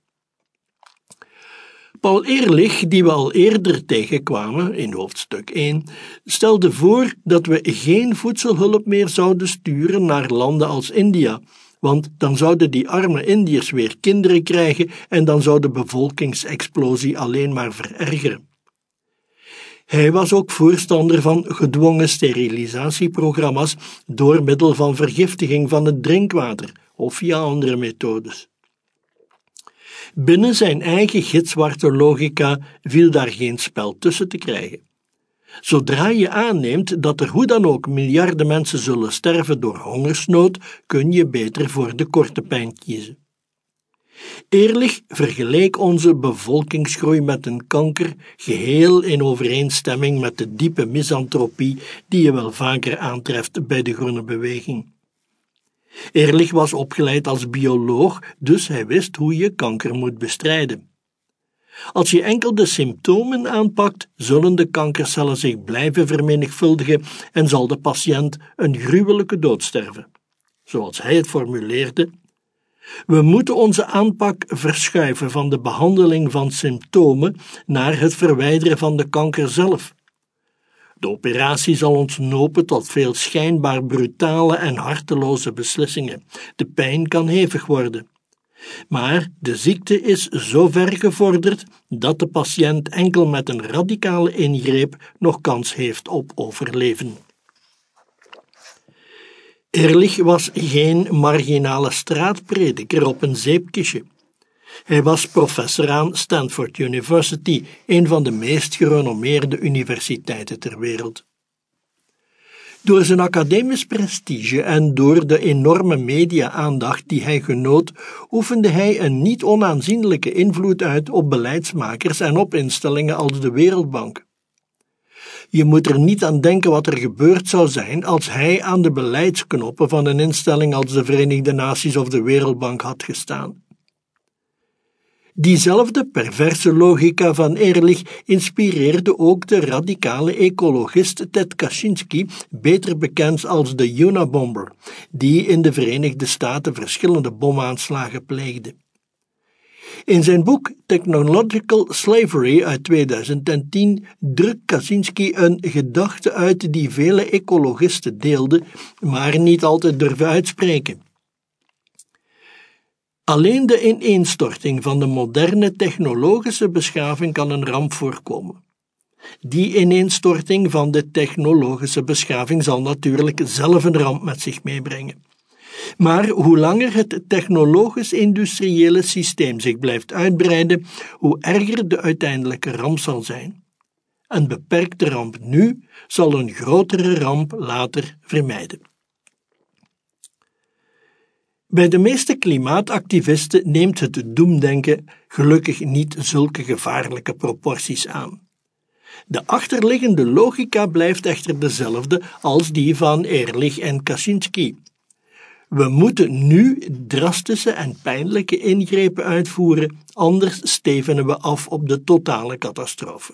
Paul Ehrlich, die we al eerder tegenkwamen in hoofdstuk één, stelde voor dat we geen voedselhulp meer zouden sturen naar landen als India, want dan zouden die arme Indiërs weer kinderen krijgen en dan zou de bevolkingsexplosie alleen maar verergeren. Hij was ook voorstander van gedwongen sterilisatieprogramma's door middel van vergiftiging van het drinkwater of via andere methodes. Binnen zijn eigen gitzwarte logica viel daar geen spel tussen te krijgen. Zodra je aanneemt dat er hoe dan ook miljarden mensen zullen sterven door hongersnood, kun je beter voor de korte pijn kiezen. Ehrlich vergeleek onze bevolkingsgroei met een kanker, geheel in overeenstemming met de diepe misantropie die je wel vaker aantreft bij de groene beweging. Ehrlich was opgeleid als bioloog, dus hij wist hoe je kanker moet bestrijden. Als je enkel de symptomen aanpakt, zullen de kankercellen zich blijven vermenigvuldigen en zal de patiënt een gruwelijke dood sterven. Zoals hij het formuleerde: we moeten onze aanpak verschuiven van de behandeling van symptomen naar het verwijderen van de kanker zelf. De operatie zal ons nopen tot veel schijnbaar brutale en harteloze beslissingen. De pijn kan hevig worden. Maar de ziekte is zo ver gevorderd dat de patiënt enkel met een radicale ingreep nog kans heeft op overleven. Ehrlich was geen marginale straatprediker op een zeepkistje. Hij was professor aan Stanford University, een van de meest gerenommeerde universiteiten ter wereld. Door zijn academisch prestige en door de enorme media-aandacht die hij genoot, oefende hij een niet onaanzienlijke invloed uit op beleidsmakers en op instellingen als de Wereldbank. Je moet er niet aan denken wat er gebeurd zou zijn als hij aan de beleidsknoppen van een instelling als de Verenigde Naties of de Wereldbank had gestaan. Diezelfde perverse logica van Ehrlich inspireerde ook de radicale ecologist Ted Kaczynski, beter bekend als de Unabomber, die in de Verenigde Staten verschillende bomaanslagen pleegde. In zijn boek Technological Slavery uit tweeduizend tien drukt Kaczynski een gedachte uit die vele ecologisten deelden, maar niet altijd durven uitspreken. Alleen de ineenstorting van de moderne technologische beschaving kan een ramp voorkomen. Die ineenstorting van de technologische beschaving zal natuurlijk zelf een ramp met zich meebrengen. Maar hoe langer het technologisch-industriële systeem zich blijft uitbreiden, hoe erger de uiteindelijke ramp zal zijn. Een beperkte ramp nu zal een grotere ramp later vermijden. Bij de meeste klimaatactivisten neemt het doemdenken gelukkig niet zulke gevaarlijke proporties aan. De achterliggende logica blijft echter dezelfde als die van Ehrlich en Kaczynski. We moeten nu drastische en pijnlijke ingrepen uitvoeren, anders stevenen we af op de totale catastrofe.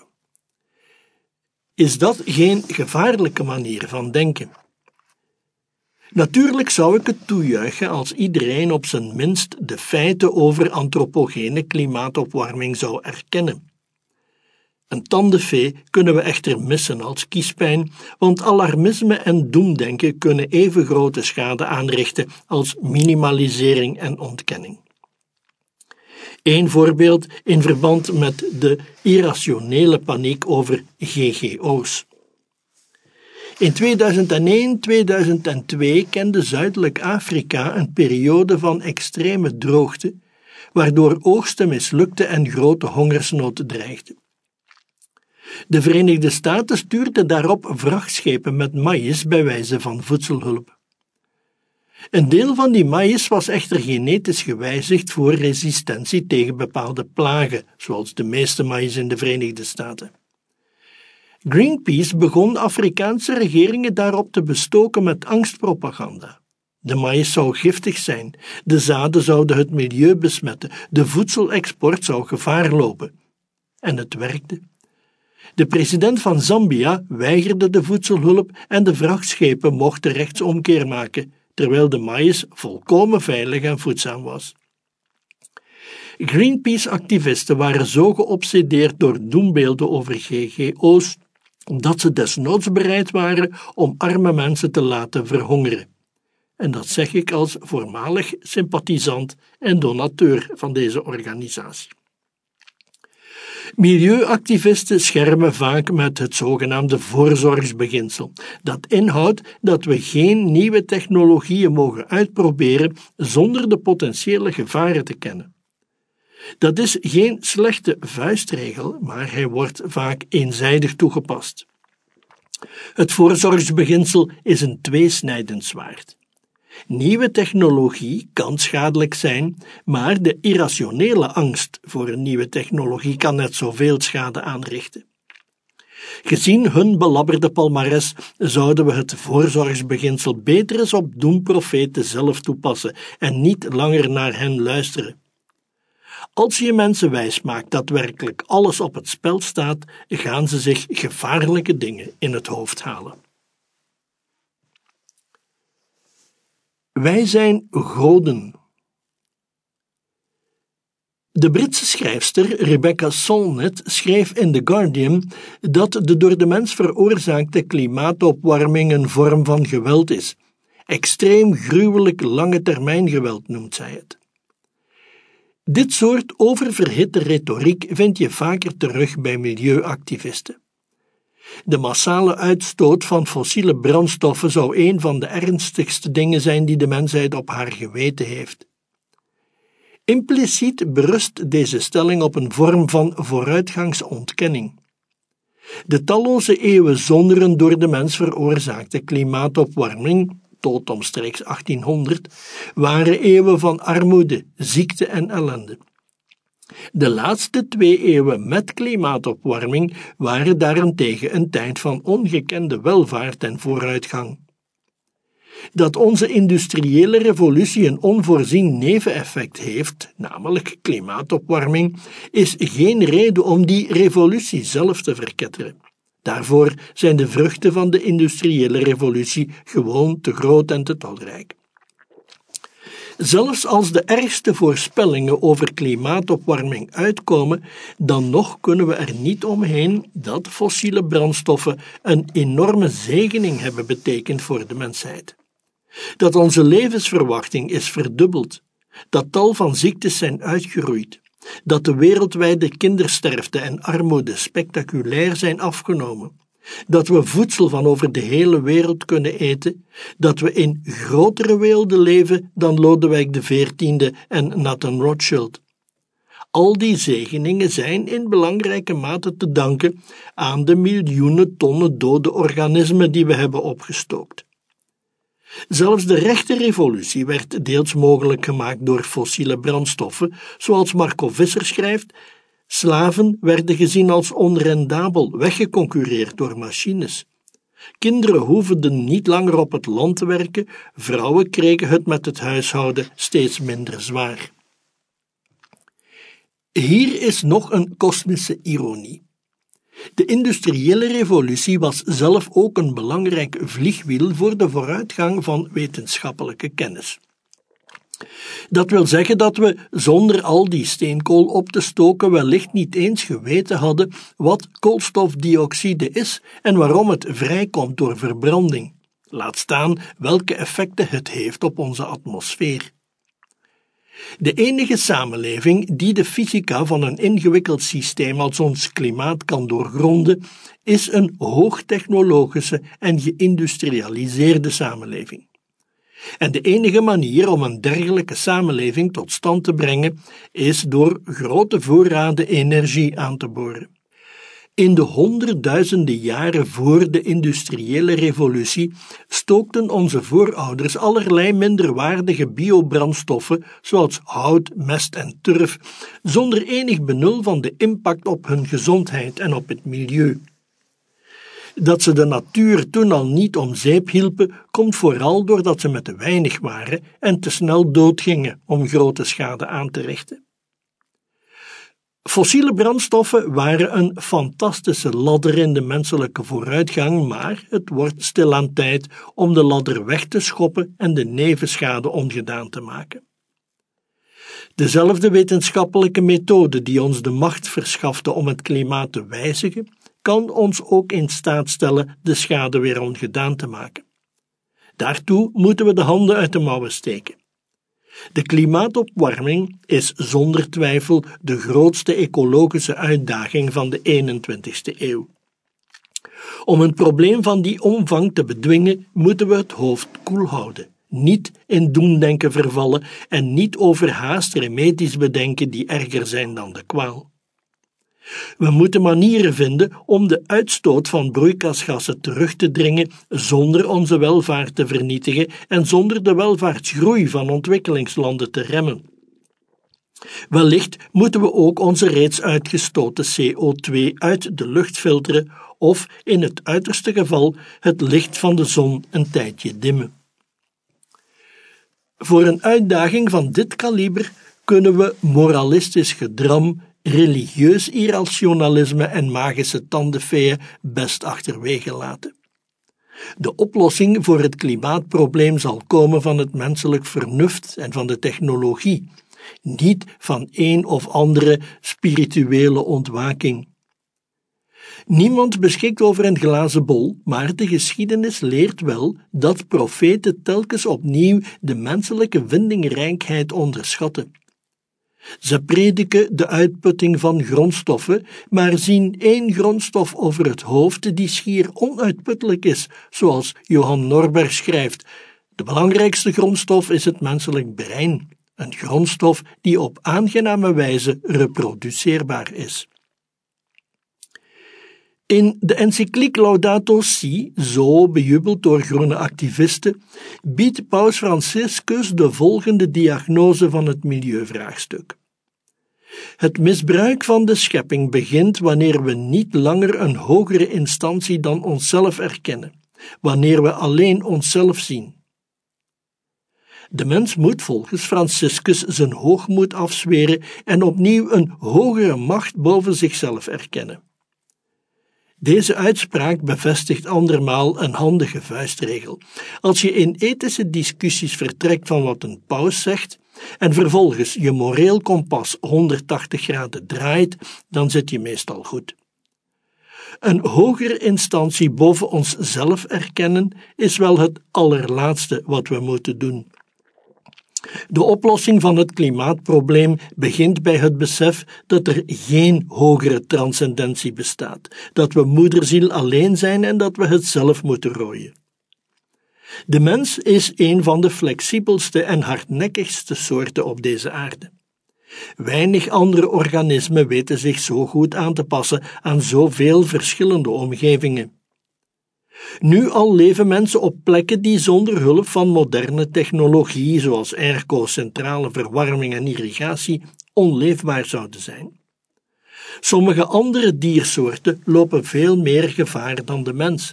Is dat geen gevaarlijke manier van denken? Natuurlijk zou ik het toejuichen als iedereen op zijn minst de feiten over antropogene klimaatopwarming zou erkennen. Een tandenfee kunnen we echter missen als kiespijn, want alarmisme en doemdenken kunnen even grote schade aanrichten als minimalisering en ontkenning. Eén voorbeeld in verband met de irrationele paniek over G G O's. In tweeduizend één - tweeduizend twee kende Zuidelijk Afrika een periode van extreme droogte, waardoor oogsten mislukten en grote hongersnood dreigde. De Verenigde Staten stuurden daarop vrachtschepen met maïs bij wijze van voedselhulp. Een deel van die maïs was echter genetisch gewijzigd voor resistentie tegen bepaalde plagen, zoals de meeste maïs in de Verenigde Staten. Greenpeace begon Afrikaanse regeringen daarop te bestoken met angstpropaganda. De maïs zou giftig zijn, de zaden zouden het milieu besmetten, de voedselexport zou gevaar lopen. En het werkte. De president van Zambia weigerde de voedselhulp en de vrachtschepen mochten rechtsomkeer maken, terwijl de maïs volkomen veilig en voedzaam was. Greenpeace-activisten waren zo geobsedeerd door doembeelden over G G O's dat ze desnoods bereid waren om arme mensen te laten verhongeren. En dat zeg ik als voormalig sympathisant en donateur van deze organisatie. Milieuactivisten schermen vaak met het zogenaamde voorzorgsbeginsel. Dat inhoudt dat we geen nieuwe technologieën mogen uitproberen zonder de potentiële gevaren te kennen. Dat is geen slechte vuistregel, maar hij wordt vaak eenzijdig toegepast. Het voorzorgsbeginsel is een tweesnijdend zwaard. Nieuwe technologie kan schadelijk zijn, maar de irrationele angst voor een nieuwe technologie kan net zoveel schade aanrichten. Gezien hun belabberde palmares zouden we het voorzorgsbeginsel beter eens op doemprofeten zelf toepassen en niet langer naar hen luisteren. Als je mensen wijsmaakt dat werkelijk alles op het spel staat, gaan ze zich gevaarlijke dingen in het hoofd halen. Wij zijn goden. De Britse schrijfster Rebecca Solnit schreef in The Guardian dat de door de mens veroorzaakte klimaatopwarming een vorm van geweld is. Extreem gruwelijk lange termijn geweld noemt zij het. Dit soort oververhitte retoriek vind je vaker terug bij milieuactivisten. De massale uitstoot van fossiele brandstoffen zou een van de ernstigste dingen zijn die de mensheid op haar geweten heeft. Impliciet berust deze stelling op een vorm van vooruitgangsontkenning. De talloze eeuwen zonder een door de mens veroorzaakte klimaatopwarming, tot omstreeks achttienhonderd, waren eeuwen van armoede, ziekte en ellende. De laatste twee eeuwen met klimaatopwarming waren daarentegen een tijd van ongekende welvaart en vooruitgang. Dat onze industriële revolutie een onvoorzien neveneffect heeft, namelijk klimaatopwarming, is geen reden om die revolutie zelf te verketteren. Daarvoor zijn de vruchten van de industriële revolutie gewoon te groot en te talrijk. Zelfs als de ergste voorspellingen over klimaatopwarming uitkomen, dan nog kunnen we er niet omheen dat fossiele brandstoffen een enorme zegening hebben betekend voor de mensheid. Dat onze levensverwachting is verdubbeld, dat tal van ziektes zijn uitgeroeid, dat de wereldwijde kindersterfte en armoede spectaculair zijn afgenomen, dat we voedsel van over de hele wereld kunnen eten, dat we in grotere weelde leven dan Lodewijk de veertiende en Nathan Rothschild. Al die zegeningen zijn in belangrijke mate te danken aan de miljoenen tonnen dode organismen die we hebben opgestookt. Zelfs de rechte revolutie werd deels mogelijk gemaakt door fossiele brandstoffen, zoals Marco Visser schrijft: slaven werden gezien als onrendabel, weggeconcureerd door machines. Kinderen hoefden niet langer op het land te werken, vrouwen kregen het met het huishouden steeds minder zwaar. Hier is nog een kosmische ironie. De industriële revolutie was zelf ook een belangrijk vliegwiel voor de vooruitgang van wetenschappelijke kennis. Dat wil zeggen dat we, zonder al die steenkool op te stoken, wellicht niet eens geweten hadden wat koolstofdioxide is en waarom het vrijkomt door verbranding. Laat staan welke effecten het heeft op onze atmosfeer. De enige samenleving die de fysica van een ingewikkeld systeem als ons klimaat kan doorgronden, is een hoogtechnologische en geïndustrialiseerde samenleving. En de enige manier om een dergelijke samenleving tot stand te brengen, is door grote voorraden energie aan te boren. In de honderdduizenden jaren voor de industriële revolutie stookten onze voorouders allerlei minderwaardige biobrandstoffen zoals hout, mest en turf, zonder enig benul van de impact op hun gezondheid en op het milieu. Dat ze de natuur toen al niet om zeep hielpen, komt vooral doordat ze met te weinig waren en te snel doodgingen om grote schade aan te richten. Fossiele brandstoffen waren een fantastische ladder in de menselijke vooruitgang, maar het wordt stilaan tijd om de ladder weg te schoppen en de nevenschade ongedaan te maken. Dezelfde wetenschappelijke methode die ons de macht verschafte om het klimaat te wijzigen, kan ons ook in staat stellen de schade weer ongedaan te maken. Daartoe moeten we de handen uit de mouwen steken. De klimaatopwarming is zonder twijfel de grootste ecologische uitdaging van de eenentwintigste eeuw. Om een probleem van die omvang te bedwingen, moeten we het hoofd koel houden, niet in doemdenken vervallen en niet overhaast remedies bedenken die erger zijn dan de kwaal. We moeten manieren vinden om de uitstoot van broeikasgassen terug te dringen zonder onze welvaart te vernietigen en zonder de welvaartsgroei van ontwikkelingslanden te remmen. Wellicht moeten we ook onze reeds uitgestoten C O twee uit de lucht filteren of, in het uiterste geval, het licht van de zon een tijdje dimmen. Voor een uitdaging van dit kaliber kunnen we moralistisch gedram, religieus irrationalisme en magische tandenfeeën best achterwege laten. De oplossing voor het klimaatprobleem zal komen van het menselijk vernuft en van de technologie, niet van een of andere spirituele ontwaking. Niemand beschikt over een glazen bol, maar de geschiedenis leert wel dat profeten telkens opnieuw de menselijke vindingrijkheid onderschatten. Ze prediken de uitputting van grondstoffen, maar zien één grondstof over het hoofd die schier onuitputtelijk is, zoals Johan Norberg schrijft. De belangrijkste grondstof is het menselijk brein, een grondstof die op aangename wijze reproduceerbaar is. In de encycliek Laudato Si, zo bejubeld door groene activisten, biedt Paus Franciscus de volgende diagnose van het milieuvraagstuk. Het misbruik van de schepping begint wanneer we niet langer een hogere instantie dan onszelf erkennen, wanneer we alleen onszelf zien. De mens moet volgens Franciscus zijn hoogmoed afzweren en opnieuw een hogere macht boven zichzelf erkennen. Deze uitspraak bevestigt andermaal een handige vuistregel. Als je in ethische discussies vertrekt van wat een paus zegt en vervolgens je moreel kompas honderdtachtig graden draait, dan zit je meestal goed. Een hogere instantie boven onszelf erkennen is wel het allerlaatste wat we moeten doen. De oplossing van het klimaatprobleem begint bij het besef dat er geen hogere transcendentie bestaat, dat we moederziel alleen zijn en dat we het zelf moeten rooien. De mens is een van de flexibelste en hardnekkigste soorten op deze aarde. Weinig andere organismen weten zich zo goed aan te passen aan zoveel verschillende omgevingen. Nu al leven mensen op plekken die zonder hulp van moderne technologie, zoals airco, centrale verwarming en irrigatie, onleefbaar zouden zijn. Sommige andere diersoorten lopen veel meer gevaar dan de mens.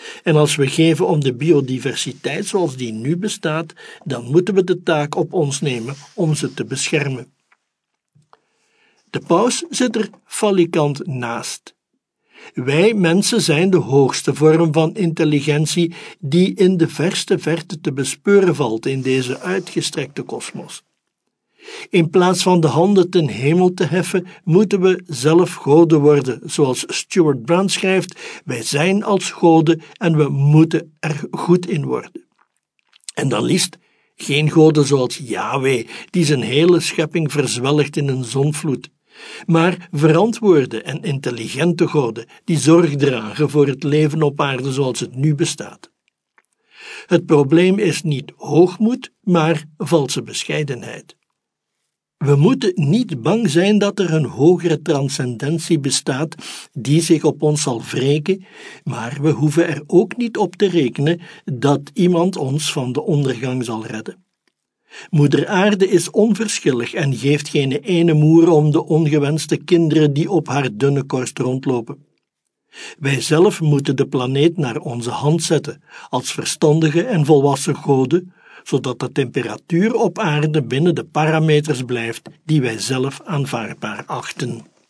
En als we geven om de biodiversiteit zoals die nu bestaat, dan moeten we de taak op ons nemen om ze te beschermen. De paus zit er falikant naast. Wij mensen zijn de hoogste vorm van intelligentie die in de verste verte te bespeuren valt in deze uitgestrekte kosmos. In plaats van de handen ten hemel te heffen, moeten we zelf goden worden, zoals Stuart Brand schrijft, wij zijn als goden en we moeten er goed in worden. En dan liefst geen goden zoals Yahweh, die zijn hele schepping verzwelgt in een zonvloed, maar verantwoorde en intelligente goden die zorg dragen voor het leven op aarde zoals het nu bestaat. Het probleem is niet hoogmoed, maar valse bescheidenheid. We moeten niet bang zijn dat er een hogere transcendentie bestaat die zich op ons zal wreken, maar we hoeven er ook niet op te rekenen dat iemand ons van de ondergang zal redden. Moeder Aarde is onverschillig en geeft geen ene moer om de ongewenste kinderen die op haar dunne korst rondlopen. Wij zelf moeten de planeet naar onze hand zetten, als verstandige en volwassen goden, zodat de temperatuur op aarde binnen de parameters blijft die wij zelf aanvaardbaar achten.